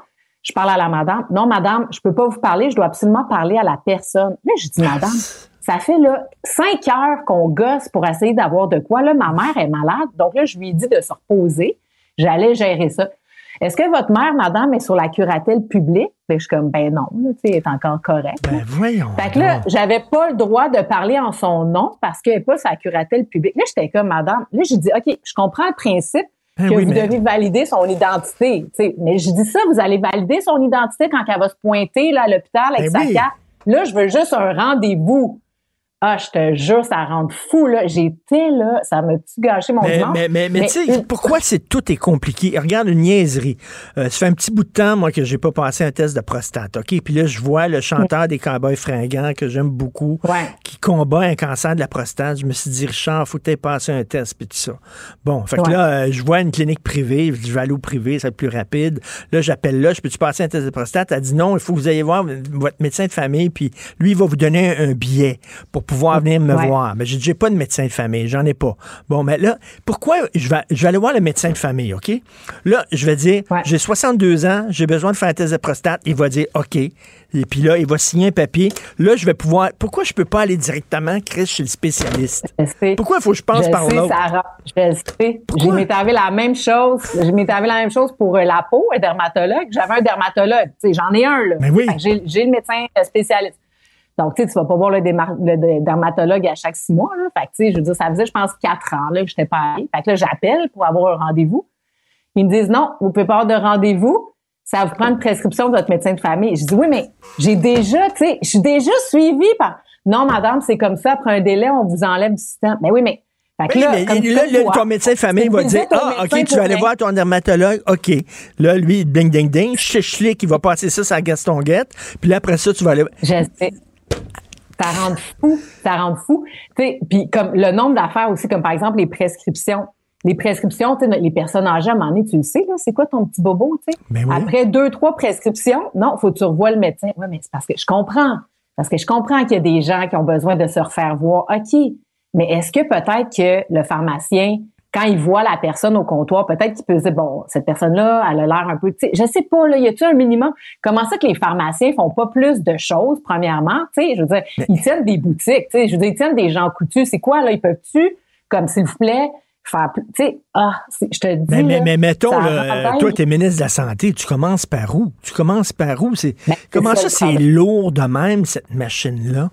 Je parle à la madame. Non, madame, je peux pas vous parler, je dois absolument parler à la personne. Là, je dis, madame, ça fait là cinq heures qu'on gosse pour essayer d'avoir de quoi. Là, ma mère est malade, donc là, je lui ai dit de se reposer. J'allais gérer ça. Est-ce que votre mère, madame, est sur la curatelle publique? Fait que je suis comme, ben non, tu sais, elle est encore correcte. Ben voyons. Fait que là, j'avais pas le droit de parler en son nom parce qu'elle n'est pas sur la curatelle publique. Là, j'étais comme, madame, là, j'ai dit, OK, je comprends le principe ben que oui, vous mais... devez valider son identité. T'sais. Mais je dis ça, vous allez valider son identité quand elle va se pointer là, à l'hôpital avec ben sa oui. carte. Là, je veux juste un rendez-vous. Ah, je te jure, ça rend fou, là. J'étais là, ça m'a tout gâché mon mais, dimanche. mais, mais, mais, mais tu sais, pourquoi c'est tout est compliqué? Regarde une niaiserie. Euh, ça fait un petit bout de temps, moi, que j'ai pas passé un test de prostate, OK? Puis là, je vois le chanteur des Cowboys fringants, que j'aime beaucoup, ouais. qui combat un cancer de la prostate. Je me suis dit, Richard, faut peut-être passer un test, puis tout ça. Bon, fait que ouais. là, euh, je vois une clinique privée, je vais aller au privé, ça va être plus rapide. Là, j'appelle là, je peux-tu passer un test de prostate? Elle dit non, il faut que vous ayez voir votre médecin de famille, puis lui, il va vous donner un, un billet pour pouvoir venir me ouais. voir. Mais j'ai, j'ai pas de médecin de famille, j'en ai pas. Bon, mais là, pourquoi je vais, je vais aller voir le médecin de famille, OK? Là, je vais dire, ouais. j'ai soixante-deux ans, j'ai besoin de faire un test de prostate. Il va dire, OK. Et puis là, il va signer un papier. Là, je vais pouvoir... Pourquoi je peux pas aller directement, Chris, chez le spécialiste? Pourquoi il faut que je passe je par sais, l'autre? Sarah, je le sais. Je m'étais arrivé la même chose. Je m'étais arrivé la même chose pour euh, la peau, un dermatologue. J'avais un dermatologue. Tu sais, j'en ai un, là. Mais oui. J'ai, j'ai le médecin spécialiste. Donc, tu sais, tu vas pas voir le, démar- le dermatologue à chaque six mois, là. Fait que, tu sais, je veux dire, ça faisait, je pense, quatre ans, là, que j'étais pas allée. Fait que là, j'appelle pour avoir un rendez-vous. Ils me disent, non, vous pouvez pas avoir de rendez-vous. Ça vous prend une prescription de votre médecin de famille. Je dis, oui, mais j'ai déjà, tu sais, je suis déjà suivie par, non, madame, c'est comme ça, après un délai, on vous enlève du système. Mais oui, mais, fait que oui, là, mais comme là, là, ton médecin de famille va dire, ah, OK, tu vas aller voir ton dermatologue. OK. Là, lui, ding, ding, ding, chich-chlic, il va passer ça sur la Gastonguette. Puis là, après ça, tu vas aller... Je sais. Ça rend fou, ça rend fou. Tu sais, puis comme le nombre d'affaires aussi, comme par exemple les prescriptions. Les prescriptions, tu sais, les personnes âgées, à un moment donné, tu le sais, là, c'est quoi ton petit bobo, tu sais? Ben oui. Après deux, trois prescriptions, non, faut que tu revoies le médecin. Oui, mais c'est parce que je comprends. Parce que je comprends qu'il y a des gens qui ont besoin de se refaire voir. OK. Mais est-ce que peut-être que le pharmacien, quand il voit la personne au comptoir, peut-être qu'il peut se dire, bon, cette personne-là, elle a l'air un peu, tu sais, je sais pas, là, y a-t-il un minimum? Comment ça que les pharmaciens font pas plus de choses, premièrement? Tu sais, je veux dire, mais... ils tiennent des boutiques, tu sais, je veux dire, ils tiennent des gens coutus. C'est quoi, là? Ils peuvent-tu, comme s'il vous plaît, faire plus, tu sais, ah, je te dis. Mais, mais, là, mais mettons, là, toi, tu t'es ministre de la Santé, tu commences par où? Tu commences par où? C'est, ben, comment c'est ça, ça c'est lourd de même, cette machine-là?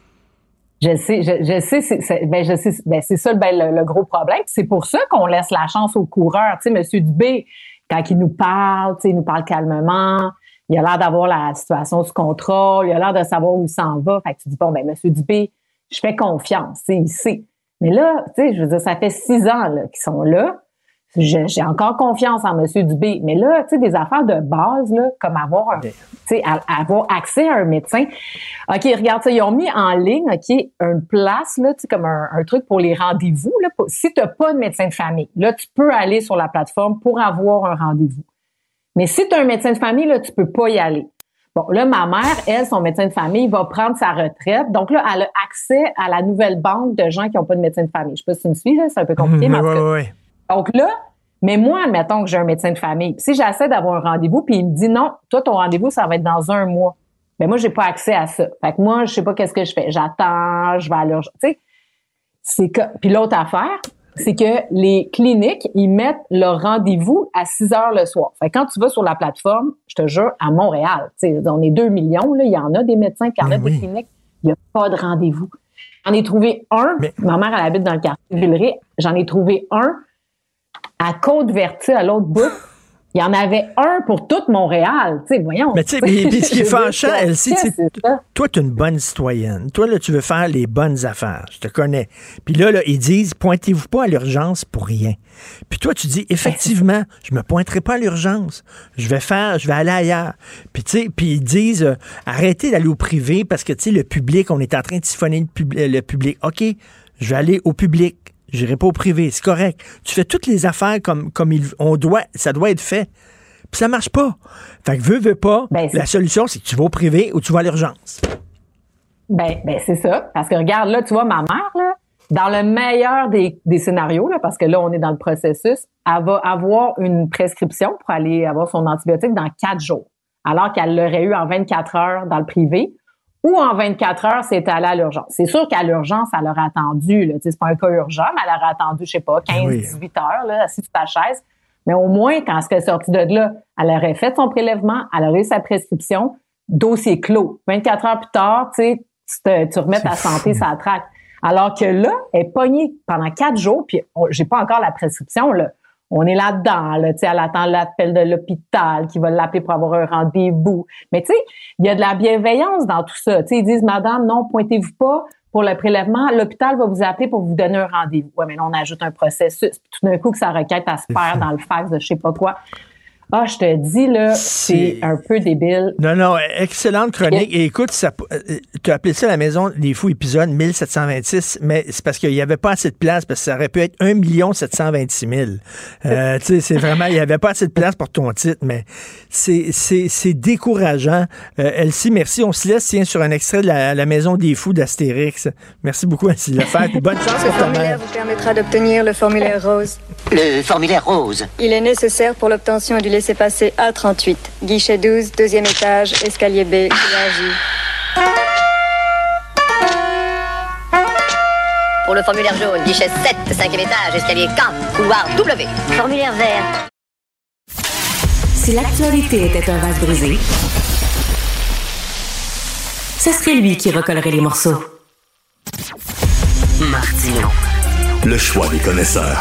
Je sais, je, je sais, c'est, c'est, ben je sais, ben c'est ça ben, le, le gros problème. C'est pour ça qu'on laisse la chance aux coureurs. Tu sais, Monsieur Dubé, quand il nous parle, tu sais, il nous parle calmement. Il a l'air d'avoir la situation sous contrôle. Il a l'air de savoir où il s'en va. Fait que tu dis bon, ben Monsieur Dubé, je fais confiance. Tu sais, il sait. Mais là, tu sais, je veux dire, ça fait six ans là, qu'ils sont là. Je, j'ai encore confiance en Monsieur Dubé. Mais là, tu sais, des affaires de base, là, comme avoir un, tu sais, avoir accès à un médecin. OK, regarde ça, ils ont mis en ligne, OK, une place, là, tu sais, comme un, un truc pour les rendez-vous, là. Pour, si t'as pas de médecin de famille, là, tu peux aller sur la plateforme pour avoir un rendez-vous. Mais si tu as un médecin de famille, là, tu peux pas y aller. Bon, là, ma mère, elle, son médecin de famille, va prendre sa retraite. Donc là, elle a accès à la nouvelle banque de gens qui ont pas de médecin de famille. Je sais pas si tu me suis, là, c'est un peu compliqué, mmh, mais en tout cas. ouais, ouais. Donc là, mais moi, admettons que j'ai un médecin de famille. Si j'essaie d'avoir un rendez-vous, puis il me dit non, toi, ton rendez-vous, ça va être dans un mois. Ben moi, j'ai pas accès à ça. Fait que moi, je sais pas qu'est-ce que je fais. J'attends, je vais à l'urgence. Tu sais, c'est que. Puis l'autre affaire, c'est que les cliniques, ils mettent leur rendez-vous à six heures le soir. Fait que quand tu vas sur la plateforme, je te jure, à Montréal, tu sais, on est deux millions, là, il y en a des médecins, puis il y en a oui. des cliniques, il n'y a pas de rendez-vous. J'en ai trouvé un. Mais... Ma mère, elle habite dans le quartier Villeray. J'en ai trouvé un à Côte-Vertu, à l'autre bout. Il y en avait un pour toute Montréal. Tu sais, voyons. Mais tu sais, puis ce qui est fâchant, Elsie, toi, tu es une bonne citoyenne. Toi, là, tu veux faire les bonnes affaires. Je te connais. Puis là, là, ils disent, pointez-vous pas à l'urgence pour rien. Puis toi, tu dis, effectivement, je me pointerai pas à l'urgence. Je vais faire, je vais aller ailleurs. Puis tu sais, puis ils disent, euh, arrêtez d'aller au privé parce que, tu sais, le public, on est en train de siphonner le, pub- le public. OK, je vais aller au public. J'irai pas au privé, c'est correct. Tu fais toutes les affaires comme, comme il, on doit, ça doit être fait. Puis ça marche pas. Fait que veux, veux pas, ben, la solution, c'est que tu vas au privé ou tu vas à l'urgence. Ben, ben c'est ça. Parce que regarde, là, tu vois, ma mère, là, dans le meilleur des, des scénarios, là, parce que là, on est dans le processus, elle va avoir une prescription pour aller avoir son antibiotique dans quatre jours. alors qu'elle l'aurait eu en vingt-quatre heures dans le privé, ou en vingt-quatre heures, c'est allé à l'urgence. C'est sûr qu'à l'urgence, elle aurait attendu, là, c'est pas un cas urgent, mais elle aurait attendu, je sais pas, quinze, dix-huit heures, là, assise sur sa chaise. Mais au moins, quand elle est sortie de là, elle aurait fait son prélèvement, elle aurait eu sa prescription, dossier clos. vingt-quatre heures plus tard, tu sais, tu, te, tu remets ta santé sur la traque. Alors que là, elle est pognée pendant quatre jours, puis on, j'ai pas encore la prescription, là. On est là-dedans, là, tu sais, elle attend l'appel de l'hôpital qui va l'appeler pour avoir un rendez-vous. Mais tu sais, il y a de la bienveillance dans tout ça. Tu sais, ils disent, madame, non, pointez-vous pas pour le prélèvement. L'hôpital va vous appeler pour vous donner un rendez-vous. Ouais, mais là, on ajoute un processus. Puis tout d'un coup, que sa requête, elle se perd dans le fax de je sais pas quoi. Ah, je te dis, là, c'est, c'est un peu débile. Non, non, excellente chronique. Et écoute, ça, tu as appelé ça la Maison des Fous, épisode mille sept cent vingt-six, mais c'est parce qu'il n'y avait pas assez de place, parce que ça aurait pu être un million sept cent vingt-six mille. Euh, tu sais, c'est vraiment, il n'y avait pas assez de place pour ton titre, mais c'est, c'est, c'est décourageant. Euh, Elsie, merci. On se laisse, tiens, sur un extrait de la, la Maison des Fous d'Astérix. Merci beaucoup, Elsie Lefebvre. Puis bonne chance Ce pour ta mère. formulaire vous permettra d'obtenir le formulaire rose. Le formulaire rose. Il est nécessaire pour l'obtention du laissez-passer A trente-huit. Guichet douze, deuxième étage, escalier B, élargi. Pour le formulaire jaune, guichet sept, cinquième étage, escalier K, couloir W. Formulaire vert. Si l'actualité était un vase brisé, ce serait lui qui recollerait les morceaux. Martino. Le choix des connaisseurs.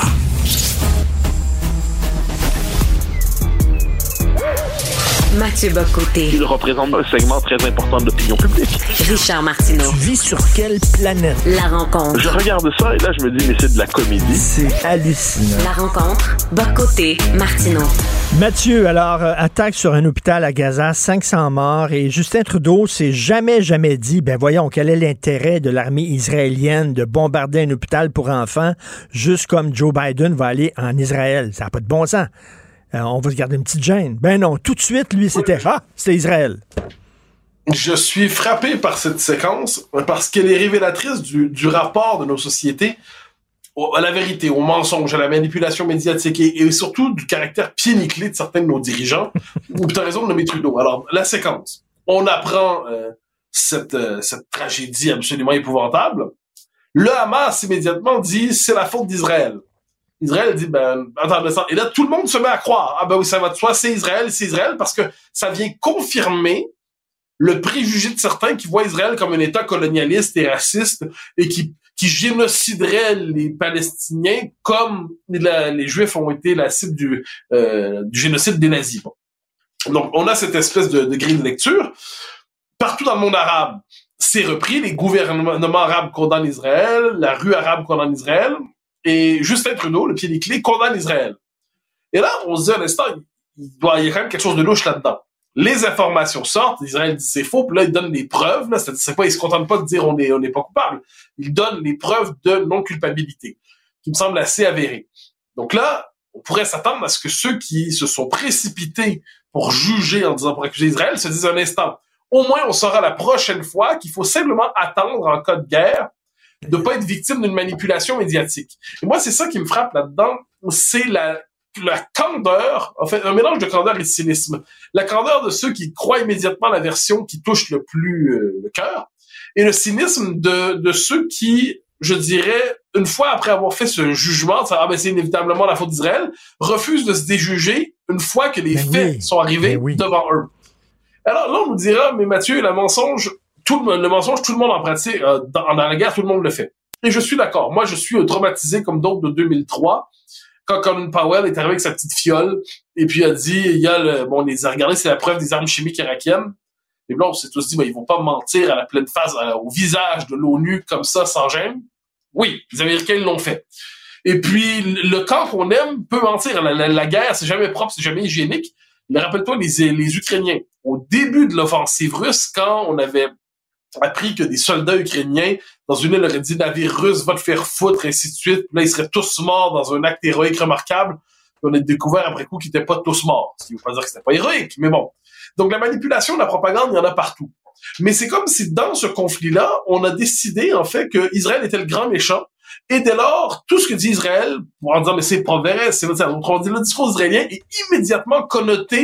Mathieu Bock-Côté. Il représente un segment très important de l'opinion publique. Richard Martineau. Tu vis sur quelle planète? La rencontre. Je regarde ça et là, je me dis, mais c'est de la comédie. C'est hallucinant. La rencontre. Bock-Côté. Martineau. Mathieu, alors, euh, attaque sur un hôpital à Gaza, cinq cents morts, et Justin Trudeau s'est jamais, jamais dit, ben voyons, quel est l'intérêt de l'armée israélienne de bombarder un hôpital pour enfants, juste comme Joe Biden va aller en Israël. Ça n'a pas de bon sens. Euh, on va se garder une petite gêne. Ben non, tout de suite, lui, c'était ah, c'était Israël. Je suis frappé par cette séquence parce qu'elle est révélatrice du, du rapport de nos sociétés au, à la vérité, au mensonge, à la manipulation médiatique et, et surtout du caractère pied nickelé de certains de nos dirigeants. Tu as raison de nommer Trudeau. Alors, la séquence. On apprend euh, cette, euh, cette tragédie absolument épouvantable. Le Hamas immédiatement dit c'est la faute d'Israël. Israël dit, ben, attends, et là, tout le monde se met à croire. Ah ben oui, ça va de soi, c'est Israël, c'est Israël, parce que ça vient confirmer le préjugé de certains qui voient Israël comme un État colonialiste et raciste et qui, qui génociderait les Palestiniens comme la, les Juifs ont été la cible du, euh, du génocide des nazis. Bon. Donc, on a cette espèce de, de grille de lecture. Partout dans le monde arabe, c'est repris. Les gouvernements arabes condamnent Israël, la rue arabe condamne Israël. Et Justin Trudeau, le pied des clés, condamne Israël. Et là, on se dit à l'instant, il doit y a quand même quelque chose de louche là-dedans. Les informations sortent, Israël dit c'est faux, puis là, il donne les preuves. Là, c'est pas, il se contente pas de dire on est, on n'est pas coupable. Il donne les preuves de non-culpabilité, qui me semblent assez avérées. Donc là, on pourrait s'attendre à ce que ceux qui se sont précipités pour juger en disant pour accuser Israël se disent un instant. Au moins, on saura la prochaine fois qu'il faut simplement attendre en cas de guerre de pas être victime d'une manipulation médiatique. Et moi, c'est ça qui me frappe là-dedans, c'est la, la candeur, en fait, un mélange de candeur et de cynisme. La candeur de ceux qui croient immédiatement la version qui touche le plus euh, le cœur, et le cynisme de, de ceux qui, je dirais, une fois après avoir fait ce jugement, ça, ah ben c'est inévitablement la faute d'Israël, refusent de se déjuger une fois que les mais faits oui. sont arrivés oui. devant eux. Alors là, on nous dira, mais Mathieu, le mensonge, tout le, le mensonge, tout le monde en pratique. Euh, dans, dans la guerre, tout le monde le fait. Et je suis d'accord. Moi, je suis euh, traumatisé comme d'autres de deux mille trois, quand Colin Powell est arrivé avec sa petite fiole, et puis a dit, il y a le, bon, on les a regardés, c'est la preuve des armes chimiques irakiennes. Et là, on s'est tous dit, ben, ils vont pas mentir à la pleine face, à, au visage de l'ONU, comme ça, sans gêne. Oui, les Américains l'ont fait. Et puis, le camp qu'on aime peut mentir. La, la, la guerre, c'est jamais propre, c'est jamais hygiénique. Mais rappelle-toi, les, les Ukrainiens, au début de l'offensive russe, quand on avait appris que des soldats ukrainiens dans une île auraient dit navire russe va te faire foutre, et ainsi de suite. Là, ils seraient tous morts dans un acte héroïque remarquable. Puis on a découvert après coup qu'ils n'étaient pas tous morts. Ce qui ne veut pas dire que c'était pas héroïque, mais bon. Donc la manipulation, la propagande, il y en a partout. Mais c'est comme si dans ce conflit-là, on a décidé en fait que Israël était le grand méchant. Et dès lors, tout ce que dit Israël, en disant mais c'est pas vrai, c'est autrement dit, le discours israélien est immédiatement connoté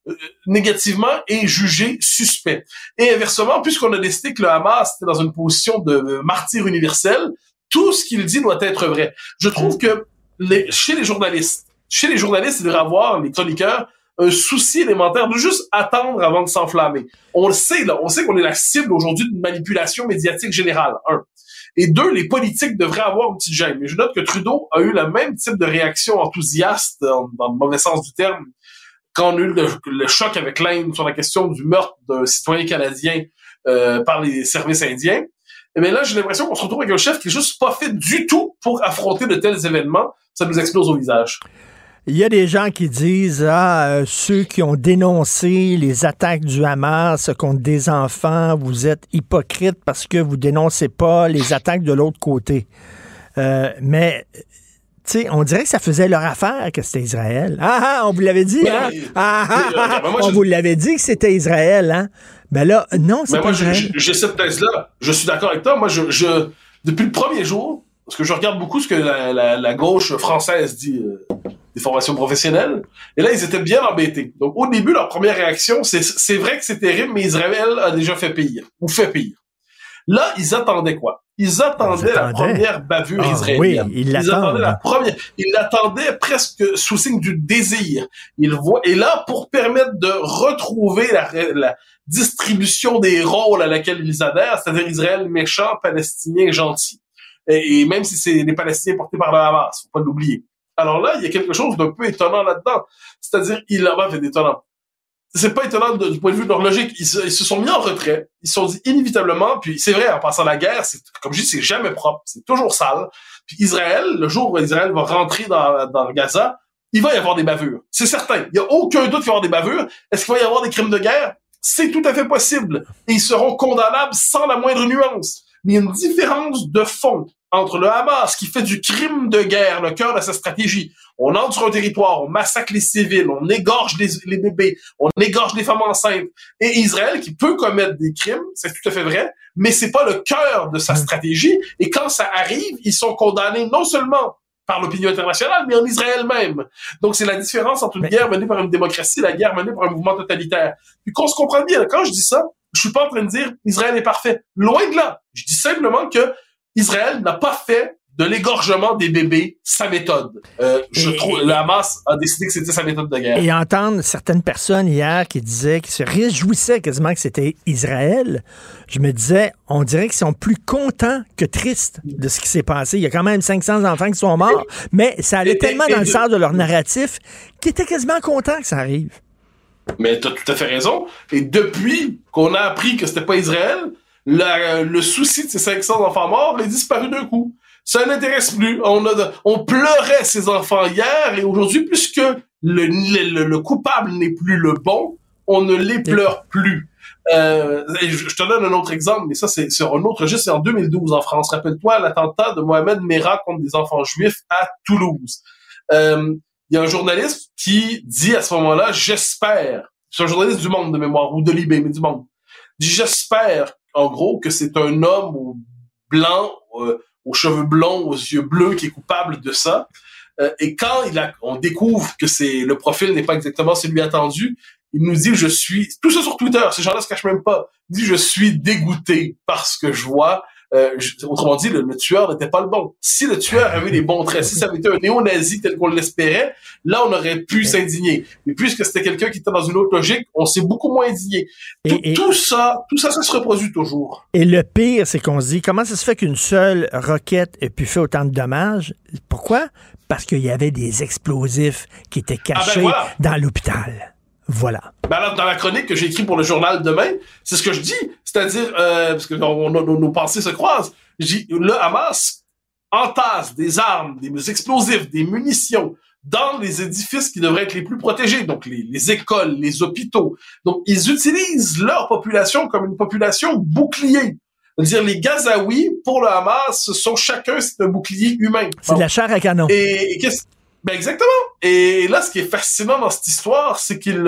euh, négativement est jugé suspect. Et inversement, puisqu'on a décidé que le Hamas était dans une position de martyr universel, tout ce qu'il dit doit être vrai. Je trouve que les, chez les journalistes, chez les journalistes, il devrait avoir, les chroniqueurs, un souci élémentaire de juste attendre avant de s'enflammer. On le sait, là, on sait qu'on est la cible aujourd'hui d'une manipulation médiatique générale, un. Et deux, les politiques devraient avoir une petite gêne. Mais je note que Trudeau a eu le même type de réaction enthousiaste, dans, dans le mauvais sens du terme, quand on a eu le, le choc avec l'Inde sur la question du meurtre d'un citoyen canadien euh, par les services indiens. Et bien là, j'ai l'impression qu'on se retrouve avec un chef qui est juste pas fait du tout pour affronter de tels événements. Ça nous explose au visage. Il y a des gens qui disent, ah, euh, ceux qui ont dénoncé les attaques du Hamas contre des enfants, vous êtes hypocrites parce que vous dénoncez pas les attaques de l'autre côté. Euh, mais, tu sais, on dirait que ça faisait leur affaire que c'était Israël. Ah, ah, on vous l'avait dit, hein? Ah, ah, ah, ah, on vous l'avait dit que c'était Israël, hein? Ben là, non, c'est mais pas moi, Israël. J'ai, j'ai cette thèse-là. Je suis d'accord avec toi. Moi, je, je depuis le premier jour, parce que je regarde beaucoup ce que la, la, la gauche française dit euh, des formations professionnelles, et là, ils étaient bien embêtés. Donc, au début, leur première réaction, c'est c'est vrai que c'est terrible, mais Israël a déjà fait pire, ou fait pire. Là, ils attendaient quoi? Ils attendaient, ils attendaient. la première bavure ah, israélienne. Oui, ils, ils attendaient la première. Ils l'attendaient presque sous signe du désir. Ils voient, et là, pour permettre de retrouver la, la distribution des rôles à laquelle ils adhèrent, c'est-à-dire Israël méchant, Palestinien gentil. Et, et même si c'est les Palestiniens portés par le Hamas, faut pas l'oublier. Alors là, il y a quelque chose d'un peu étonnant là-dedans. C'est-à-dire, il en fait étonnant. C'est pas étonnant de, du point de vue de leur logique. Ils se, ils se sont mis en retrait. Ils se sont dit inévitablement, puis c'est vrai, en passant la guerre, c'est, comme je dis, c'est jamais propre. C'est toujours sale. Puis Israël, le jour où Israël va rentrer dans, dans Gaza, il va y avoir des bavures. C'est certain. Il y a aucun doute qu'il va y avoir des bavures. Est-ce qu'il va y avoir des crimes de guerre? C'est tout à fait possible. Et ils seront condamnables sans la moindre nuance. Mais il y a une différence de fond entre le Hamas, qui fait du crime de guerre le cœur de sa stratégie. On entre sur un territoire, on massacre les civils, on égorge les, les bébés, on égorge les femmes enceintes. Et Israël, qui peut commettre des crimes, c'est tout à fait vrai, mais c'est pas le cœur de sa stratégie. Et quand ça arrive, ils sont condamnés non seulement par l'opinion internationale, mais en Israël même. Donc, c'est la différence entre une mais... guerre menée par une démocratie et la guerre menée par un mouvement totalitaire. Puis qu'on se comprenne bien, quand je dis ça, je suis pas en train de dire Israël est parfait. Loin de là. Je dis simplement que Israël n'a pas fait de l'égorgement des bébés sa méthode. Euh, je et, trouve le Hamas a décidé que c'était sa méthode de guerre. Et entendre certaines personnes hier qui disaient, qui se réjouissaient quasiment que c'était Israël, je me disais, on dirait qu'ils sont plus contents que tristes de ce qui s'est passé. Il y a quand même cinq cents enfants qui sont morts, et, mais ça allait et, tellement et, dans et le sens de leur narratif qu'ils étaient quasiment contents que ça arrive. Mais t'as tout à fait raison. Et depuis qu'on a appris que c'était pas Israël, La, le souci de ces cinq cents enfants morts est disparu d'un coup. Ça n'intéresse plus. On, a, on pleurait ces enfants hier et aujourd'hui, puisque le, le, le coupable n'est plus le bon, on ne les pleure plus. Euh, et je, je te donne un autre exemple, mais ça c'est sur un autre registre, c'est en deux mille douze en France. Rappelle-toi l'attentat de Mohamed Merah contre des enfants juifs à Toulouse. Euh, il y a un journaliste qui dit à ce moment-là, j'espère, c'est un journaliste du Monde de mémoire, ou de Libé, mais du Monde, dit j'espère en gros, que c'est un homme au blanc, euh, aux cheveux blonds, aux yeux bleus, qui est coupable de ça. Euh, et quand il a, on découvre que c'est le profil n'est pas exactement celui attendu, il nous dit, je suis... Tout ça sur Twitter, ces gens-là se cachent même pas. Il dit, je suis dégoûté par ce que je vois. Euh, je, autrement dit, le, le tueur n'était pas le bon. Si le tueur avait les bons traits, si ça avait été un néo-nazi tel qu'on l'espérait, là, on aurait pu s'indigner. Mais puisque c'était quelqu'un qui était dans une autre logique, on s'est beaucoup moins indigné. Tout, et, et, tout ça, tout ça, ça se reproduit toujours. Et le pire, c'est qu'on se dit, comment ça se fait qu'une seule roquette ait pu faire autant de dommages? Pourquoi? Parce qu'il y avait des explosifs qui étaient cachés ah ben voilà. dans l'hôpital. Voilà. Ben alors, dans la chronique que j'ai écrite pour le journal demain, c'est ce que je dis. C'est-à-dire, euh, parce que on, on, nos, nos pensées se croisent, je dis, le Hamas entasse des armes, des explosifs, des munitions dans les édifices qui devraient être les plus protégés, donc les, les écoles, les hôpitaux. Donc, ils utilisent leur population comme une population bouclier. C'est-à-dire, les Gazaouis, pour le Hamas, sont chacun, c'est un bouclier humain. C'est bon. De la chair à canon. Et, et qu'est-ce Ben exactement. Et là, ce qui est fascinant dans cette histoire, c'est qu'il,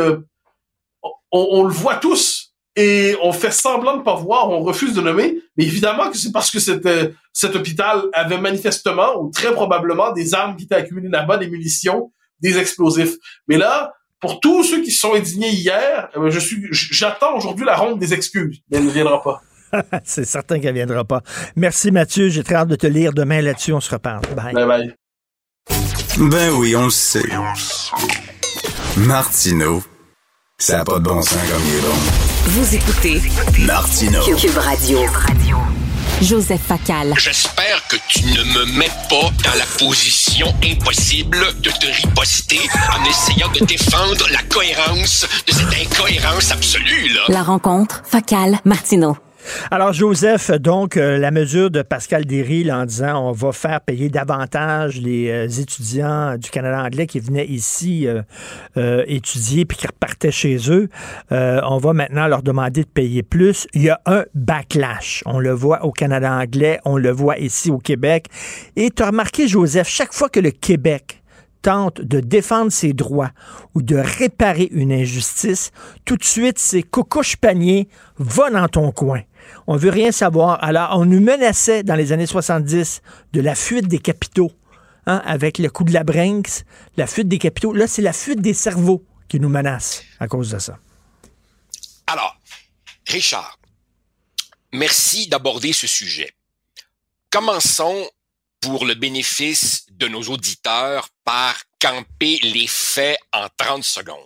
on, on le voit tous et on fait semblant de pas voir, on refuse de nommer. Mais évidemment que c'est parce que cet, cet hôpital avait manifestement ou très probablement des armes qui étaient accumulées là-bas, des munitions, des explosifs. Mais là, pour tous ceux qui se sont indignés hier, euh, je suis, j'attends aujourd'hui la ronde des excuses. Mais elle ne viendra pas. C'est certain qu'elle ne viendra pas. Merci Mathieu, j'ai très hâte de te lire demain là-dessus. On se reparle. Bye. Bye bye. Ben oui, on le sait. Martineau, ça n'a pas de bon sens comme il est bon. Vous écoutez Martineau. Cube Radio. Joseph Facal. J'espère que tu ne me mets pas dans la position impossible de te riposter en essayant de défendre la cohérence de cette incohérence absolue, là. La rencontre Facal-Martineau. Alors, Joseph, donc, euh, la mesure de Pascal Derry là, en disant on va faire payer davantage les euh, étudiants du Canada anglais qui venaient ici euh, euh, étudier puis qui repartaient chez eux, euh, on va maintenant leur demander de payer plus. Il y a un backlash. On le voit au Canada anglais, on le voit ici au Québec. Et tu as remarqué, Joseph, chaque fois que le Québec tente de défendre ses droits ou de réparer une injustice, tout de suite, c'est coucouche panier, va dans ton coin. On veut rien savoir. Alors, on nous menaçait dans les années soixante-dix de la fuite des capitaux, hein, avec le coup de la Brinks, la fuite des capitaux. Là, c'est la fuite des cerveaux qui nous menace à cause de ça. Alors, Richard, merci d'aborder ce sujet. Commençons pour le bénéfice de nos auditeurs par camper les faits en trente secondes.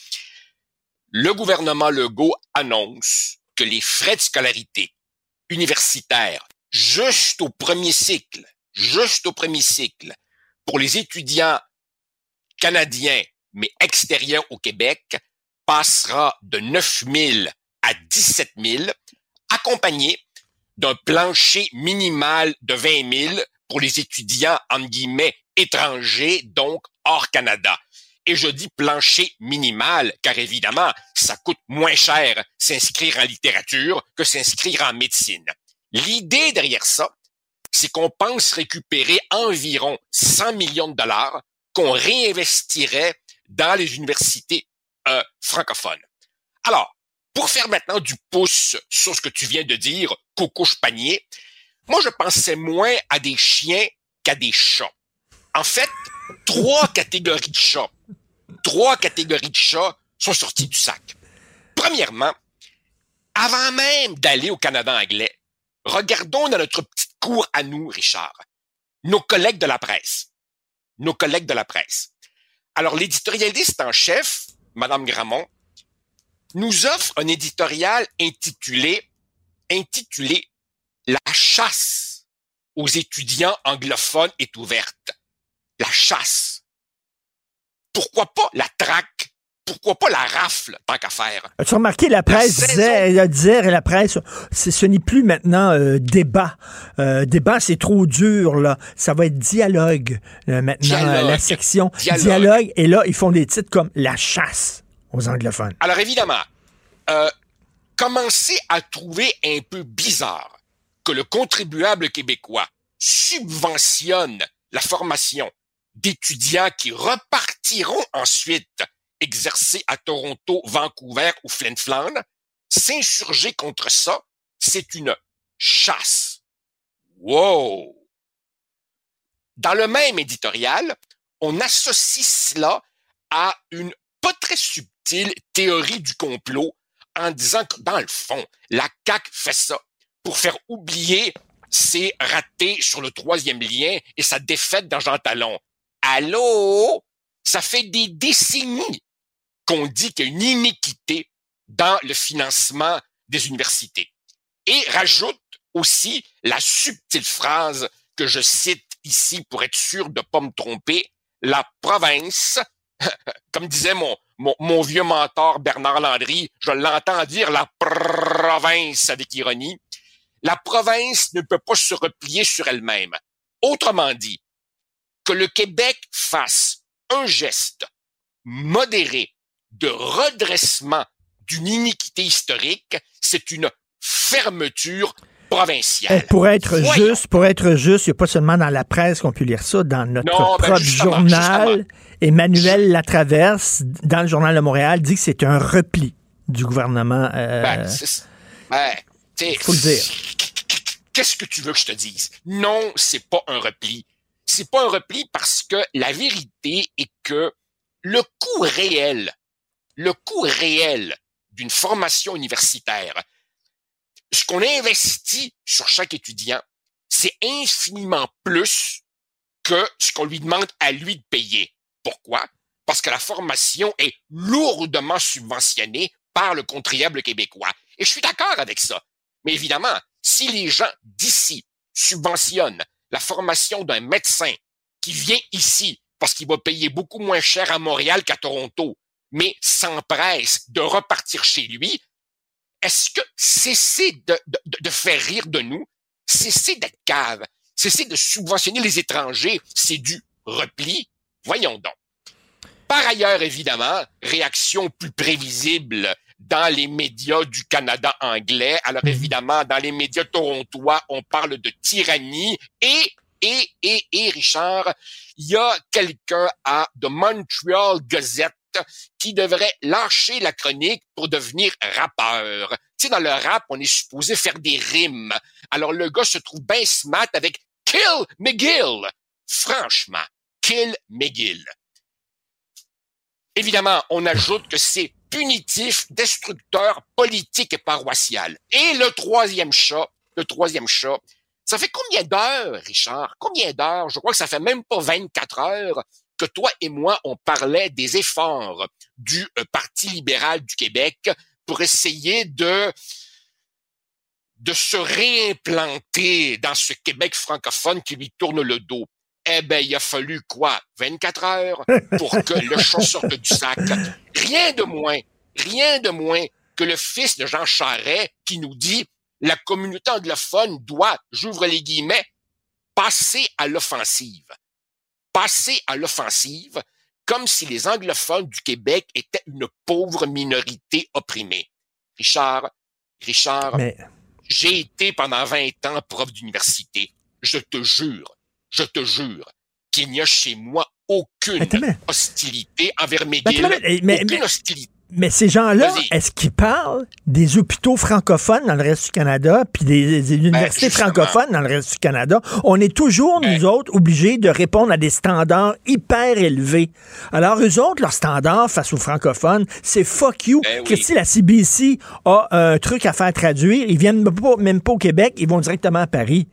Le gouvernement Legault annonce que les frais de scolarité universitaire juste au premier cycle, juste au premier cycle, pour les étudiants canadiens, mais extérieurs au Québec, passera de neuf mille à dix-sept mille, accompagné d'un plancher minimal de vingt mille pour les étudiants, entre guillemets, étrangers, donc hors Canada. Et je dis plancher minimal, car évidemment, ça coûte moins cher s'inscrire en littérature que s'inscrire en médecine. L'idée derrière ça, c'est qu'on pense récupérer environ cent millions de dollars qu'on réinvestirait dans les universités euh, francophones. Alors, pour faire maintenant du pouce sur ce que tu viens de dire, coucouche panier, moi je pensais moins à des chiens qu'à des chats. En fait, trois catégories de chats. Trois catégories de chats sont sorties du sac. Premièrement, avant même d'aller au Canada anglais, regardons dans notre petite cour à nous, Richard, nos collègues de la presse. Nos collègues de la presse. Alors, l'éditorialiste en chef, Madame Gramont, nous offre un éditorial intitulé, intitulé « La chasse aux étudiants anglophones est ouverte ». La chasse. Pourquoi pas la traque? Pourquoi pas la rafle, tant qu'à faire? As-tu remarqué, la presse la disait, elle disait, la presse, c'est, ce n'est plus maintenant euh, débat. Euh, débat, c'est trop dur, là. Ça va être dialogue, euh, maintenant, dialogue. La section dialogue. dialogue. Et là, ils font des titres comme la chasse aux anglophones. Alors, évidemment, euh, commencez à trouver un peu bizarre que le contribuable québécois subventionne la formation d'étudiants qui repartiront ensuite exercer à Toronto, Vancouver ou Flin Flon. S'insurger contre ça, c'est une chasse. Wow! Dans le même éditorial, on associe cela à une pas très subtile théorie du complot en disant que, dans le fond, la C A Q fait ça pour faire oublier ses ratés sur le troisième lien et sa défaite dans Jean Talon. Allô? Ça fait des décennies qu'on dit qu'il y a une iniquité dans le financement des universités. Et rajoute aussi la subtile phrase que je cite ici pour être sûr de ne pas me tromper, la province, comme disait mon, mon, mon vieux mentor Bernard Landry, je l'entends dire la province avec ironie, la province ne peut pas se replier sur elle-même. Autrement dit, que le Québec fasse un geste modéré de redressement d'une iniquité historique, c'est une fermeture provinciale. Et pour être Voyons. juste, pour être juste, il n'y a pas seulement dans la presse qu'on peut lire ça, dans notre non, ben propre justement, journal. Justement. Emmanuel Latraverse, dans le Journal de Montréal, dit que c'est un repli du gouvernement. Euh, ben, c'est, ben, faut le dire. Qu'est-ce que tu veux que je te dise? Non, c'est pas un repli. C'est pas un repli parce que la vérité est que le coût réel le coût réel d'une formation universitaire, ce qu'on investit sur chaque étudiant, c'est infiniment plus que ce qu'on lui demande à lui de payer. Pourquoi? Parce que la formation est lourdement subventionnée par le contribuable québécois. Et je suis d'accord avec ça. Mais évidemment, si les gens d'ici subventionnent la formation d'un médecin qui vient ici parce qu'il va payer beaucoup moins cher à Montréal qu'à Toronto, mais s'empresse de repartir chez lui, est-ce que cesser de, de, de faire rire de nous, cesser d'être cave, cesser de subventionner les étrangers, c'est du repli? Voyons donc. Par ailleurs, évidemment, réaction plus prévisible dans les médias du Canada anglais. Alors évidemment, dans les médias torontois, on parle de tyrannie et, et, et, et, Richard, il y a quelqu'un à The Montreal Gazette qui devrait lâcher la chronique pour devenir rappeur. Tu sais, dans le rap, on est supposé faire des rimes. Alors le gars se trouve bien smart avec « Kill McGill ». Franchement, Kill McGill. Évidemment, on ajoute que c'est punitif, destructeur, politique et paroissial. Et le troisième chat, le troisième chat, ça fait combien d'heures, Richard? Combien d'heures? Je crois que ça fait même pas vingt-quatre heures que toi et moi, on parlait des efforts du euh, Parti libéral du Québec pour essayer de de se réimplanter dans ce Québec francophone qui lui tourne le dos. Eh ben, il a fallu quoi? vingt-quatre heures pour que le chat sorte du sac. Rien de moins, rien de moins que le fils de Jean Charest qui nous dit la communauté anglophone doit, j'ouvre les guillemets, passer à l'offensive. Passer à l'offensive comme si les anglophones du Québec étaient une pauvre minorité opprimée. Richard, Richard, Mais... j'ai été pendant vingt ans prof d'université. Je te jure, je te jure qu'il n'y a chez moi aucune hostilité envers McGill. Mais, mais, aucune mais, hostilité. Mais ces gens-là, Vas-y. Est-ce qu'ils parlent des hôpitaux francophones dans le reste du Canada puis des, des universités ben, francophones dans le reste du Canada? On est toujours, ben, nous autres, obligés de répondre à des standards hyper élevés. Alors, eux autres, leurs standards face aux francophones, c'est fuck you. Ben, que oui. Si la C B C a un truc à faire traduire, ils viennent même pas, même pas au Québec, ils vont directement à Paris.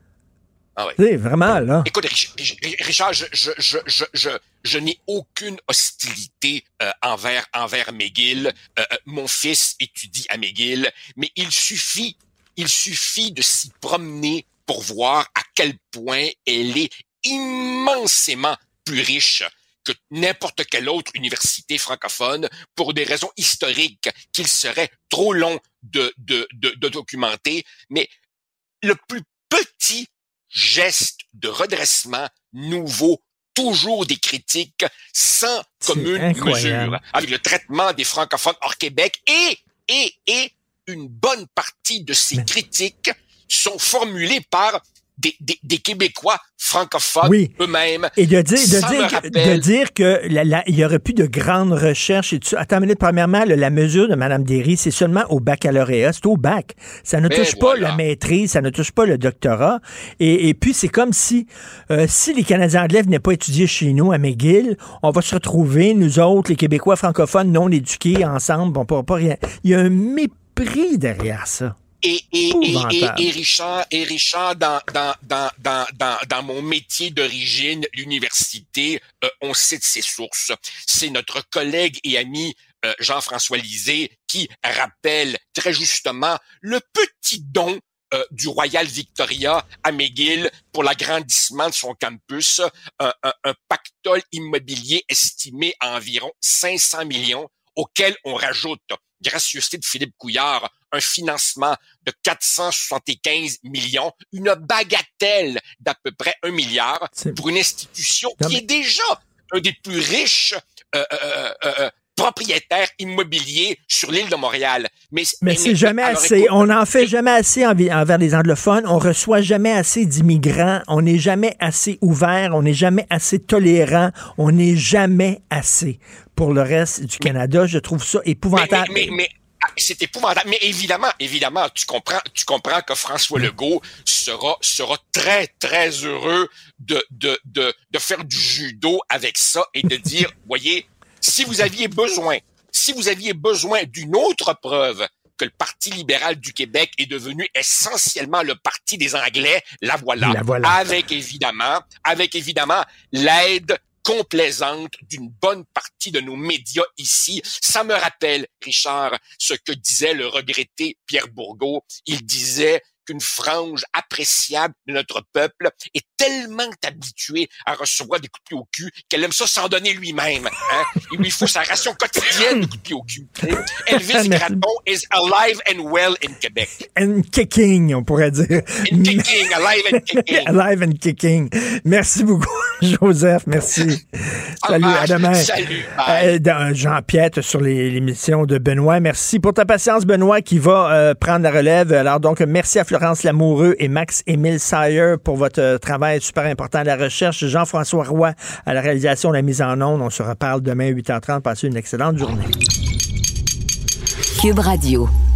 Ah oui. C'est vraiment, là. Écoute, Richard, je, je, je, je, je, je n'ai aucune hostilité euh, envers, envers McGill. Euh, mon fils étudie à McGill, mais il suffit, il suffit de s'y promener pour voir à quel point elle est immensément plus riche que n'importe quelle autre université francophone pour des raisons historiques qu'il serait trop long de, de, de, de documenter. Mais le plus petit geste de redressement nouveau, toujours des critiques sans commune mesure, avec le traitement des francophones hors Québec et, et, et une bonne partie de ces Mais... critiques sont formulées par Des, des, des Québécois francophones oui. eux-mêmes. Et de dire, de dire, rappelle... de dire que la, la, il y aurait plus de grandes recherches et tout ça. Attends une minute, premièrement, la, la mesure de Mme Derry, c'est seulement au baccalauréat, c'est au bac. Ça ne Mais touche voilà. pas la maîtrise, ça ne touche pas le doctorat. Et, et puis, c'est comme si, euh, si les Canadiens anglais venaient pas étudier chez nous, à McGill, on va se retrouver, nous autres, les Québécois francophones non éduqués, ensemble, on ne pourra pas rien. Il y a un mépris derrière ça. Et, et, et, et, et Richard, et Richard, dans, dans, dans, dans, dans, dans mon métier d'origine, l'université, euh, on cite ses sources. C'est notre collègue et ami euh, Jean-François Lisée qui rappelle très justement le petit don euh, du Royal Victoria à McGill pour l'agrandissement de son campus, un, un, un pactole immobilier estimé à environ cinq cents millions, auquel on rajoute, gracieuseté de Philippe Couillard, un financement de quatre cent soixante-quinze millions, une bagatelle d'à peu près un milliard c'est... pour une institution non, qui mais... est déjà un des plus riches euh, euh, euh, propriétaires immobiliers sur l'île de Montréal. Mais, mais, mais c'est jamais assez. Écoute, on n'en fait jamais assez envers les anglophones. On reçoit jamais assez d'immigrants. On n'est jamais assez ouvert. On n'est jamais assez tolérant. On n'est jamais assez pour le reste du Canada. Je trouve ça épouvantable. Mais, mais, mais, mais... c'est épouvantable. Mais évidemment, évidemment, tu comprends, tu comprends que François Legault sera, sera très, très heureux de, de, de, de faire du judo avec ça et de dire, voyez, si vous aviez besoin, si si vous aviez besoin d'une autre preuve que le Parti libéral du Québec est devenu essentiellement le parti des Anglais, la voilà. La voilà. Avec évidemment, avec évidemment l'aide complaisante d'une bonne partie de nos médias ici. Ça me rappelle, Richard, ce que disait le regretté Pierre Bourgault. Il disait qu'une frange appréciable de notre peuple est tellement habituée à recevoir des coups de pied au cul qu'elle aime ça s'en donner lui-même. Hein? Et lui, il faut sa ration quotidienne de coups de pied au cul. Elvis Gratton is alive and well in Québec. And kicking, on pourrait dire. And kicking, alive and kicking. Alive and kicking. Merci beaucoup, Joseph. Merci. Salut, ah, à demain. Salut. Euh, Jean Piette sur les, l'émission de Benoît. Merci pour ta patience, Benoît, qui va euh, prendre la relève. Alors donc, merci à Florence Lamoureux et Max-Émile Sayer pour votre travail super important à la recherche. Jean-François Roy à la réalisation, la mise en onde. On se reparle demain à huit heures trente. Passez une excellente journée. Cube Radio.